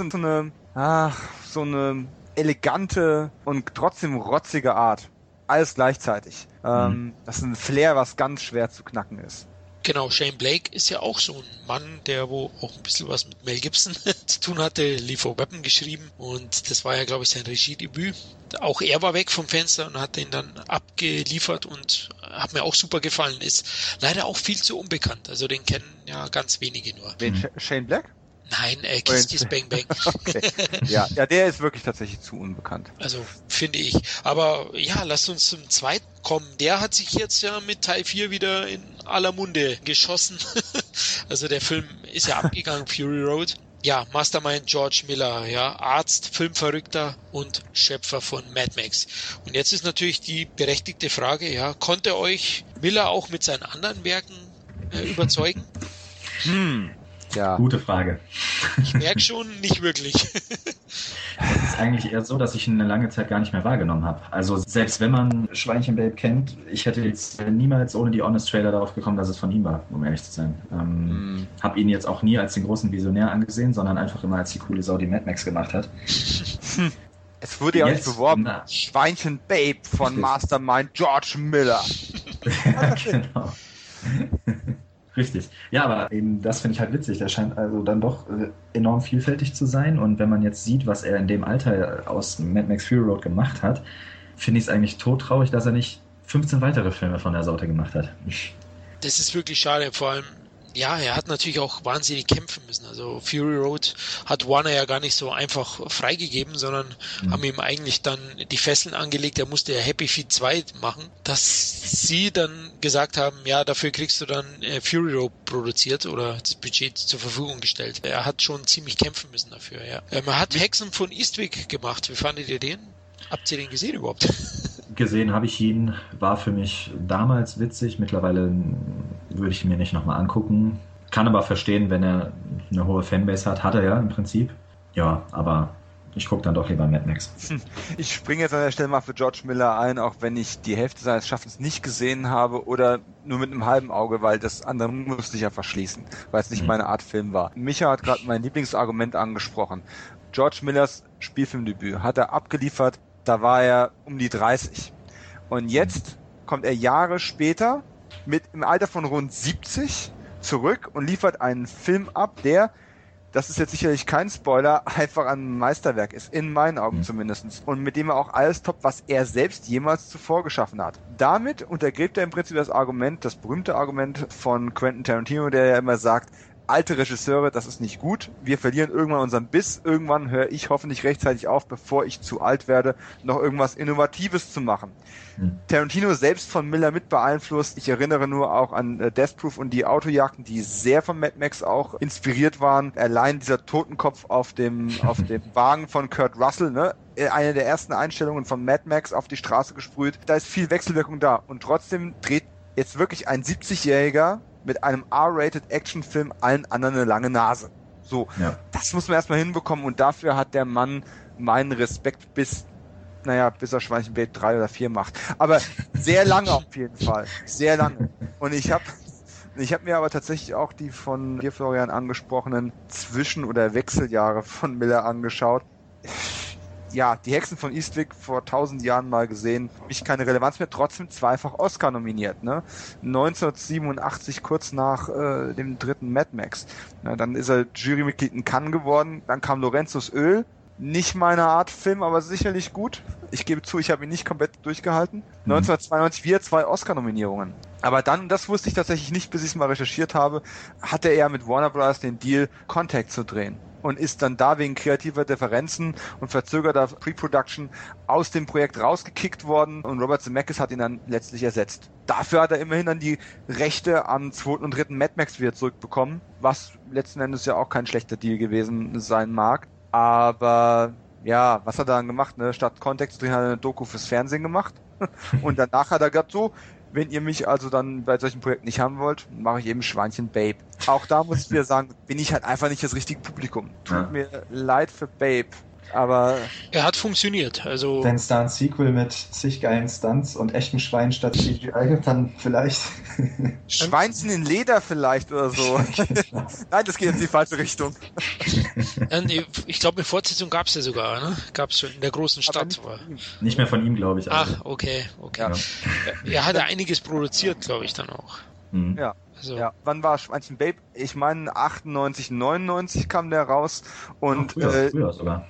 S3: so eine elegante und trotzdem rotzige Art. Alles gleichzeitig. Das ist ein Flair, was ganz schwer zu knacken ist.
S1: Genau, Shane Blake ist ja auch so ein Mann, der wo auch ein bisschen was mit Mel Gibson zu tun hatte, Lethal Weapon geschrieben und das war ja, glaube ich, sein Regiedebüt. Auch er war weg vom Fenster und hat den dann abgeliefert und hat mir auch super gefallen. Ist leider auch viel zu unbekannt, also den kennen ja ganz wenige nur.
S3: Wen, Shane Black?
S1: Nein, Kiss Kiss Bang Bang.
S3: Okay. Ja, der ist wirklich tatsächlich zu unbekannt.
S1: Also, finde ich. Aber ja, lasst uns zum zweiten kommen. Der hat sich jetzt ja mit Teil 4 wieder in aller Munde geschossen. Also der Film ist ja abgegangen, Fury Road. Ja, Mastermind George Miller, ja, Arzt, Filmverrückter und Schöpfer von Mad Max. Und jetzt ist natürlich die berechtigte Frage, ja, konnte euch Miller auch mit seinen anderen Werken überzeugen?
S3: Ja.
S2: Gute Frage.
S1: Ich merke schon, nicht wirklich.
S2: Es ist eigentlich eher so, dass ich ihn eine lange Zeit gar nicht mehr wahrgenommen habe. Also selbst wenn man Schweinchen Babe kennt, ich hätte jetzt niemals ohne die Honest-Trailer darauf gekommen, dass es von ihm war, um ehrlich zu sein. Habe ihn jetzt auch nie als den großen Visionär angesehen, sondern einfach immer als die coole Sau, die Mad Max gemacht hat.
S3: Es wurde ja auch nicht beworben. Schweinchen Babe von Mastermind George Miller.
S2: Genau. Richtig. Ja, aber eben das finde ich halt witzig. Der scheint also dann doch enorm vielfältig zu sein. Und wenn man jetzt sieht, was er in dem Alter aus Mad Max Fury Road gemacht hat, finde ich es eigentlich todtraurig, dass er nicht 15 weitere Filme von der Sorte gemacht hat.
S1: Das ist wirklich schade. Vor allem, ja, er hat natürlich auch wahnsinnig kämpfen müssen. Also Fury Road hat Warner ja gar nicht so einfach freigegeben, sondern haben ihm eigentlich dann die Fesseln angelegt. Er musste ja Happy Feet 2 machen, dass sie dann gesagt haben, ja, dafür kriegst du dann Fury Road produziert oder das Budget zur Verfügung gestellt. Er hat schon ziemlich kämpfen müssen dafür, ja. Er hat Hexen von Eastwick gemacht. Wie fandet ihr den? Habt ihr den gesehen überhaupt?
S2: Gesehen habe ich ihn, war für mich damals witzig, mittlerweile würde ich ihn mir nicht nochmal angucken. Kann aber verstehen, wenn er eine hohe Fanbase hat er ja im Prinzip. Ja, aber ich gucke dann doch lieber Mad Max.
S3: Ich springe jetzt an der Stelle mal für George Miller ein, auch wenn ich die Hälfte seines Schaffens nicht gesehen habe oder nur mit einem halben Auge, weil das andere musste ich ja verschließen, weil es nicht meine Art Film war. Micha hat gerade mein Lieblingsargument angesprochen. George Millers Spielfilmdebüt hat er abgeliefert, da war er um die 30. Und jetzt kommt er Jahre später im Alter von rund 70 zurück und liefert einen Film ab, der, das ist jetzt sicherlich kein Spoiler, einfach ein Meisterwerk ist, in meinen Augen zumindest. Und mit dem er auch alles toppt, was er selbst jemals zuvor geschaffen hat. Damit untergräbt er im Prinzip das berühmte Argument von Quentin Tarantino, der ja immer sagt, alte Regisseure, das ist nicht gut. Wir verlieren irgendwann unseren Biss. Irgendwann höre ich hoffentlich rechtzeitig auf, bevor ich zu alt werde, noch irgendwas Innovatives zu machen. Tarantino selbst von Miller mit beeinflusst. Ich erinnere nur auch an Death Proof und die Autojagden, die sehr von Mad Max auch inspiriert waren. Allein dieser Totenkopf auf dem Wagen von Kurt Russell, ne? Eine der ersten Einstellungen von Mad Max auf die Straße gesprüht. Da ist viel Wechselwirkung da. Und trotzdem dreht jetzt wirklich ein 70-Jähriger mit einem R-rated Actionfilm allen anderen eine lange Nase. So, Das muss man erstmal hinbekommen und dafür hat der Mann meinen Respekt bis er Schweinchen Bait 3 oder 4 macht. Aber sehr lange auf jeden Fall. Sehr lange. Und ich hab mir aber tatsächlich auch die von dir, Florian, angesprochenen Zwischen- oder Wechseljahre von Miller angeschaut. Ja, die Hexen von Eastwick vor 1000 Jahren mal gesehen, für mich keine Relevanz mehr, trotzdem zweifach Oscar nominiert, ne? 1987, kurz nach dem dritten Mad Max. Na, dann ist er Jurymitglied in Cannes geworden, dann kam Lorenzos Öl, nicht meine Art Film, aber sicherlich gut. Ich gebe zu, ich habe ihn nicht komplett durchgehalten. 1992 wieder 2 Oscar-Nominierungen. Aber dann, das wusste ich tatsächlich nicht, bis ich es mal recherchiert habe, hatte er mit Warner Bros. Den Deal, Contact zu drehen. Und ist dann da wegen kreativer Differenzen und verzögerter Pre-Production aus dem Projekt rausgekickt worden und Robert Zemeckis hat ihn dann letztlich ersetzt. Dafür hat er immerhin dann die Rechte am 2. und 3. Mad Max wieder zurückbekommen, was letzten Endes ja auch kein schlechter Deal gewesen sein mag. Aber ja, was hat er dann gemacht? Ne? Statt Contact zu drehen, hat er eine Doku fürs Fernsehen gemacht. Und danach hat er gesagt, so, wenn ihr mich also dann bei solchen Projekten nicht haben wollt, mache ich eben Schweinchen Babe. Auch da muss ich wieder sagen, bin ich halt einfach nicht das richtige Publikum. Tut mir leid für Babe, aber...
S1: Er hat funktioniert, also...
S2: Wenn es da ein Sequel mit zig geilen Stunts und echten Schweinen statt CGI gibt, dann vielleicht...
S3: Schweinchen in Leder vielleicht oder so. Nein, das geht jetzt in die falsche Richtung.
S1: Ich glaube, eine Fortsetzung gab es ja sogar, ne? Gab es in der großen Stadt.
S2: Nicht mehr von ihm, glaube ich.
S1: Ach, okay. Ja. Er hat ja einiges produziert, glaube ich, dann auch.
S3: Ja. Also. Ja, wann war Schweinchen Babe? Ich meine 98, 99 kam der raus und
S2: früher sogar.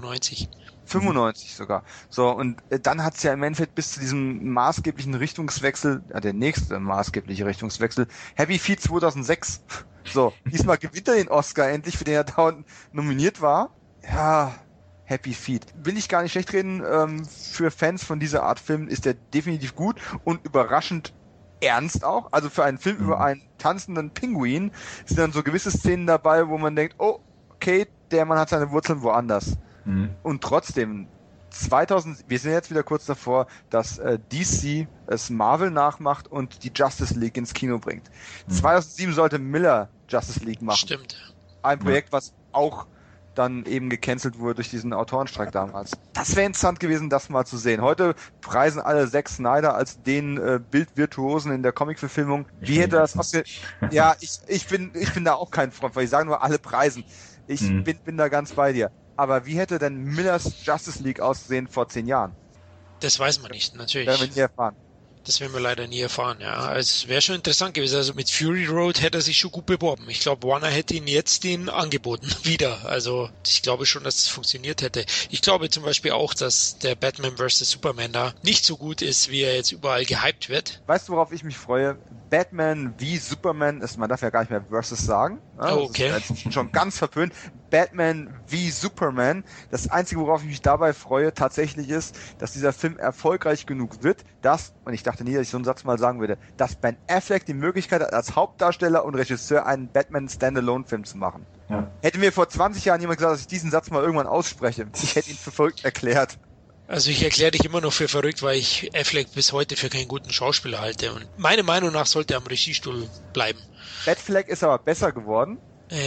S1: 95
S3: sogar. So, und dann hat's ja im Endeffekt bis zu diesem maßgeblichen Richtungswechsel, der nächste maßgebliche Richtungswechsel, Happy Feet 2006. So, diesmal gewinnt er den Oscar endlich, für den er dauernd nominiert war. Ja, Happy Feet. Will ich gar nicht schlecht reden, für Fans von dieser Art Film ist der definitiv gut und überraschend ernst auch. Also für einen Film über einen tanzenden Pinguin sind dann so gewisse Szenen dabei, wo man denkt, oh, okay, der Mann hat seine Wurzeln woanders. Und trotzdem, wir sind jetzt wieder kurz davor, dass DC es Marvel nachmacht und die Justice League ins Kino bringt. 2007 sollte Miller Justice League machen.
S1: Stimmt.
S3: Ein Projekt, was auch dann eben gecancelt wurde durch diesen Autorenstreik damals. Das wäre interessant gewesen, das mal zu sehen. Heute preisen alle Zack Snyder als den Bildvirtuosen in der Comicverfilmung. Wie hätte das ausgesehen? Ja, ich bin da auch kein Freund, weil ich sage nur alle preisen. Ich bin da ganz bei dir. Aber wie hätte denn Millers Justice League ausgesehen vor 10 Jahren?
S1: Das weiß man nicht, natürlich.
S3: Werden wir nie erfahren.
S1: Das werden wir leider nie erfahren, ja. Es wäre schon interessant gewesen. Also mit Fury Road hätte er sich schon gut beworben. Ich glaube, Warner hätte ihn jetzt den angeboten. Wieder. Also ich glaube schon, dass es funktioniert hätte. Ich glaube zum Beispiel auch, dass der Batman vs. Superman da nicht so gut ist, wie er jetzt überall gehypt wird.
S3: Weißt du, worauf ich mich freue? Batman wie Superman ist, man darf ja gar nicht mehr Versus sagen. Ja,
S1: okay.
S3: Das ist schon ganz verpönt. Batman wie Superman. Das Einzige, worauf ich mich dabei freue, tatsächlich ist, dass dieser Film erfolgreich genug wird, und ich dachte nie, dass ich so einen Satz mal sagen würde, dass Ben Affleck die Möglichkeit hat, als Hauptdarsteller und Regisseur einen Batman-Standalone-Film zu machen. Ja. Hätte mir vor 20 Jahren jemand gesagt, dass ich diesen Satz mal irgendwann ausspreche. Ich hätte ihn für verrückt erklärt.
S1: Also ich erkläre dich immer noch für verrückt, weil ich Affleck bis heute für keinen guten Schauspieler halte. Und meiner Meinung nach sollte er am Regiestuhl bleiben.
S3: Batfleck ist aber besser geworden.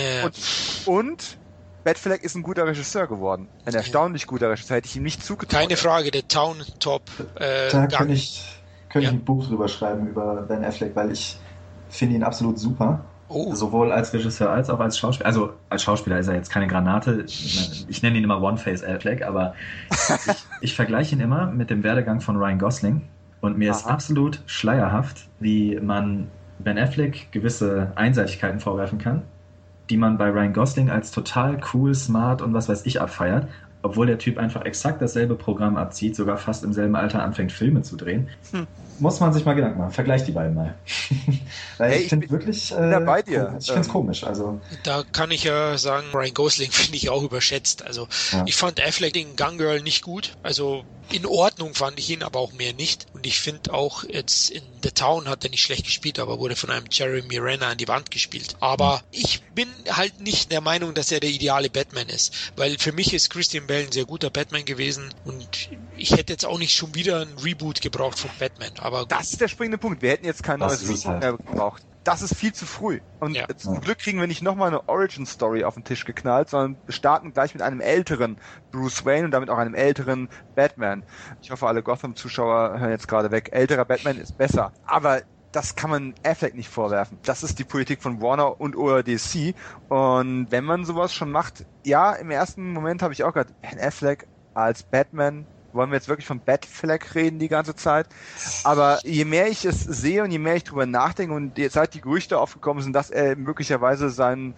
S3: Und Batfleck ist ein guter Regisseur geworden. Ein erstaunlich guter Regisseur. Hätte ich ihm nicht zugetraut.
S1: Keine Frage, der Town Top.
S2: Da könnte ich ein Buch drüber schreiben über Ben Affleck, weil ich finde ihn absolut super. Oh. Sowohl als Regisseur als auch als Schauspieler. Also als Schauspieler ist er jetzt keine Granate. Ich nenne ihn immer One-Face Affleck, aber ich vergleiche ihn immer mit dem Werdegang von Ryan Gosling. Und mir ist absolut schleierhaft, wie man Ben Affleck gewisse Einseitigkeiten vorwerfen kann, die man bei Ryan Gosling als total cool, smart und was weiß ich abfeiert, obwohl der Typ einfach exakt dasselbe Programm abzieht, sogar fast im selben Alter anfängt, Filme zu drehen. Muss man sich mal Gedanken machen. Vergleich die beiden mal. Weil
S3: Hey,
S2: ich finde wirklich,
S3: bei dir.
S2: Ich finde es komisch. Also,
S1: Da kann ich ja sagen, Ryan Gosling finde ich auch überschätzt. Also ich fand Affleck in Gun Girl nicht gut. Also in Ordnung fand ich ihn, aber auch mehr nicht. Und ich finde auch jetzt in The Town hat er nicht schlecht gespielt, aber wurde von einem Jeremy Renner an die Wand gespielt. Aber ich bin halt nicht der Meinung, dass er der ideale Batman ist. Weil für mich ist Christian Bale ein sehr guter Batman gewesen und ich hätte jetzt auch nicht schon wieder ein Reboot gebraucht von Batman. Aber
S3: Das ist der springende Punkt. Wir hätten jetzt kein neues Reboot mehr gebraucht. Das ist viel zu früh. Und zum Glück kriegen wir nicht nochmal eine Origin-Story auf den Tisch geknallt, sondern starten gleich mit einem älteren Bruce Wayne und damit auch einem älteren Batman. Ich hoffe, alle Gotham-Zuschauer hören jetzt gerade weg. Älterer Batman ist besser. Aber das kann man Affleck nicht vorwerfen. Das ist die Politik von Warner und oder DC. Und wenn man sowas schon macht, ja, im ersten Moment habe ich auch gedacht, Ben Affleck als Batman, wollen wir jetzt wirklich von Batfleck reden die ganze Zeit? Aber je mehr ich es sehe und je mehr ich drüber nachdenke und seit die Gerüchte aufgekommen sind, dass er möglicherweise seinen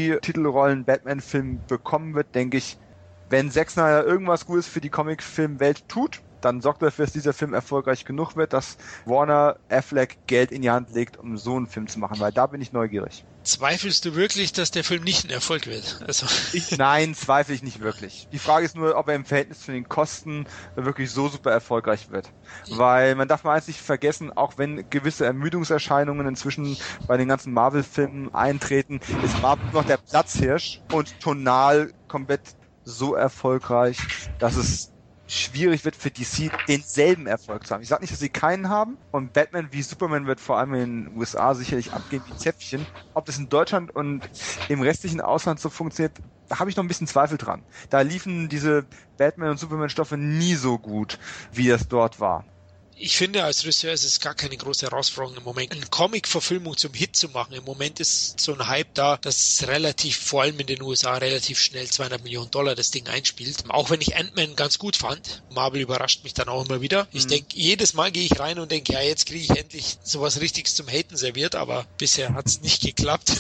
S3: Regie-Titelrollen-Batman-Film bekommen wird, denke ich, wenn Zack Snyder irgendwas Gutes für die Comic-Film-Welt tut, dann sorgt er dafür, dass dieser Film erfolgreich genug wird, dass Warner Affleck Geld in die Hand legt, um so einen Film zu machen, weil da bin ich neugierig.
S1: zweifelst du wirklich, dass der Film nicht ein Erfolg wird? Also
S3: Nein, zweifle ich nicht wirklich. Die Frage ist nur, ob er im Verhältnis zu den Kosten wirklich so super erfolgreich wird. Weil man darf mal eins nicht vergessen, auch wenn gewisse Ermüdungserscheinungen inzwischen bei den ganzen Marvel-Filmen eintreten, ist Marvel noch der Platzhirsch und tonal komplett so erfolgreich, dass es schwierig wird für DC, denselben Erfolg zu haben. Ich sage nicht, dass sie keinen haben und Batman wie Superman wird vor allem in den USA sicherlich abgehen wie Zäpfchen. Ob das in Deutschland und im restlichen Ausland so funktioniert, da habe ich noch ein bisschen Zweifel dran. Da liefen diese Batman- und Superman-Stoffe nie so gut, wie das dort war.
S1: Ich finde, als Regisseur ist es gar keine große Herausforderung im Moment, eine Comic-Verfilmung zum Hit zu machen. Im Moment ist so ein Hype da, dass relativ, vor allem in den USA, relativ schnell $200 Millionen das Ding einspielt. Auch wenn ich Ant-Man ganz gut fand. Marvel überrascht mich dann auch immer wieder. Ich denke, jedes Mal gehe ich rein und denke, ja, jetzt kriege ich endlich sowas Richtiges zum Haten serviert, aber bisher hat es nicht geklappt.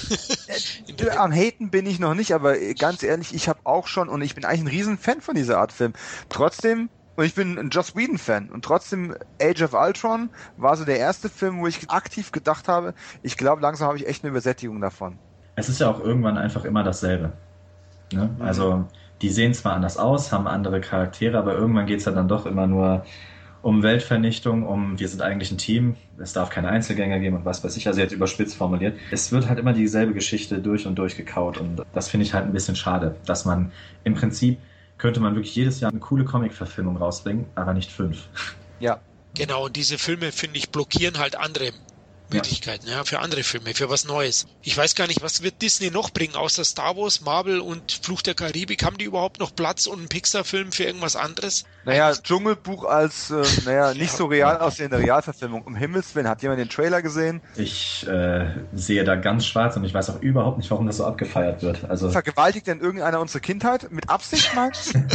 S3: Am Haten bin ich noch nicht, aber ganz ehrlich, ich habe auch schon, und ich bin eigentlich ein Riesenfan von dieser Art Film. Trotzdem, und ich bin ein Joss Whedon-Fan. Und trotzdem, Age of Ultron war so der erste Film, wo ich aktiv gedacht habe, ich glaube, langsam habe ich echt eine Übersättigung davon.
S2: Es ist ja auch irgendwann einfach immer dasselbe. Ne? Also, die sehen zwar anders aus, haben andere Charaktere, aber irgendwann geht es ja dann doch immer nur um Weltvernichtung, um wir sind eigentlich ein Team, es darf keine Einzelgänger geben und was weiß ich, also jetzt überspitzt formuliert. Es wird halt immer dieselbe Geschichte durch und durch gekaut und das finde ich halt ein bisschen schade, dass man im Prinzip könnte man wirklich jedes Jahr eine coole Comic-Verfilmung rausbringen, aber nicht 5.
S3: Ja.
S1: Genau, und diese Filme, finde ich, blockieren halt andere Möglichkeiten, ja, für andere Filme, für was Neues. Ich weiß gar nicht, was wird Disney noch bringen, außer Star Wars, Marvel und Fluch der Karibik? Haben die überhaupt noch Platz und einen Pixar-Film für irgendwas anderes?
S3: Naja, Dschungelbuch als, nicht so real aussehende Realverfilmung. Um Himmels Willen, hat jemand den Trailer gesehen?
S2: Ich sehe da ganz schwarz und ich weiß auch überhaupt nicht, warum das so abgefeiert wird. Also
S3: Vergewaltigt denn irgendeiner unsere Kindheit? Mit Absicht, meinst du?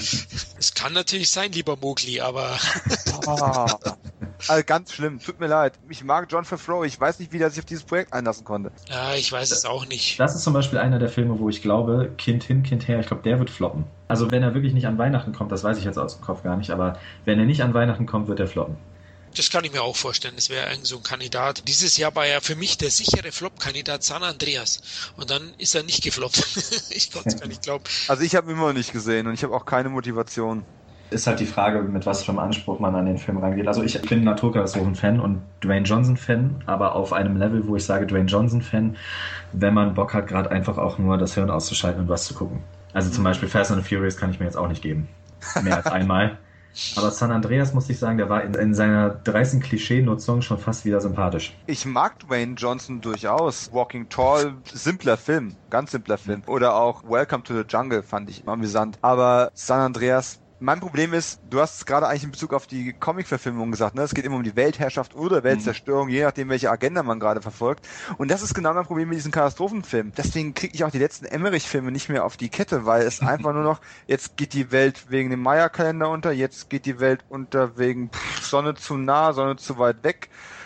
S1: Es kann natürlich sein, lieber Mowgli, aber
S3: Also ganz schlimm, tut mir leid. Ich mag Jon Favreau, ich weiß nicht, wie der sich auf dieses Projekt einlassen konnte.
S1: ja, ich weiß es auch nicht.
S2: das ist zum Beispiel einer der Filme, wo ich glaube, Kind hin, Kind her, ich glaube, der wird floppen. Also wenn er wirklich nicht an Weihnachten kommt, das weiß ich jetzt aus dem Kopf gar nicht, aber wenn er nicht an Weihnachten kommt, wird er floppen.
S1: Das kann ich mir auch vorstellen, das wäre irgend so ein Kandidat. Dieses Jahr war ja für mich der sichere Flop-Kandidat San Andreas. Und dann ist er nicht gefloppt. Ich konnte es gar nicht glauben.
S3: Also ich habe ihn immer noch nicht gesehen und ich habe auch keine Motivation.
S2: Ist halt die Frage, mit was für einem Anspruch man an den Film rangeht. Also ich bin Naturkatastrophen-Fan und Dwayne Johnson-Fan, aber auf einem Level, wo ich sage Dwayne Johnson-Fan, wenn man Bock hat, gerade einfach auch nur das Hirn auszuschalten und was zu gucken. Also zum Beispiel Fast and Furious kann ich mir jetzt auch nicht geben. Mehr als einmal. Aber San Andreas, muss ich sagen, der war in seiner dreisten Klischee-Nutzung schon fast wieder sympathisch.
S3: Ich mag Dwayne Johnson durchaus. Walking Tall, simpler Film, ganz simpler Film. Oder auch Welcome to the Jungle fand ich amüsant. Aber San Andreas, Mein Problem ist, du hast es gerade eigentlich in Bezug auf die Comic-Verfilmung gesagt, ne? Es geht immer um die Weltherrschaft oder Weltzerstörung, je nachdem, welche Agenda man gerade verfolgt. Und das ist genau mein Problem mit diesen Katastrophenfilmen. Deswegen kriege ich auch die letzten Emmerich-Filme nicht mehr auf die Kette, weil es einfach nur noch, jetzt geht die Welt wegen dem Maya-Kalender unter, jetzt geht die Welt unter wegen Sonne zu nah, Sonne zu weit weg.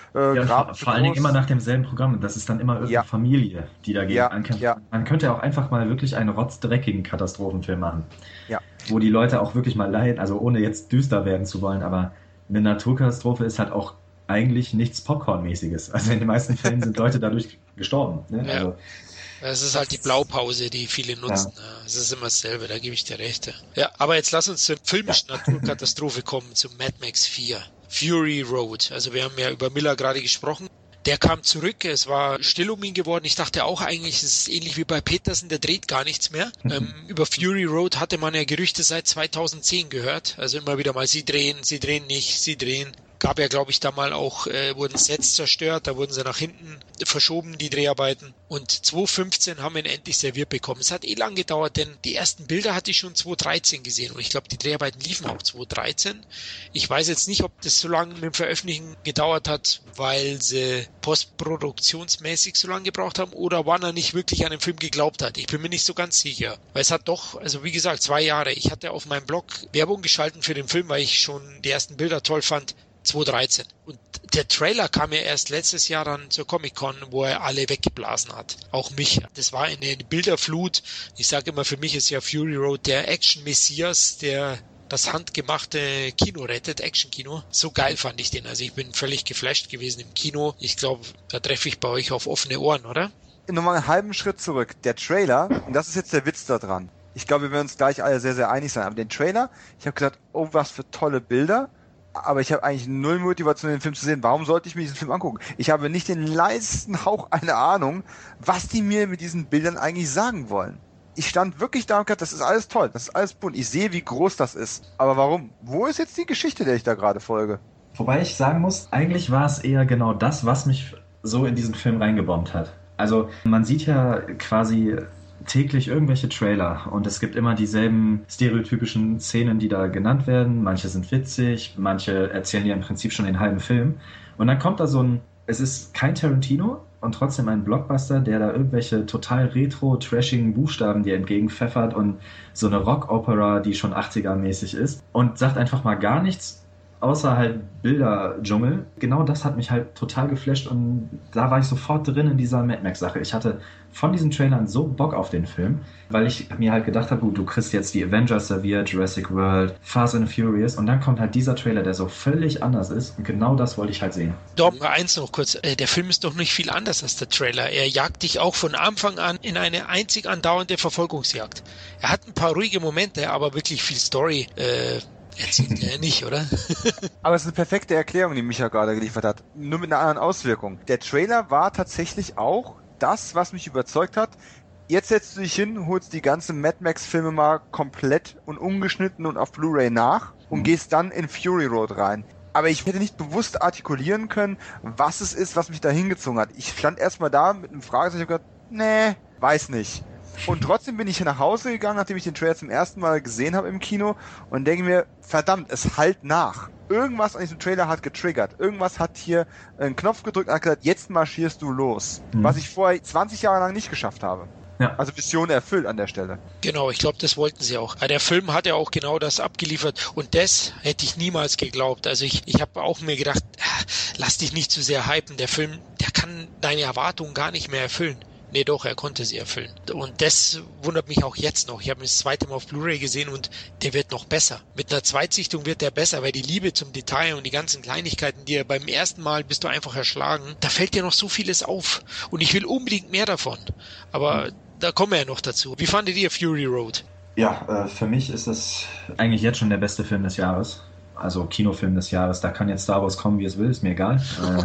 S2: Ja, vor allen Dingen immer nach demselben Programm. Das ist dann immer irgendeine Familie, die dagegen ankämpft.
S3: Ja.
S2: Man könnte auch einfach mal wirklich einen rotzdreckigen Katastrophenfilm machen.
S3: Ja.
S2: Wo die Leute auch wirklich mal leiden, also ohne jetzt düster werden zu wollen, aber eine Naturkatastrophe ist halt auch eigentlich nichts Popcorn-mäßiges. Also in den meisten Fällen sind Leute dadurch gestorben. Ne?
S1: Ja.
S2: Also,
S1: es ist halt die Blaupause, die viele nutzen. Ja. Es ist immer dasselbe, da gebe ich dir recht. Ja, aber jetzt lass uns zur filmischen Naturkatastrophe kommen, zu Mad Max 4. Fury Road. Also wir haben ja über Miller gerade gesprochen. Der kam zurück, es war still um ihn geworden. Ich dachte auch eigentlich, es ist ähnlich wie bei Peterson, der dreht gar nichts mehr. Über Fury Road hatte man ja Gerüchte seit 2010 gehört. Also immer wieder mal, sie drehen nicht, sie drehen. Gab ja, glaube ich, da mal auch, wurden Sets zerstört, da wurden sie nach hinten verschoben, die Dreharbeiten. Und 2015 haben wir ihn endlich serviert bekommen. Es hat lang gedauert, denn die ersten Bilder hatte ich schon 2013 gesehen. Und ich glaube, die Dreharbeiten liefen auch 2013. Ich weiß jetzt nicht, ob das so lange mit dem Veröffentlichen gedauert hat, weil sie postproduktionsmäßig so lange gebraucht haben oder Warner nicht wirklich an den Film geglaubt hat. Ich bin mir nicht so ganz sicher. Weil es hat doch, also wie gesagt, 2 Jahre. Ich hatte auf meinem Blog Werbung geschalten für den Film, weil ich schon die ersten Bilder toll fand. 2013. Und der Trailer kam ja erst letztes Jahr dann zur Comic-Con, wo er alle weggeblasen hat. Auch mich. Das war eine Bilderflut. Ich sage immer, für mich ist ja Fury Road der Action-Messias, der das handgemachte Kino rettet, Action-Kino. So geil fand ich den. Also ich bin völlig geflasht gewesen im Kino. Ich glaube, da treffe ich bei euch auf offene Ohren, oder?
S3: Nochmal einen halben Schritt zurück. Der Trailer, und das ist jetzt der Witz da dran. Ich glaube, wir werden uns gleich alle sehr, sehr einig sein. Aber den Trailer, ich habe gesagt, oh, was für tolle Bilder. Aber ich habe eigentlich null Motivation, den Film zu sehen. Warum sollte ich mir diesen Film angucken? Ich habe nicht den leisesten Hauch eine Ahnung, was die mir mit diesen Bildern eigentlich sagen wollen. Ich stand wirklich da und gesagt, das ist alles toll, das ist alles bunt. Ich sehe, wie groß das ist. Aber warum? Wo ist jetzt die Geschichte, der ich da gerade folge?
S2: Wobei ich sagen muss, eigentlich war es eher genau das, was mich so in diesen Film reingebombt hat. Also man sieht ja quasi täglich irgendwelche Trailer und es gibt immer dieselben stereotypischen Szenen, die da genannt werden. Manche sind witzig, manche erzählen ja im Prinzip schon den halben Film. Und dann kommt da es ist kein Tarantino und trotzdem ein Blockbuster, der da irgendwelche total retro-trashigen Buchstaben dir entgegenpfeffert und so eine Rock-Opera, die schon 80er-mäßig ist und sagt einfach mal gar nichts, außer halt Bilder-Dschungel. Genau das hat mich halt total geflasht und da war ich sofort drin in dieser Mad Max-Sache. Ich hatte von diesen Trailern so Bock auf den Film, weil ich mir halt gedacht habe, gut, du kriegst jetzt die Avengers serviert, Jurassic World, Fast and Furious und dann kommt halt dieser Trailer, der so völlig anders ist und genau das wollte ich halt sehen.
S1: Dom, eins noch kurz, der Film ist doch nicht viel anders als der Trailer. Er jagt dich auch von Anfang an in eine einzig andauernde Verfolgungsjagd. Er hat ein paar ruhige Momente, aber wirklich viel Story erzählt er nicht, oder?
S3: Aber es ist eine perfekte Erklärung, die Micha gerade geliefert hat. Nur mit einer anderen Auswirkung. Der Trailer war tatsächlich auch das, was mich überzeugt hat. Jetzt setzt du dich hin, holst die ganze Mad Max-Filme mal komplett und ungeschnitten und auf Blu-ray nach und gehst dann in Fury Road rein. Aber ich hätte nicht bewusst artikulieren können, was es ist, was mich da hingezogen hat. Ich stand erstmal da mit einem Fragezeichen und gesagt, nee, weiß nicht. Und trotzdem bin ich nach Hause gegangen, nachdem ich den Trailer zum ersten Mal gesehen habe im Kino und denke mir, verdammt, es hallt nach. Irgendwas an diesem Trailer hat getriggert. Irgendwas hat hier einen Knopf gedrückt und hat gesagt, jetzt marschierst du los. Was ich vorher 20 Jahre lang nicht geschafft habe. Ja. Also Mission erfüllt an der Stelle.
S1: Genau, ich glaube, das wollten sie auch. Der Film hat ja auch genau das abgeliefert und das hätte ich niemals geglaubt. Also ich habe auch mir gedacht, lass dich nicht zu sehr hypen. Der Film, der kann deine Erwartungen gar nicht mehr erfüllen. Nee, doch, er konnte sie erfüllen. Und das wundert mich auch jetzt noch. Ich habe ihn das zweite Mal auf Blu-ray gesehen und der wird noch besser. Mit einer Zweitsichtung wird der besser, weil die Liebe zum Detail und die ganzen Kleinigkeiten, die beim ersten Mal bist du einfach erschlagen, da fällt dir noch so vieles auf. Und ich will unbedingt mehr davon. Aber da kommen wir ja noch dazu. Wie fandet ihr Fury Road?
S2: Ja, für mich ist das eigentlich jetzt schon der beste Film des Jahres. Also Kinofilm des Jahres. Da kann jetzt Star Wars kommen, wie es will, ist mir egal.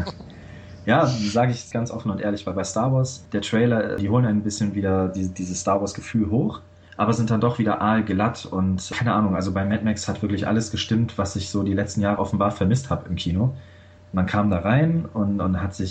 S2: Ja, sage ich ganz offen und ehrlich, weil bei Star Wars, der Trailer, die holen ein bisschen wieder dieses Star Wars-Gefühl hoch, aber sind dann doch wieder aalglatt und keine Ahnung, also bei Mad Max hat wirklich alles gestimmt, was ich so die letzten Jahre offenbar vermisst habe im Kino. Man kam da rein und hat sich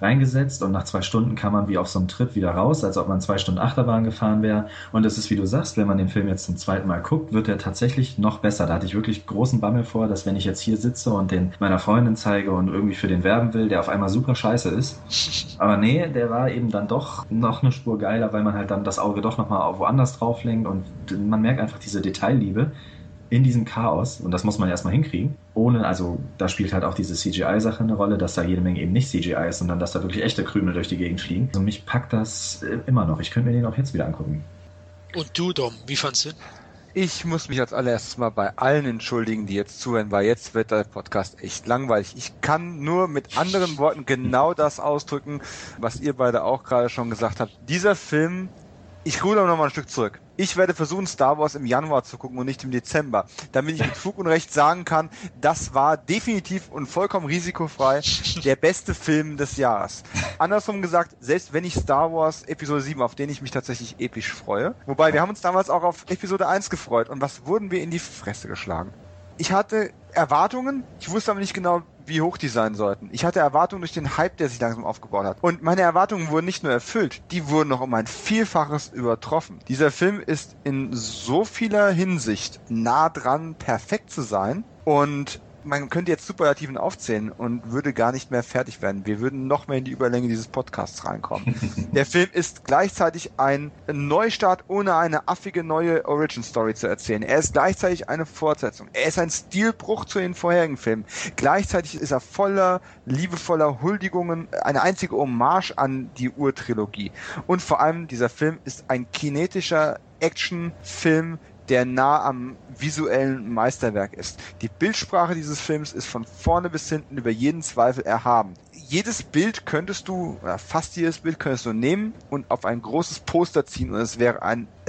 S2: reingesetzt und nach 2 Stunden kam man wie auf so einem Trip wieder raus, als ob man 2 Stunden Achterbahn gefahren wäre. Und es ist, wie du sagst, wenn man den Film jetzt zum zweiten Mal guckt, wird er tatsächlich noch besser. Da hatte ich wirklich großen Bammel vor, dass wenn ich jetzt hier sitze und den meiner Freundin zeige und irgendwie für den werben will, der auf einmal super scheiße ist. Aber nee, der war eben dann doch noch eine Spur geiler, weil man halt dann das Auge doch nochmal woanders drauf lenkt und man merkt einfach diese Detailliebe in diesem Chaos, und das muss man erstmal hinkriegen, also da spielt halt auch diese CGI-Sache eine Rolle, dass da jede Menge eben nicht CGI ist, sondern dass da wirklich echte Krümel durch die Gegend fliegen. Also mich packt das immer noch. Ich könnte mir den auch jetzt wieder angucken.
S1: Und du, Dom, wie fandst du?
S3: Ich muss mich als allererstes mal bei allen entschuldigen, die jetzt zuhören, weil jetzt wird der Podcast echt langweilig. Ich kann nur mit anderen Worten genau das ausdrücken, was ihr beide auch gerade schon gesagt habt. Dieser Film, ich ruder noch mal ein Stück zurück. Ich werde versuchen, Star Wars im Januar zu gucken und nicht im Dezember, damit ich mit Fug und Recht sagen kann, das war definitiv und vollkommen risikofrei der beste Film des Jahres. Andersrum gesagt, selbst wenn ich Star Wars Episode 7, auf den ich mich tatsächlich episch freue, wobei wir haben uns damals auch auf Episode 1 gefreut, und was wurden wir in die Fresse geschlagen? Ich hatte Erwartungen, ich wusste aber nicht genau, wie hoch die sein sollten. Ich hatte Erwartungen durch den Hype, der sich langsam aufgebaut hat. Und meine Erwartungen wurden nicht nur erfüllt, die wurden noch um ein Vielfaches übertroffen. Dieser Film ist in so vieler Hinsicht nah dran, perfekt zu sein, und man könnte jetzt Superlativen aufzählen und würde gar nicht mehr fertig werden. Wir würden noch mehr in die Überlänge dieses Podcasts reinkommen. Der Film ist gleichzeitig ein Neustart, ohne eine affige neue Origin-Story zu erzählen. Er ist gleichzeitig eine Fortsetzung. Er ist ein Stilbruch zu den vorherigen Filmen. Gleichzeitig ist er voller liebevoller Huldigungen, eine einzige Hommage an die Urtrilogie. Und vor allem, dieser Film ist ein kinetischer Actionfilm, der nah am visuellen Meisterwerk ist. Die Bildsprache dieses Films ist von vorne bis hinten über jeden Zweifel erhaben. Jedes Bild könntest du, oder fast jedes Bild könntest du nehmen und auf ein großes Poster ziehen, und es wäre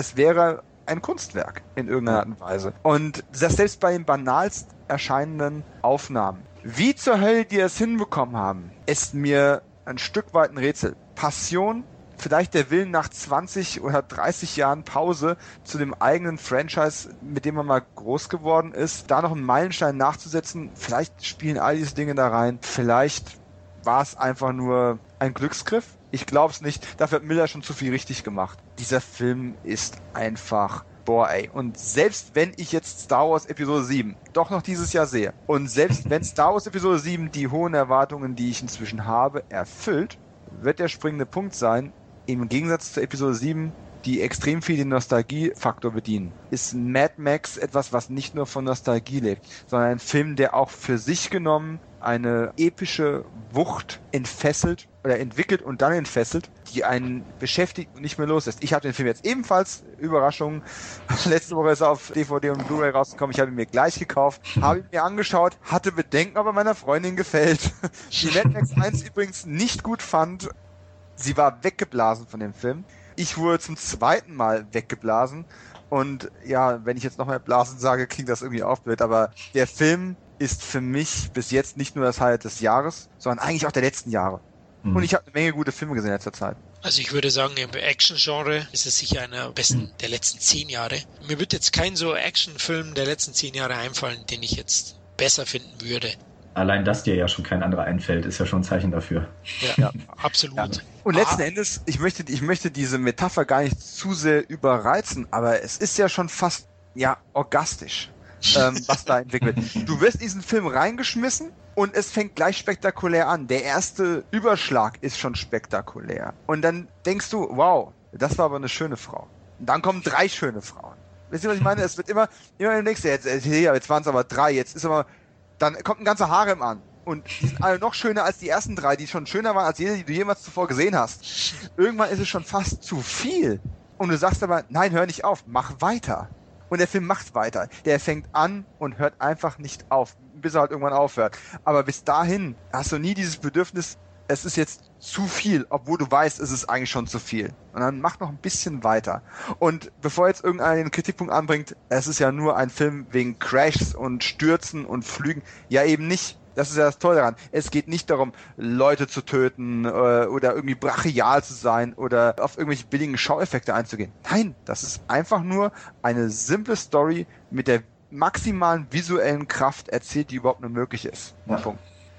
S3: ein Kunstwerk in irgendeiner Art und Weise. Und das selbst bei den banalst erscheinenden Aufnahmen. Wie zur Hölle die es hinbekommen haben, ist mir ein Stück weit ein Rätsel. Passion, vielleicht der Willen nach 20 oder 30 Jahren Pause zu dem eigenen Franchise, mit dem man mal groß geworden ist, da noch einen Meilenstein nachzusetzen. Vielleicht spielen all diese Dinge da rein. Vielleicht war es einfach nur ein Glücksgriff. Ich glaube es nicht. Dafür hat Miller schon zu viel richtig gemacht. Dieser Film ist einfach... Boah, ey. Und selbst wenn ich jetzt Star Wars Episode 7 doch noch dieses Jahr sehe, und selbst wenn Star Wars Episode 7 die hohen Erwartungen, die ich inzwischen habe, erfüllt, wird der springende Punkt sein, im Gegensatz zu Episode 7, die extrem viel den Nostalgiefaktor bedienen, ist Mad Max etwas, was nicht nur von Nostalgie lebt, sondern ein Film, der auch für sich genommen eine epische Wucht entfesselt oder entwickelt und dann entfesselt, die einen beschäftigt und nicht mehr loslässt. Ich habe den Film jetzt ebenfalls, Überraschung, letzte Woche ist er auf DVD und Blu-ray rausgekommen, ich habe ihn mir gleich gekauft, habe ihn mir angeschaut, hatte Bedenken, ob er meiner Freundin gefällt, die Mad Max 1 übrigens nicht gut fand. Sie war weggeblasen von dem Film. Ich wurde zum zweiten Mal weggeblasen. Und ja, wenn ich jetzt noch mal blasen sage, klingt das irgendwie auch blöd. Aber der Film ist für mich bis jetzt nicht nur das Highlight des Jahres, sondern eigentlich auch der letzten Jahre. Und ich habe eine Menge gute Filme gesehen in letzter Zeit.
S1: Also ich würde sagen, im Action-Genre ist es sicher einer der besten der letzten 10 Jahre. Mir wird jetzt kein so Actionfilm der letzten 10 Jahre einfallen, den ich jetzt besser finden würde.
S2: Allein, dass dir ja schon kein anderer einfällt, ist ja schon ein Zeichen dafür.
S1: Ja, absolut. Ja.
S3: Und letzten Endes, ich möchte diese Metapher gar nicht zu sehr überreizen, aber es ist ja schon fast, orgastisch, was da entwickelt wird. Du wirst in diesen Film reingeschmissen und es fängt gleich spektakulär an. Der erste Überschlag ist schon spektakulär. Und dann denkst du, wow, das war aber eine schöne Frau. Und dann kommen 3 schöne Frauen. Wisst ihr, was ich meine? Es wird immer im nächsten, jetzt waren es aber 3, jetzt ist aber... Dann kommt ein ganzer Harem an. Und die sind alle noch schöner als die ersten 3, die schon schöner waren als jene, die du jemals zuvor gesehen hast. Irgendwann ist es schon fast zu viel. Und du sagst aber, nein, hör nicht auf, mach weiter. Und der Film macht weiter. Der fängt an und hört einfach nicht auf, bis er halt irgendwann aufhört. Aber bis dahin hast du nie dieses Bedürfnis, es ist jetzt zu viel, obwohl du weißt, es ist eigentlich schon zu viel. Und dann mach noch ein bisschen weiter. Und bevor jetzt irgendeiner den Kritikpunkt anbringt, es ist ja nur ein Film wegen Crashs und Stürzen und Flügen. Ja, eben nicht. Das ist ja das Tolle daran. Es geht nicht darum, Leute zu töten oder irgendwie brachial zu sein oder auf irgendwelche billigen Schaueffekte einzugehen. Nein, das ist einfach nur eine simple Story mit der maximalen visuellen Kraft erzählt, die überhaupt nur möglich ist.
S2: Ja.
S3: Punkt.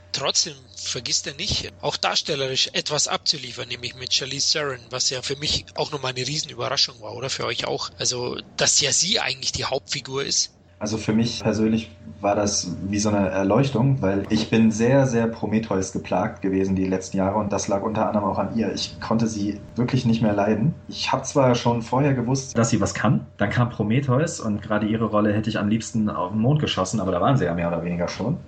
S1: trotzdem vergisst er nicht, auch darstellerisch etwas abzuliefern, nämlich mit Charlize Theron, was ja für mich auch nochmal eine Riesenüberraschung war, oder für euch auch. Also, dass ja sie eigentlich die Hauptfigur ist.
S2: Also für mich persönlich war das wie so eine Erleuchtung, weil ich bin sehr, sehr Prometheus geplagt gewesen die letzten Jahre und das lag unter anderem auch an ihr. Ich konnte sie wirklich nicht mehr leiden. Ich habe zwar schon vorher gewusst, dass sie was kann. Dann kam Prometheus und gerade ihre Rolle hätte ich am liebsten auf den Mond geschossen, aber da waren sie ja mehr oder weniger schon.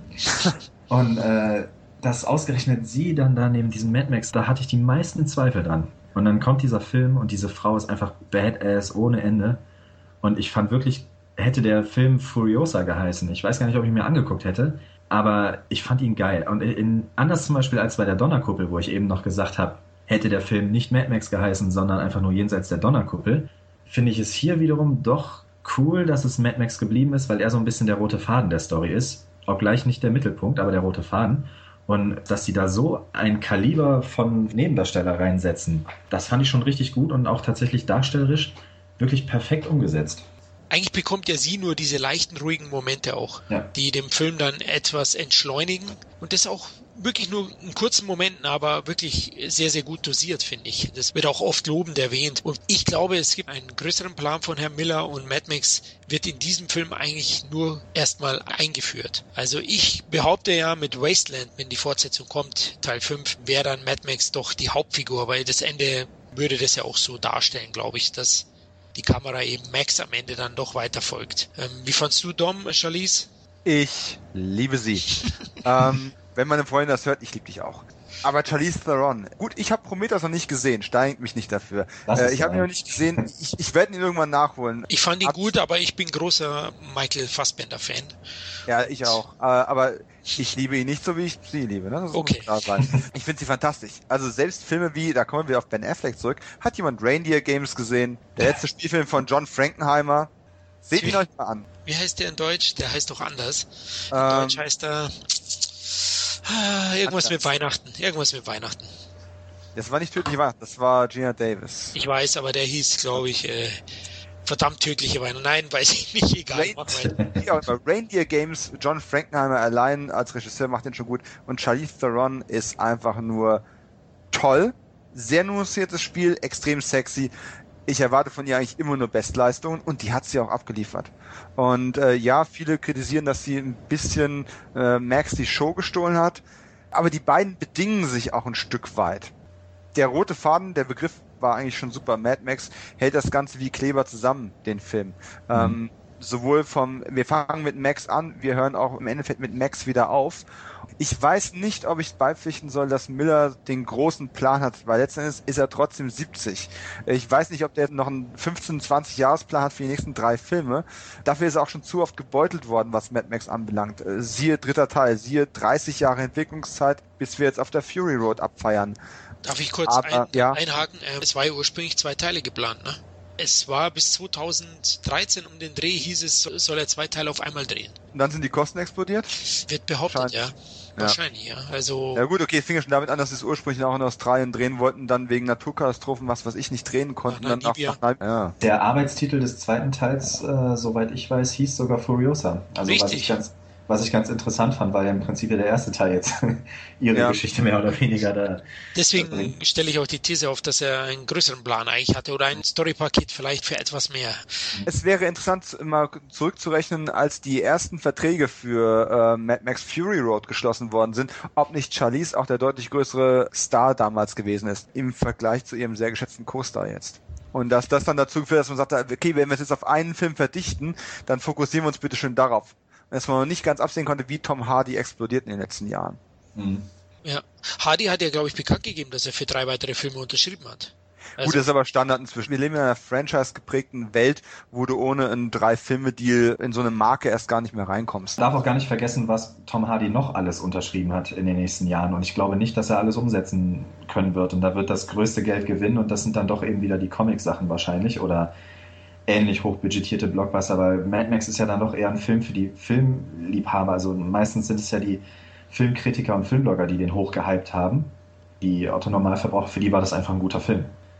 S2: Und dass ausgerechnet sie dann da neben diesem Mad Max, da hatte ich die meisten Zweifel dran. Und dann kommt dieser Film und diese Frau ist einfach Badass ohne Ende. Und ich fand wirklich, hätte der Film Furiosa geheißen. Ich weiß gar nicht, ob ich ihn mir angeguckt hätte, aber ich fand ihn geil. Und anders zum Beispiel als bei der Donnerkuppel, wo ich eben noch gesagt habe, hätte der Film nicht Mad Max geheißen, sondern einfach nur Jenseits der Donnerkuppel, finde ich es hier wiederum doch cool, dass es Mad Max geblieben ist, weil er so ein bisschen der rote Faden der Story ist. Obgleich nicht der Mittelpunkt, aber der rote Faden. Und dass sie da so ein Kaliber von Nebendarsteller reinsetzen, das fand ich schon richtig gut und auch tatsächlich darstellerisch wirklich perfekt umgesetzt.
S1: Eigentlich bekommt ja sie nur diese leichten, ruhigen Momente auch,
S2: ja,
S1: die dem Film dann etwas entschleunigen. Und das auch wirklich nur in kurzen Momenten, aber wirklich sehr, sehr gut dosiert, finde ich. Das wird auch oft lobend erwähnt. Und ich glaube, es gibt einen größeren Plan von Herrn Miller und Mad Max wird in diesem Film eigentlich nur erstmal eingeführt. Also ich behaupte ja, mit Wasteland, wenn die Fortsetzung kommt, Teil 5, wäre dann Mad Max doch die Hauptfigur, weil das Ende würde das ja auch so darstellen, glaube ich, dass die Kamera eben Max am Ende dann doch weiterfolgt. Wie fandst du Dom, Charlize?
S3: Ich liebe sie. Wenn meine Freundin das hört, ich liebe dich auch. Aber Charlize Theron, gut, ich habe Prometheus noch nicht gesehen, steinigt mich nicht dafür. Ich habe ihn noch nicht gesehen, ich werde ihn irgendwann nachholen.
S1: Ich fand ihn gut, aber ich bin großer Michael Fassbender-Fan.
S3: Ja, ich auch. Aber ich liebe ihn nicht so, wie ich sie liebe. Ne? Das
S1: okay.
S3: Muss klar sein. Ich finde sie fantastisch. Also selbst Filme wie, da kommen wir auf Ben Affleck zurück, hat jemand Reindeer Games gesehen? Der letzte Spielfilm von John Frankenheimer. Seht ihn euch mal an.
S1: Wie heißt der in Deutsch? Der heißt doch anders. In Deutsch heißt er irgendwas mit Weihnachten. Irgendwas mit Weihnachten.
S3: Das war nicht tödliche Weihnachten, das war Gina Davis.
S1: Ich weiß, aber der hieß, glaube ich, verdammt tödliche Weihnachten. Nein, weiß ich nicht, egal.
S3: Reindeer Games, John Frankenheimer allein als Regisseur macht den schon gut. Und Charlize Theron ist einfach nur toll. Sehr nuanciertes Spiel, extrem sexy. Ich erwarte von ihr eigentlich immer nur Bestleistungen und die hat sie auch abgeliefert. Und ja, viele kritisieren, dass sie ein bisschen Max die Show gestohlen hat. Aber die beiden bedingen sich auch ein Stück weit. Der rote Faden, der Begriff war eigentlich schon super. Mad Max hält das Ganze wie Kleber zusammen, den Film. Sowohl wir fangen mit Max an, wir hören auch im Endeffekt mit Max wieder auf. Ich weiß nicht, ob ich beipflichten soll, dass Miller den großen Plan hat, weil letztendlich ist er trotzdem 70. Ich weiß nicht, ob der noch einen 15-, 20-Jahres-Plan hat für die nächsten 3 Filme. Dafür ist er auch schon zu oft gebeutelt worden, was Mad Max anbelangt. Siehe 3. Teil, siehe 30 Jahre Entwicklungszeit, bis wir jetzt auf der Fury Road abfeiern.
S1: Darf ich kurz einhaken? Es war ja ursprünglich 2 Teile geplant, ne? Es war bis 2013 um den Dreh, hieß es, soll er 2 Teile auf einmal drehen.
S3: Und dann sind die Kosten explodiert?
S1: Wird behauptet, ja. Wahrscheinlich, ja. Also.
S3: Ja gut, okay, es fing ja schon damit an, dass sie es ursprünglich auch in Australien drehen wollten, dann wegen Naturkatastrophen, was ich nicht drehen konnten.
S2: Ja. Der Arbeitstitel des 2. Teils, soweit ich weiß, hieß sogar Furiosa. Also
S1: richtig.
S2: Was ich ganz interessant fand, weil ja im Prinzip der erste Teil jetzt ihre Geschichte mehr oder weniger da.
S1: Deswegen stelle ich auch die These auf, dass er einen größeren Plan eigentlich hatte oder ein Storypaket vielleicht für etwas mehr.
S3: Es wäre interessant, mal zurückzurechnen, als die ersten Verträge für Mad Max Fury Road geschlossen worden sind, ob nicht Charlize auch der deutlich größere Star damals gewesen ist, im Vergleich zu ihrem sehr geschätzten Co-Star jetzt. Und dass das dann dazu führt, dass man sagt, okay, wenn wir es jetzt auf einen Film verdichten, dann fokussieren wir uns bitte schön darauf. Dass man noch nicht ganz absehen konnte, wie Tom Hardy explodiert in den letzten Jahren.
S2: Mhm.
S1: Ja, Hardy hat ja, glaube ich, bekannt gegeben, dass er für 3 weitere Filme unterschrieben hat.
S3: Also, gut, das ist aber Standard inzwischen. Wir leben in einer franchise-geprägten Welt, wo du ohne einen 3-Filme-Deal in so eine Marke erst gar nicht mehr reinkommst.
S2: Ich darf auch gar nicht vergessen, was Tom Hardy noch alles unterschrieben hat in den nächsten Jahren. Und ich glaube nicht, dass er alles umsetzen können wird. Und da wird das größte Geld gewinnen. Und das sind dann doch eben wieder die Comic-Sachen wahrscheinlich. Oder ähnlich hochbudgetierte Blockbuster, weil Mad Max ist ja dann doch eher ein Film für die Filmliebhaber. Also meistens sind es ja die Filmkritiker und Filmblogger, die den hochgehypt haben. Die Otto-Normalverbraucher, für die war das einfach ein guter Film.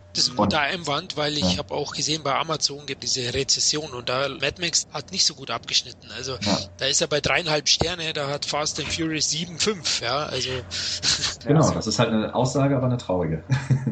S1: Das ist ein guter Einwand, weil ich habe auch gesehen, bei Amazon gibt es diese Rezession und da Mad Max hat nicht so gut abgeschnitten. Also da ist er bei 3,5 Sterne, da hat Fast and Furious 7,5, ja, also.
S2: Genau, das ist halt eine Aussage, aber eine traurige.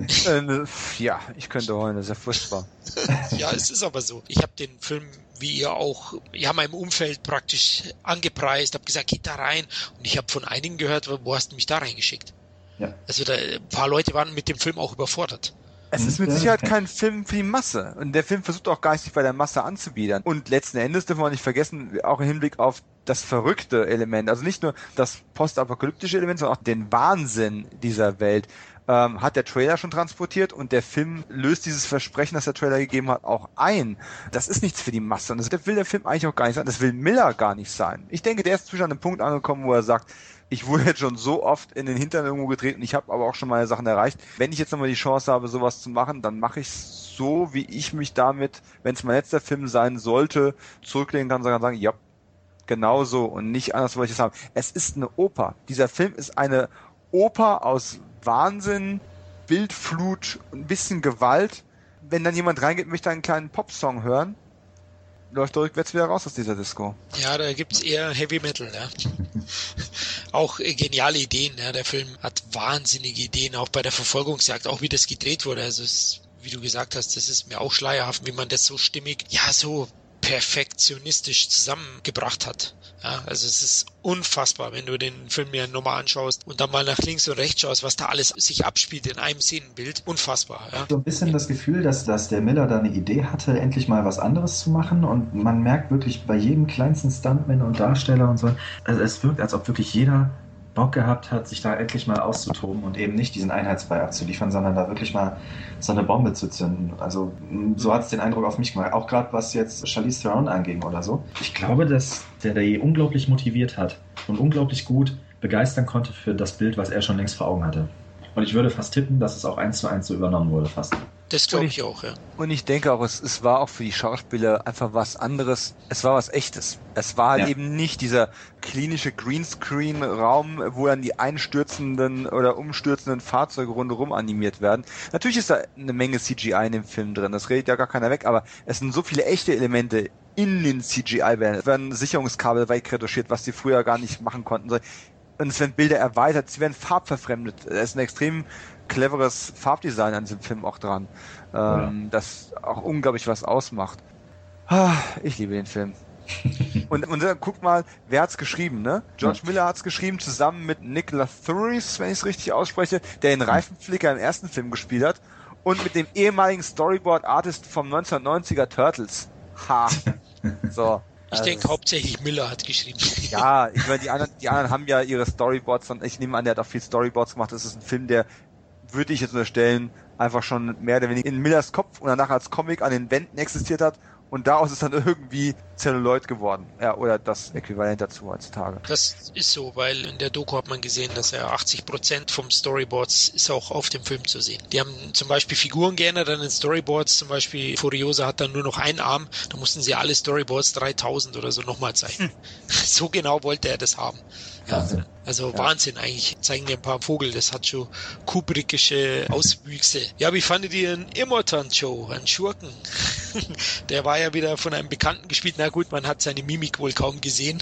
S3: Ja, ich könnte heulen, das ist ja furchtbar.
S1: Ja, es ist aber so. Ich habe den Film, wie ihr auch, meinem Umfeld praktisch angepreist, habe gesagt, geht da rein und ich habe von einigen gehört, wo hast du mich da reingeschickt? Ja. Also ein paar Leute waren mit dem Film auch überfordert.
S3: Es ist mit Sicherheit kein Film für die Masse. Und der Film versucht auch gar nicht, sich bei der Masse anzubiedern. Und letzten Endes dürfen wir nicht vergessen, auch im Hinblick auf das verrückte Element, also nicht nur das postapokalyptische Element, sondern auch den Wahnsinn dieser Welt, hat der Trailer schon transportiert und der Film löst dieses Versprechen, das der Trailer gegeben hat, auch ein. Das ist nichts für die Masse. Und das will der Film eigentlich auch gar nicht sein. Das will Miller gar nicht sein. Ich denke, der ist zwischen an einem Punkt angekommen, wo er sagt, ich wurde jetzt schon so oft in den Hintern irgendwo getreten, ich habe aber auch schon meine Sachen erreicht. Wenn ich jetzt nochmal die Chance habe, sowas zu machen, dann mache ich es so, wie ich mich damit, wenn es mein letzter Film sein sollte, zurücklehnen kann und sagen, ja, genau so und nicht anders wollte ich es haben. Es ist eine Oper. Dieser Film ist eine Oper aus Wahnsinn, Bildflut, ein bisschen Gewalt. Wenn dann jemand reingeht, möchte einen kleinen Popsong hören, läuft er rückwärts wieder raus aus dieser Disco.
S1: Ja, da gibt's eher Heavy Metal, ja. Auch geniale Ideen, ja. Der Film hat wahnsinnige Ideen, auch bei der Verfolgungsjagd, auch wie das gedreht wurde. Also wie du gesagt hast, das ist mir auch schleierhaft, wie man das so stimmig, so perfektionistisch zusammengebracht hat. Ja, also es ist unfassbar, wenn du den Film mir nochmal anschaust und dann mal nach links und rechts schaust, was da alles sich abspielt in einem Szenenbild. Unfassbar. Ja.
S2: So ein bisschen das Gefühl, dass der Miller da eine Idee hatte, endlich mal was anderes zu machen und man merkt wirklich bei jedem kleinsten Stuntman und Darsteller und so, also es wirkt, als ob wirklich jeder Bock gehabt hat, sich da endlich mal auszutoben und eben nicht diesen Einheitsbrei abzuliefern, sondern da wirklich mal so eine Bombe zu zünden. Also so hat es den Eindruck auf mich gemacht. Auch gerade was jetzt Charlize Theron anging oder so. Ich glaube, dass der die unglaublich motiviert hat und unglaublich gut begeistern konnte für das Bild, was er schon längst vor Augen hatte. Und ich würde fast tippen, dass es auch 1:1 so übernommen wurde fast.
S1: Das glaube ich auch, ja.
S3: Und ich denke auch, es war auch für die Schauspieler einfach was anderes. Es war was Echtes. Es war halt eben nicht dieser klinische Greenscreen-Raum, wo dann die einstürzenden oder umstürzenden Fahrzeuge rundherum animiert werden. Natürlich ist da eine Menge CGI in dem Film drin, das redet ja gar keiner weg, aber es sind so viele echte Elemente in den CGI-Bildern. Es werden Sicherungskabel wegretuschiert, was sie früher gar nicht machen konnten. Und es werden Bilder erweitert, sie werden farbverfremdet. Es ist ein extrem cleveres Farbdesign an diesem Film auch dran, das auch unglaublich was ausmacht. Ich liebe den Film. und guck mal, wer hat's geschrieben, ne? George Miller hat's geschrieben, zusammen mit Nick Lathuris, wenn ich es richtig ausspreche, der den Reifenflicker im ersten Film gespielt hat, und mit dem ehemaligen Storyboard-Artist vom 1990er Turtles. So.
S1: Ich denke, hauptsächlich Miller hat geschrieben.
S3: Ja, ich meine, die anderen haben ja ihre Storyboards, und ich nehme an, der hat auch viel Storyboards gemacht. Das ist ein Film, der, würde ich jetzt unterstellen, einfach schon mehr oder weniger in Millers Kopf und danach als Comic an den Wänden existiert hat, und daraus ist dann irgendwie Celluloid geworden. Ja, oder das Äquivalent dazu heutzutage.
S1: Das ist so, weil in der Doku hat man gesehen, dass 80% vom Storyboards ist auch auf dem Film zu sehen. Die haben zum Beispiel Figuren geändert an den Storyboards, zum Beispiel Furiosa hat dann nur noch einen Arm, da mussten sie alle Storyboards 3000 oder so nochmal zeichnen. So genau wollte er das haben. Ja, also Wahnsinn eigentlich. Zeigen dir ein paar Vogel, das hat schon kubrickische Auswüchse. Ja, wie fandet ihr den Immortan Joe, einen Schurken? Der war ja wieder von einem Bekannten gespielt. Na gut, man hat seine Mimik wohl kaum gesehen.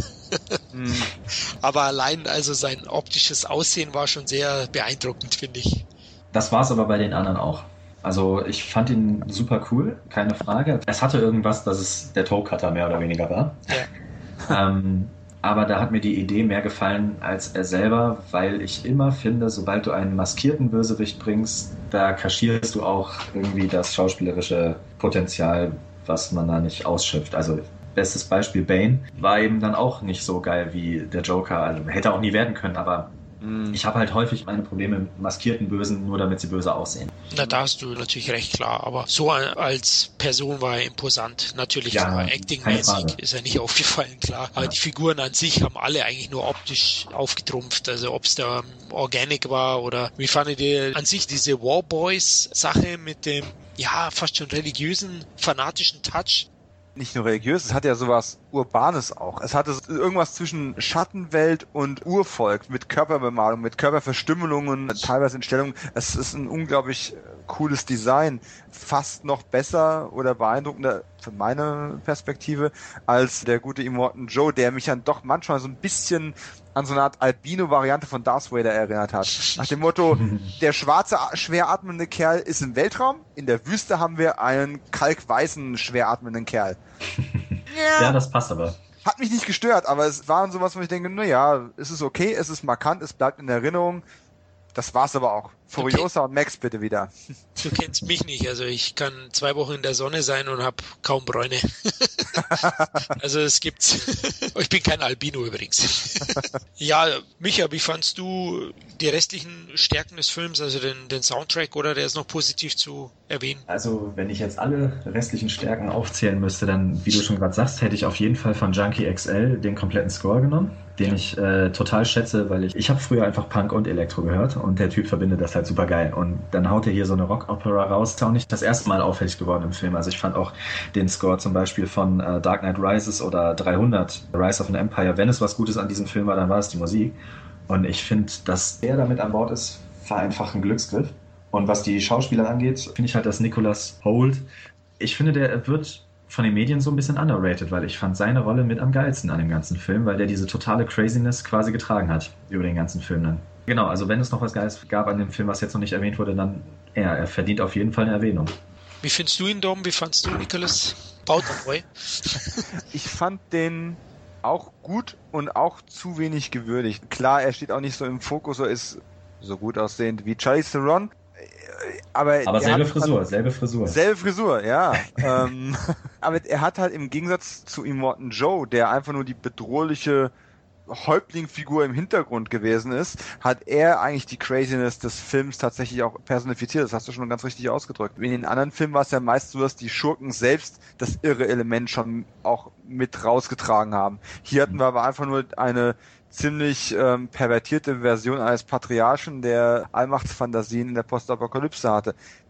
S1: Aber allein also sein optisches Aussehen war schon sehr beeindruckend, finde ich.
S2: Das war es aber bei den anderen auch. Also ich fand ihn super cool, keine Frage. Es hatte irgendwas, dass es der Toe-Cutter mehr oder weniger war. Ja. Aber da hat mir die Idee mehr gefallen als er selber, weil ich immer finde, sobald du einen maskierten Bösewicht bringst, da kaschierst du auch irgendwie das schauspielerische Potenzial, was man da nicht ausschöpft. Also bestes Beispiel, Bane war eben dann auch nicht so geil wie der Joker. Also hätte auch nie werden können, aber ich habe halt häufig meine Probleme mit maskierten Bösen, nur damit sie böse aussehen.
S1: Na, da hast du natürlich recht, klar. Aber so als Person war er imposant. Natürlich, ja, actingmäßig ist er nicht aufgefallen, klar. Aber die Figuren an sich haben alle eigentlich nur optisch aufgetrumpft. Also ob es da Organic war oder wie fandet ihr an sich diese Warboys-Sache mit dem, fast schon religiösen, fanatischen Touch?
S3: nicht nur religiös, es hat ja sowas Urbanes auch. Es hatte irgendwas zwischen Schattenwelt und Urvolk mit Körperbemalung, mit Körperverstümmelungen, teilweise in Stellung. Es ist ein unglaublich cooles Design. Fast noch besser oder beeindruckender von meiner Perspektive als der gute Immortan Joe, der mich dann doch manchmal so ein bisschen an so eine Art Albino-Variante von Darth Vader erinnert hat. Nach dem Motto, der schwarze, schwer atmende Kerl ist im Weltraum, in der Wüste haben wir einen kalkweißen, schwer atmenden Kerl.
S2: Ja, das passt aber.
S3: Hat mich nicht gestört, aber es war sowas, wo ich denke, naja, es ist okay, es ist markant, es bleibt in Erinnerung. Das war's aber auch. Furiosa und Max bitte wieder.
S1: Du kennst mich nicht, also ich kann 2 Wochen in der Sonne sein und habe kaum Bräune. Also es gibt's. Ich bin kein Albino übrigens. Ja, Micha, wie fandst du die restlichen Stärken des Films, also den Soundtrack, oder der ist noch positiv zu erwähnen?
S2: Also wenn ich jetzt alle restlichen Stärken aufzählen müsste, dann, wie du schon gerade sagst, hätte ich auf jeden Fall von Junkie XL den kompletten Score genommen, den ich total schätze, weil ich habe früher einfach Punk und Elektro gehört und der Typ verbindet das halt super geil. Und dann haut er hier so eine Rock-Opera raus. Ist auch nicht das erste Mal auffällig geworden im Film. Also ich fand auch den Score zum Beispiel von Dark Knight Rises oder 300, Rise of an Empire, wenn es was Gutes an diesem Film war, dann war es die Musik. Und ich finde, dass der damit an Bord ist, war einfach ein Glücksgriff. Und was die Schauspieler angeht, finde ich halt, dass Nicholas Hoult, ich finde, der wird von den Medien so ein bisschen underrated, weil ich fand seine Rolle mit am geilsten an dem ganzen Film, weil der diese totale Craziness quasi getragen hat über den ganzen Film dann. Genau, also wenn es noch was Geiles gab an dem Film, was jetzt noch nicht erwähnt wurde, dann er verdient auf jeden Fall eine Erwähnung.
S1: Wie findest du ihn, Dom? Wie fandst du Nicholas Bautenboy?
S3: Ich fand den auch gut und auch zu wenig gewürdigt. Klar, er steht auch nicht so im Fokus, er ist so gut aussehend wie Charlize Theron. Aber selbe Frisur. Selbe Frisur, ja. Aber er hat halt im Gegensatz zu Immortan Joe, der einfach nur die bedrohliche Häuptlingfigur im Hintergrund gewesen ist, hat er eigentlich die Craziness des Films tatsächlich auch personifiziert. Das hast du schon ganz richtig ausgedrückt. In den anderen Filmen war es ja meist so, dass die Schurken selbst das irre Element schon auch mit rausgetragen haben. Hier hatten wir aber einfach nur eine ziemlich pervertierte Version eines Patriarchen, der Allmachtsfantasien in der Postapokalypse hatte.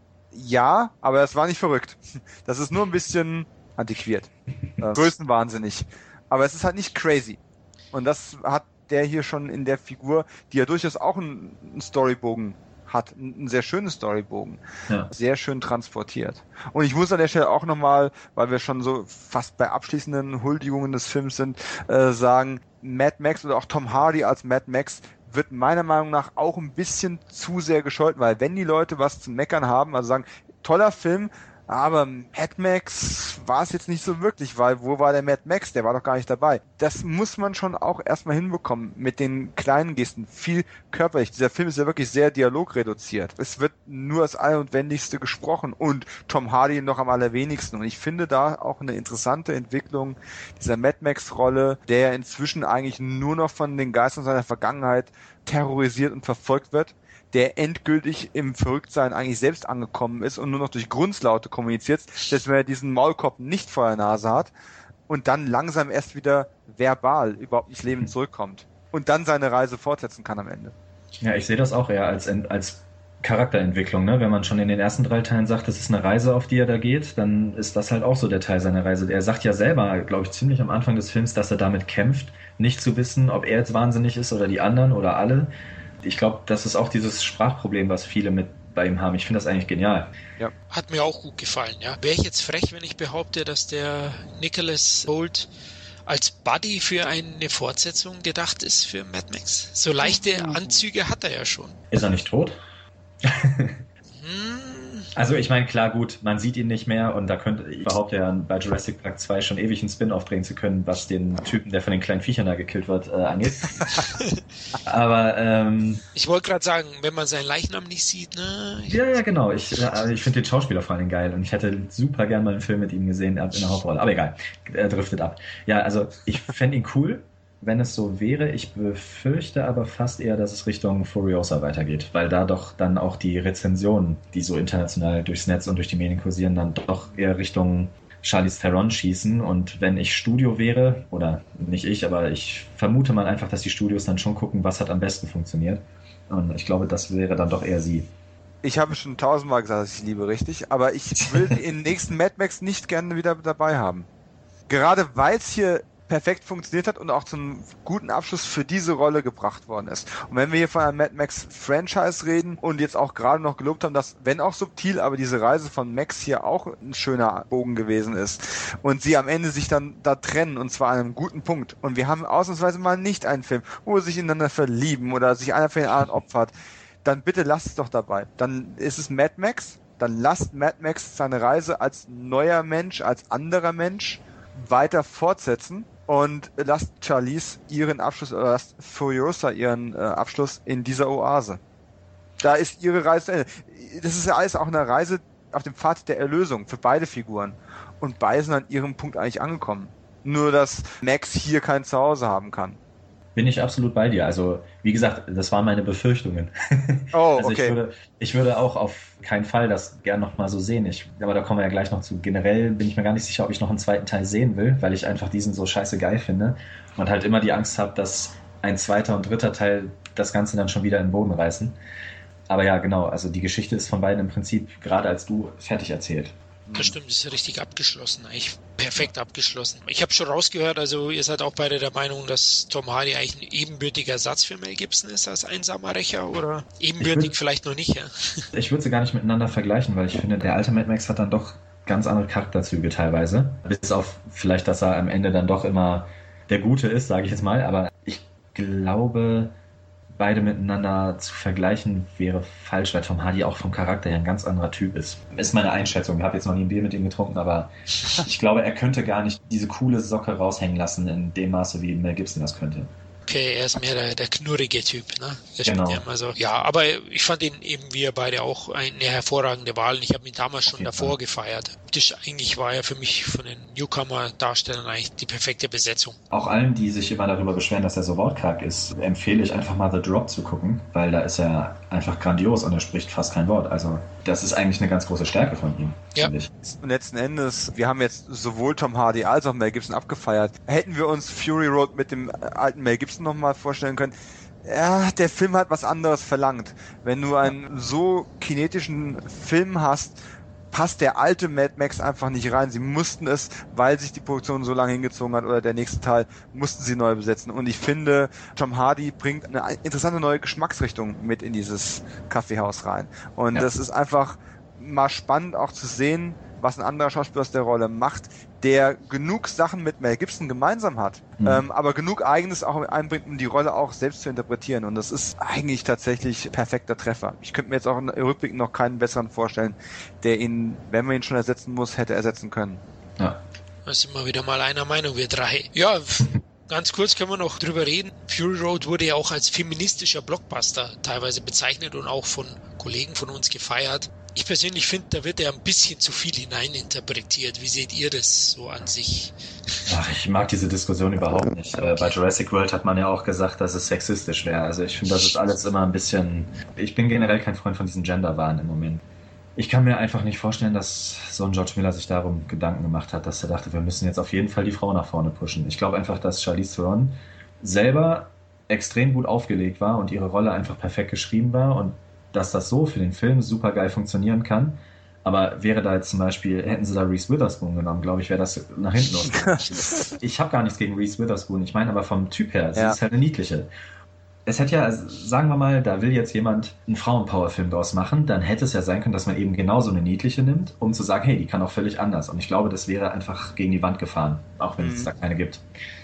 S3: Ja, aber es war nicht verrückt. Das ist nur ein bisschen antiquiert. Größenwahnsinnig. Aber es ist halt nicht crazy. Und das hat der hier schon in der Figur, die ja durchaus auch einen Storybogen hat, einen sehr schönen Storybogen, sehr schön transportiert. Und ich muss an der Stelle auch nochmal, weil wir schon so fast bei abschließenden Huldigungen des Films sind, sagen, Mad Max oder auch Tom Hardy als Mad Max wird meiner Meinung nach auch ein bisschen zu sehr gescholten, weil wenn die Leute was zu meckern haben, also sagen, toller Film, aber Mad Max war es jetzt nicht so wirklich, weil wo war der Mad Max? Der war doch gar nicht dabei. Das muss man schon auch erstmal hinbekommen mit den kleinen Gesten, viel körperlich. Dieser Film ist ja wirklich sehr dialogreduziert. Es wird nur das Allnotwendigste gesprochen und Tom Hardy noch am allerwenigsten. Und ich finde da auch eine interessante Entwicklung dieser Mad Max-Rolle, der ja inzwischen eigentlich nur noch von den Geistern seiner Vergangenheit terrorisiert und verfolgt wird, der endgültig im Verrücktsein eigentlich selbst angekommen ist und nur noch durch Grunzlaute kommuniziert, dass wenn er diesen Maulkorb nicht vor der Nase hat und dann langsam erst wieder verbal überhaupt ins Leben zurückkommt und dann seine Reise fortsetzen kann am Ende.
S2: Ja, ich sehe das auch eher als Charakterentwicklung, ne? Wenn man schon in den ersten 3 Teilen sagt, das ist eine Reise, auf die er da geht, dann ist das halt auch so der Teil seiner Reise. Er sagt ja selber, glaube ich, ziemlich am Anfang des Films, dass er damit kämpft, nicht zu wissen, ob er jetzt wahnsinnig ist oder die anderen oder alle. Ich glaube, das ist auch dieses Sprachproblem, was viele mit bei ihm haben. Ich finde das eigentlich genial.
S1: Ja. Hat mir auch gut gefallen, ja. Wäre ich jetzt frech, wenn ich behaupte, dass der Nicholas Hoult als Buddy für eine Fortsetzung gedacht ist für Mad Max? So leichte Anzüge hat er ja schon.
S2: Ist er nicht tot? Also ich meine, klar, gut, man sieht ihn nicht mehr und da ich behaupte ja bei Jurassic Park 2 schon ewig einen Spin-off drehen zu können, was den Typen, der von den kleinen Viechern da gekillt wird, angeht. Aber
S1: ich wollte gerade sagen, wenn man seinen Leichnam nicht sieht, ne?
S2: Ja, genau. Ich finde den Schauspieler vor allem geil und ich hätte super gern mal einen Film mit ihm gesehen in der Hauptrolle. Aber egal, er driftet ab. Ja, also ich fände ihn cool, wenn es so wäre. Ich befürchte aber fast eher, dass es Richtung Furiosa weitergeht, weil da doch dann auch die Rezensionen, die so international durchs Netz und durch die Medien kursieren, dann doch eher Richtung Charlize Theron schießen. Und wenn ich Studio wäre, oder nicht ich, aber ich vermute mal einfach, dass die Studios dann schon gucken, was hat am besten funktioniert. Und ich glaube, das wäre dann doch eher sie.
S3: Ich habe schon 1000-mal gesagt, dass ich liebe, richtig? Aber ich will den nächsten Mad Max nicht gerne wieder dabei haben. gerade weil es hier perfekt funktioniert hat und auch zum guten Abschluss für diese Rolle gebracht worden ist. Und wenn wir hier von einem Mad Max Franchise reden und jetzt auch gerade noch gelobt haben, dass, wenn auch subtil, aber diese Reise von Max hier auch ein schöner Bogen gewesen ist und sie am Ende sich dann da trennen und zwar an einem guten Punkt und wir haben ausnahmsweise mal nicht einen Film, wo sie sich ineinander verlieben oder sich einer für den anderen opfert, dann bitte lasst es doch dabei. Dann ist es Mad Max, dann lasst Mad Max seine Reise als neuer Mensch, als anderer Mensch weiter fortsetzen und lasst Charlize ihren Abschluss, oder lasst Furiosa ihren Abschluss in dieser Oase. Da ist ihre Reise zu Ende. Das ist ja alles auch eine Reise auf dem Pfad der Erlösung für beide Figuren. Und beide sind an ihrem Punkt eigentlich angekommen. Nur, dass Max hier kein Zuhause haben kann.
S2: Bin ich absolut bei dir. Also, wie gesagt, das waren meine Befürchtungen.
S3: Oh,
S2: also
S3: okay.
S2: ich würde auch auf keinen Fall das gern noch mal so sehen. Aber da kommen wir ja gleich noch zu. Generell bin ich mir gar nicht sicher, ob ich noch einen zweiten Teil sehen will, weil ich einfach diesen so scheiße geil finde und halt immer die Angst habe, dass ein zweiter und dritter Teil das Ganze dann schon wieder in den Boden reißen. Aber ja, genau. Also die Geschichte ist von beiden im Prinzip, gerade als du, fertig erzählt.
S1: Das stimmt, ist richtig abgeschlossen, eigentlich perfekt abgeschlossen. Ich habe schon rausgehört, also ihr seid auch beide der Meinung, dass Tom Hardy eigentlich ein ebenbürtiger Ersatz für Mel Gibson ist als einsamer Rächer oder ebenbürtig vielleicht noch nicht, ja?
S2: Ich würde sie gar nicht miteinander vergleichen, weil ich finde, der alte Mad Max hat dann doch ganz andere Charakterzüge teilweise. Bis auf vielleicht, dass er am Ende dann doch immer der Gute ist, sage ich jetzt mal. Aber ich glaube, beide miteinander zu vergleichen wäre falsch, weil Tom Hardy auch vom Charakter her ein ganz anderer Typ ist. Ist meine Einschätzung. Ich habe jetzt noch nie ein Bier mit ihm getrunken, aber ich glaube, er könnte gar nicht diese coole Socke raushängen lassen in dem Maße, wie Mel Gibson das könnte.
S1: Okay, er ist mehr der knurrige Typ, ne? Der spielt
S2: Genau.
S1: ja immer so. Ja, aber ich fand ihn eben, wir beide auch eine hervorragende Wahl und ich habe ihn damals schon davor gefeiert. Eigentlich war er für mich von den Newcomer-Darstellern eigentlich die perfekte Besetzung.
S2: Auch allen, die sich immer darüber beschweren, dass er so wortkarg ist, empfehle ich einfach mal The Drop zu gucken, weil da ist er einfach grandios und er spricht fast kein Wort. Also das ist eigentlich eine ganz große Stärke von ihm, finde ich.
S3: Und letzten Endes, wir haben jetzt sowohl Tom Hardy als auch Mel Gibson abgefeiert. Hätten wir uns Fury Road mit dem alten Mel Gibson nochmal vorstellen können, ja, der Film hat was anderes verlangt. Wenn du einen so kinetischen Film hast, passt der alte Mad Max einfach nicht rein. Sie mussten es, weil sich die Produktion so lange hingezogen hat, oder der nächste Teil, mussten sie neu besetzen. Und ich finde, Tom Hardy bringt eine interessante neue Geschmacksrichtung mit in dieses Kaffeehaus rein. Und das ist einfach mal spannend auch zu sehen, was ein anderer Schauspieler aus der Rolle macht, der genug Sachen mit Mel Gibson gemeinsam hat, aber genug Eigenes auch einbringt, um die Rolle auch selbst zu interpretieren. Und das ist eigentlich tatsächlich perfekter Treffer. Ich könnte mir jetzt auch im Rückblick noch keinen besseren vorstellen, der ihn, wenn man ihn schon ersetzen muss, hätte ersetzen können.
S2: Ja.
S1: Da sind wir wieder mal einer Meinung, wir drei. Ja, ganz kurz können wir noch drüber reden. Fury Road wurde ja auch als feministischer Blockbuster teilweise bezeichnet und auch von Kollegen von uns gefeiert. Ich persönlich finde, da wird ja ein bisschen zu viel hineininterpretiert. Wie seht ihr das so an sich?
S2: Ach, ich mag diese Diskussion überhaupt nicht. Bei Jurassic World hat man ja auch gesagt, dass es sexistisch wäre. Also ich finde, das ist alles immer ein bisschen... Ich bin generell kein Freund von diesen Genderwahn im Moment. Ich kann mir einfach nicht vorstellen, dass so ein George Miller sich darum Gedanken gemacht hat, dass er dachte, wir müssen jetzt auf jeden Fall die Frau nach vorne pushen. Ich glaube einfach, dass Charlize Theron selber extrem gut aufgelegt war und ihre Rolle einfach perfekt geschrieben war und dass das so für den Film super geil funktionieren kann. Aber wäre da jetzt zum Beispiel, hätten sie da Reese Witherspoon genommen, glaube ich, wäre das nach hinten los. Ich habe gar nichts gegen Reese Witherspoon. Ich meine aber vom Typ her, sie ist halt eine niedliche. Es hätte ja, also sagen wir mal, da will jetzt jemand einen Frauenpower-Film draus machen, dann hätte es ja sein können, dass man eben genauso eine niedliche nimmt, um zu sagen, hey, die kann auch völlig anders. Und ich glaube, das wäre einfach gegen die Wand gefahren, auch wenn es da keine gibt.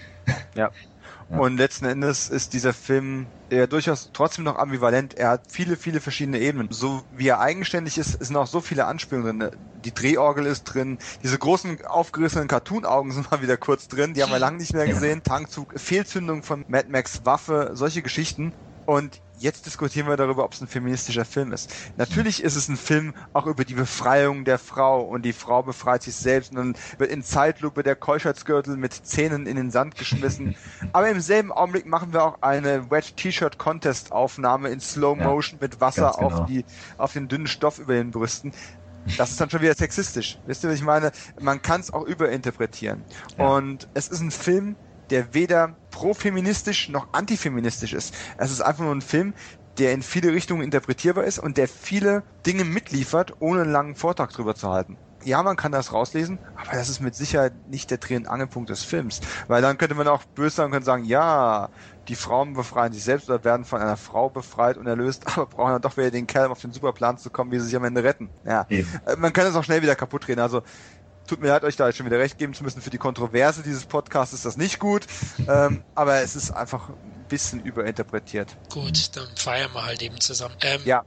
S3: Ja. Und letzten Endes ist dieser Film ja durchaus trotzdem noch ambivalent. Er hat viele, viele verschiedene Ebenen. So wie er eigenständig ist, sind auch so viele Anspielungen drin. Die Drehorgel ist drin. Diese großen, aufgerissenen Cartoon-Augen sind mal wieder kurz drin. Die haben wir lange nicht mehr gesehen. Tankzug, Fehlzündung von Mad Max Waffe, solche Geschichten. Und jetzt diskutieren wir darüber, ob es ein feministischer Film ist. Natürlich ist es ein Film auch über die Befreiung der Frau und die Frau befreit sich selbst und dann wird in Zeitlupe der Keuschheitsgürtel mit Zähnen in den Sand geschmissen. Aber im selben Augenblick machen wir auch eine Wet T-Shirt Contest Aufnahme in Slow Motion mit Wasser auf den dünnen Stoff über den Brüsten. Das ist dann schon wieder sexistisch. Wisst ihr, was ich meine? Man kann es auch überinterpretieren. Ja. Und es ist ein Film, der weder pro-feministisch noch antifeministisch ist. Es ist einfach nur ein Film, der in viele Richtungen interpretierbar ist und der viele Dinge mitliefert, ohne einen langen Vortrag drüber zu halten. Ja, man kann das rauslesen, aber das ist mit Sicherheit nicht der Dreh- und Angelpunkt des Films. Weil dann könnte man auch böse sein und könnte sagen, ja, die Frauen befreien sich selbst oder werden von einer Frau befreit und erlöst, aber brauchen dann doch wieder den Kerl, um auf den Superplan zu kommen, wie sie sich am Ende retten. Ja, man kann es auch schnell wieder kaputt drehen. Also tut mir leid, euch da jetzt schon wieder recht geben zu müssen. Für die Kontroverse dieses Podcasts ist das nicht gut, aber es ist einfach ein bisschen überinterpretiert.
S1: Gut, dann feiern wir halt eben zusammen.
S3: Ja.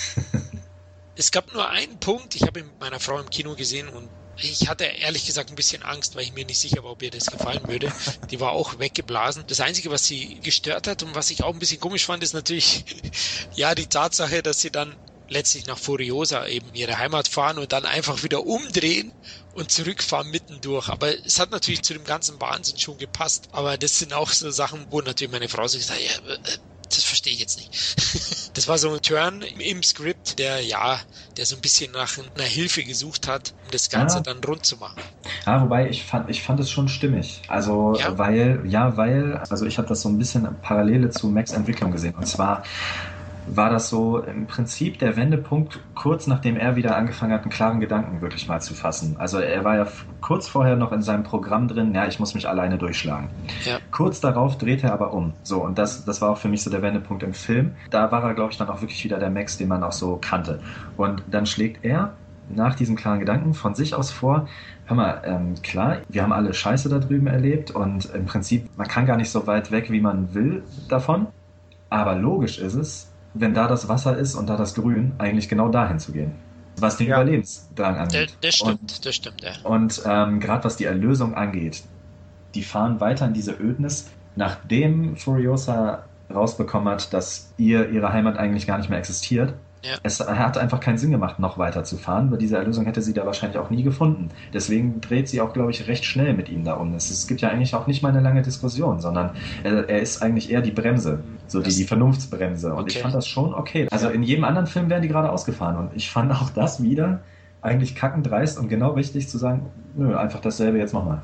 S1: Es gab nur einen Punkt, ich habe ihn mit meiner Frau im Kino gesehen und ich hatte ehrlich gesagt ein bisschen Angst, weil ich mir nicht sicher war, ob ihr das gefallen würde. Die war auch weggeblasen. Das Einzige, was sie gestört hat und was ich auch ein bisschen komisch fand, ist natürlich ja die Tatsache, dass sie dann letztlich nach Furiosa eben ihre Heimat fahren und dann einfach wieder umdrehen und zurückfahren mittendurch. Aber es hat natürlich zu dem ganzen Wahnsinn schon gepasst. Aber das sind auch so Sachen, wo natürlich meine Frau so gesagt hat, ja, das verstehe ich jetzt nicht. Das war so ein Turn im Skript, der so ein bisschen nach einer Hilfe gesucht hat, um das Ganze dann rund zu machen.
S2: Ja, wobei ich fand es schon stimmig. Also, weil ich habe das so ein bisschen Parallele zu Max Entwicklung gesehen. Und zwar war das so im Prinzip der Wendepunkt, kurz nachdem er wieder angefangen hat, einen klaren Gedanken wirklich mal zu fassen. Also er war ja kurz vorher noch in seinem Programm drin, ich muss mich alleine durchschlagen. Ja. Kurz darauf dreht er aber um. So, und das war auch für mich so der Wendepunkt im Film. Da war er, glaube ich, dann auch wirklich wieder der Max, den man auch so kannte. Und dann schlägt er nach diesem klaren Gedanken von sich aus vor, hör mal, klar, wir haben alle Scheiße da drüben erlebt und im Prinzip, man kann gar nicht so weit weg, wie man will davon. Aber logisch ist es, wenn da das Wasser ist und da das Grün, eigentlich genau dahin zu gehen. Was den Überlebensdrang angeht.
S1: Das stimmt, ja.
S2: Und gerade was die Erlösung angeht, die fahren weiter in diese Ödnis, nachdem Furiosa rausbekommen hat, dass ihre Heimat eigentlich gar nicht mehr existiert. Ja. Es hat einfach keinen Sinn gemacht, noch weiter zu fahren, weil diese Erlösung hätte sie da wahrscheinlich auch nie gefunden. Deswegen dreht sie auch, glaube ich, recht schnell mit ihm da um. Es gibt ja eigentlich auch nicht mal eine lange Diskussion, sondern er ist eigentlich eher die Bremse, so die Vernunftsbremse. Und ich fand das schon okay. Also in jedem anderen Film wären die gerade ausgefahren und ich fand auch das wieder eigentlich kackendreist und genau richtig zu sagen, nö, einfach dasselbe jetzt nochmal.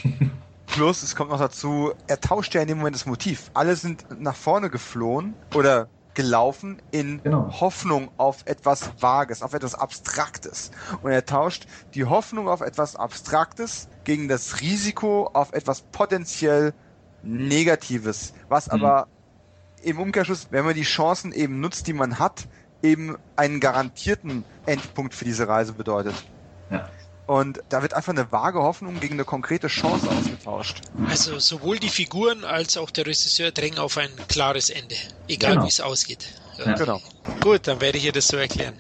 S3: Plus, es kommt noch dazu, er tauscht ja in dem Moment das Motiv. Alle sind nach vorne geflohen oder gelaufen in Hoffnung auf etwas Vages, auf etwas Abstraktes. Und er tauscht die Hoffnung auf etwas Abstraktes gegen das Risiko auf etwas potenziell Negatives, was aber im Umkehrschluss, wenn man die Chancen eben nutzt, die man hat, eben einen garantierten Endpunkt für diese Reise bedeutet. Ja. Und da wird einfach eine vage Hoffnung gegen eine konkrete Chance ausgetauscht.
S1: Also sowohl die Figuren als auch der Regisseur drängen auf ein klares Ende, egal wie es ausgeht.
S3: Ja. Genau.
S1: Gut, dann werde ich ihr das so erklären.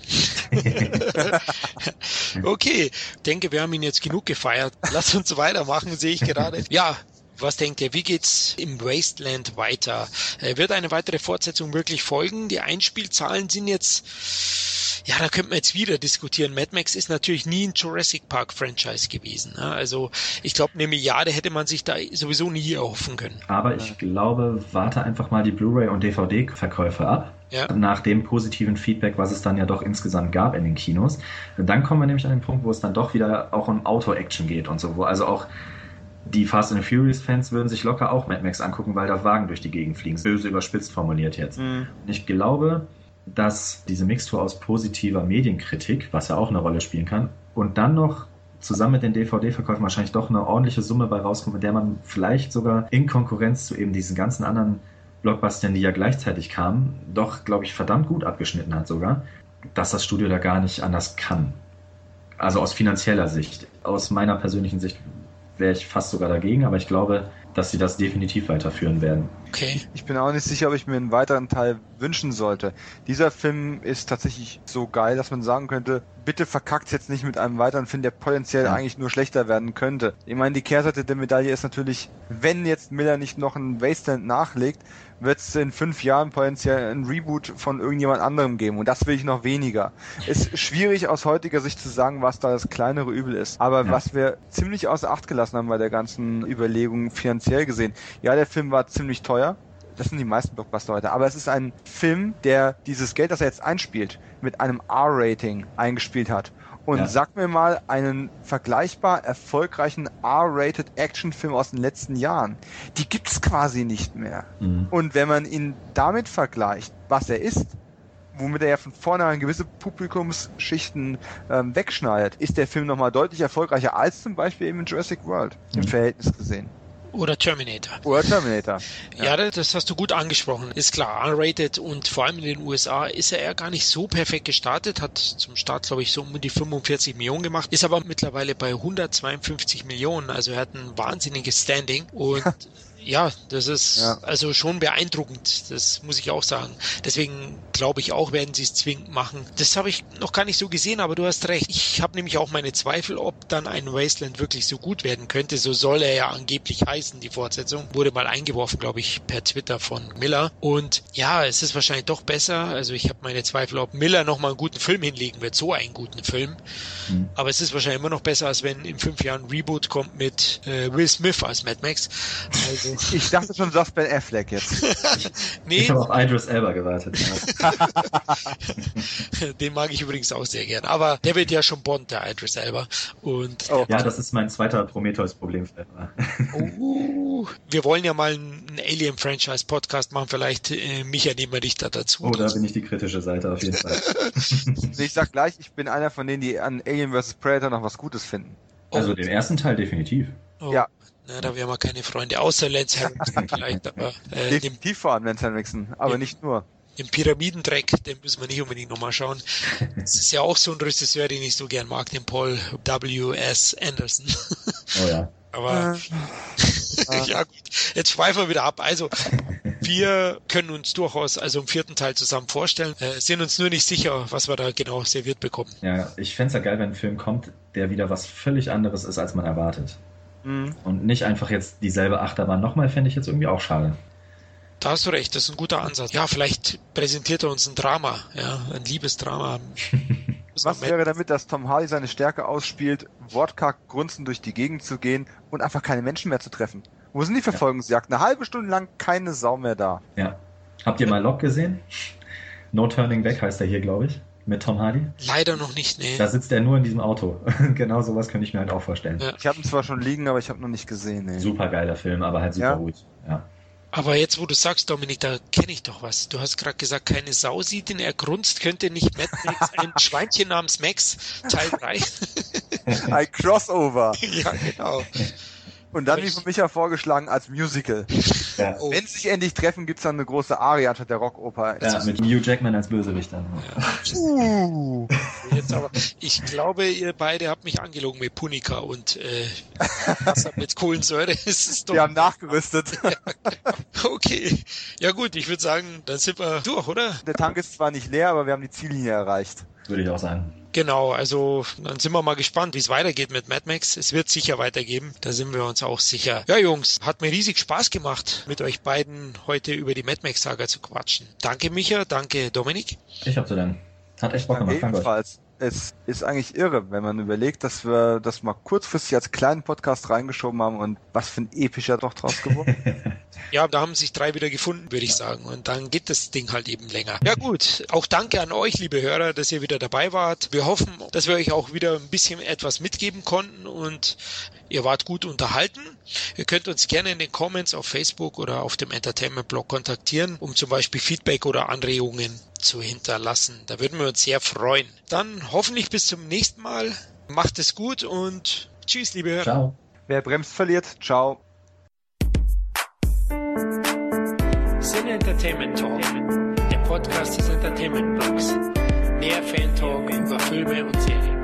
S1: Okay, ich denke, wir haben ihn jetzt genug gefeiert. Lass uns weitermachen, sehe ich gerade. Ja, was denkt ihr, wie geht's im Wasteland weiter? Wird eine weitere Fortsetzung wirklich folgen? Die Einspielzahlen sind jetzt, da könnte man jetzt wieder diskutieren. Mad Max ist natürlich nie ein Jurassic Park Franchise gewesen. Ne? Also ich glaube, 1 Milliarde hätte man sich da sowieso nie erhoffen können.
S2: Aber ich glaube, warte einfach mal die Blu-ray und DVD-Verkäufe ab. Ja. Nach dem positiven Feedback, was es dann ja doch insgesamt gab in den Kinos. Dann kommen wir nämlich an den Punkt, wo es dann doch wieder auch um Auto-Action geht und so, wo also auch die Fast and Furious-Fans würden sich locker auch Mad Max angucken, weil da Wagen durch die Gegend fliegen. Böse überspitzt formuliert jetzt. Und ich glaube, dass diese Mixtur aus positiver Medienkritik, was ja auch eine Rolle spielen kann, und dann noch zusammen mit den DVD-Verkäufen wahrscheinlich doch eine ordentliche Summe bei rauskommt, mit der man vielleicht sogar in Konkurrenz zu eben diesen ganzen anderen Blockbustern, die ja gleichzeitig kamen, doch, glaube ich, verdammt gut abgeschnitten hat sogar, dass das Studio da gar nicht anders kann. Also aus finanzieller Sicht. Aus meiner persönlichen Sicht wäre ich fast sogar dagegen, aber ich glaube, dass sie das definitiv weiterführen werden.
S3: Okay. Ich bin auch nicht sicher, ob ich mir einen weiteren Teil wünschen sollte. Dieser Film ist tatsächlich so geil, dass man sagen könnte, bitte verkackt jetzt nicht mit einem weiteren Film, der potenziell eigentlich nur schlechter werden könnte. Ich meine, die Kehrseite der Medaille ist natürlich, wenn jetzt Miller nicht noch einen Wasteland nachlegt, wird es in 5 Jahren potenziell ein Reboot von irgendjemand anderem geben. Und das will ich noch weniger. Ist schwierig aus heutiger Sicht zu sagen, was da das kleinere Übel ist. Aber was wir ziemlich außer Acht gelassen haben bei der ganzen Überlegung finanziell gesehen. Ja, der Film war ziemlich teuer. Das sind die meisten Blockbuster heute. Aber es ist ein Film, der dieses Geld, das er jetzt einspielt, mit einem R-Rating eingespielt hat. Und sag mir mal einen vergleichbar erfolgreichen R-Rated Actionfilm aus den letzten Jahren. Die gibt's quasi nicht mehr. Mhm. Und wenn man ihn damit vergleicht, was er ist, womit er ja von vornherein gewisse Publikumsschichten wegschneidet, ist der Film nochmal deutlich erfolgreicher als zum Beispiel eben in Jurassic World im Verhältnis gesehen.
S1: Oder Terminator.
S3: Ja,
S1: das hast du gut angesprochen. Ist klar, R-rated und vor allem in den USA ist er ja gar nicht so perfekt gestartet, hat zum Start, glaube ich, so um die 45 Millionen gemacht, ist aber mittlerweile bei 152 Millionen, also er hat ein wahnsinniges Standing und ja, das ist also schon beeindruckend, das muss ich auch sagen. Deswegen glaube ich auch, werden sie es zwingend machen. Das habe ich noch gar nicht so gesehen, aber du hast recht. Ich habe nämlich auch meine Zweifel, ob dann ein Wasteland wirklich so gut werden könnte. So soll er ja angeblich heißen, die Fortsetzung. Wurde mal eingeworfen, glaube ich, per Twitter von Miller. Und ja, es ist wahrscheinlich doch besser. Also ich habe meine Zweifel, ob Miller nochmal einen guten Film hinlegen wird. So einen guten Film. Mhm. Aber es ist wahrscheinlich immer noch besser, als wenn in 5 Jahren ein Reboot kommt mit Will Smith als Mad Max. Also
S3: ich dachte schon, du sagst Ben Affleck jetzt.
S2: Nee. Ich habe auf Idris Elba gewartet.
S1: Den mag ich übrigens auch sehr gern. Aber der wird ja schon Bond, der Idris Elba. Und
S2: ja, das ist mein zweiter Prometheus-Problem.
S1: Wir wollen ja mal einen Alien-Franchise-Podcast machen. Vielleicht, Micha, nehmen wir dich da dazu.
S2: Oh, da bin ich die kritische Seite auf jeden Fall.
S3: Ich sag gleich, ich bin einer von denen, die an Alien vs. Predator noch was Gutes finden.
S2: Also den ersten Teil definitiv.
S1: Oh. Ja. Na, da wären wir keine Freunde, außer Lance Henriksen vielleicht. Aber,
S3: definitiv vor allem Lance Henriksen, aber nicht nur.
S1: Den Pyramidendreck, den müssen wir nicht unbedingt nochmal schauen. Das ist ja auch so ein Regisseur, den ich so gern mag, den Paul W.S. Anderson.
S2: Oh ja.
S1: Aber ja gut, jetzt schweifen wir wieder ab. Also wir können uns durchaus also im 4. Teil zusammen vorstellen, sind uns nur nicht sicher, was wir da genau serviert bekommen.
S2: Ja, ich fände es ja geil, wenn ein Film kommt, der wieder was völlig anderes ist, als man erwartet. Mhm. Und nicht einfach jetzt dieselbe Achterbahn nochmal, fände ich jetzt irgendwie auch schade.
S1: Da hast du recht, das ist ein guter Ansatz. Ja, vielleicht präsentiert er uns ein Drama, ja, ein Liebesdrama.
S3: Was wäre damit, dass Tom Hardy seine Stärke ausspielt, wortkarg grunzend durch die Gegend zu gehen und einfach keine Menschen mehr zu treffen? Wo sind die Verfolgungsjagden? Eine halbe Stunde lang keine Sau mehr da.
S2: Ja. Habt ihr mal Locke gesehen? No Turning Back heißt er hier, glaube ich. Mit Tom Hardy?
S1: Leider noch nicht, nee.
S2: Da sitzt er nur in diesem Auto. Genau sowas könnte ich mir halt auch vorstellen.
S3: Ja. Ich habe ihn zwar schon liegen, aber ich habe noch nicht gesehen. Nee.
S2: Super geiler Film, aber halt super gut. Ja.
S1: Aber jetzt, wo du sagst, Dominik, da kenne ich doch was. Du hast gerade gesagt, keine Sau sieht ihn, er grunzt, könnte nicht Mad Max ein Schweinchen namens Max, Teil 3.
S3: Ein Crossover.
S1: Ja, genau.
S3: Und dann, wie von Micha vorgeschlagen, als Musical. Ja. Oh. Wenn sie sich endlich treffen, gibt's dann eine große Aria anstatt der Rockoper.
S2: Ja, mit Hugh Jackman als Bösewicht dann.
S1: Ja. Jetzt aber, ich glaube, ihr beide habt mich angelogen mit Punika und Wasser mit Kohlensäure.
S3: Wir haben nachgerüstet.
S1: Okay. Ja gut, ich würde sagen, dann sind wir durch, oder?
S3: Der Tank ist zwar nicht leer, aber wir haben die Ziellinie erreicht.
S2: Würde ich auch sagen.
S1: Genau, also dann sind wir mal gespannt, wie es weitergeht mit Mad Max. Es wird sicher weitergeben, da sind wir uns auch sicher. Ja Jungs, hat mir riesig Spaß gemacht, mit euch beiden heute über die Mad Max-Saga zu quatschen. Danke Micha, danke Dominik.
S2: Ich hab zu danken. Hat echt Bock gemacht.
S3: Ebenfalls. Es ist eigentlich irre, wenn man überlegt, dass wir das mal kurzfristig als kleinen Podcast reingeschoben haben und was für ein epischer doch draus geworden.
S1: Ja, da haben sich 3 wieder gefunden, würde ich sagen. Und dann geht das Ding halt eben länger. Ja gut, auch danke an euch, liebe Hörer, dass ihr wieder dabei wart. Wir hoffen, dass wir euch auch wieder ein bisschen etwas mitgeben konnten und ihr wart gut unterhalten. Ihr könnt uns gerne in den Comments auf Facebook oder auf dem Entertainment-Blog kontaktieren, um zum Beispiel Feedback oder Anregungen zu hinterlassen. Da würden wir uns sehr freuen. Dann hoffentlich bis zum nächsten Mal. Macht es gut und tschüss, liebe Hörer.
S2: Ciao.
S3: Wer bremst, verliert. Ciao.
S1: Sin Entertainment Talk, der Podcast des Entertainment Blogs. Mehr Fan-Talk über Filme und Serien.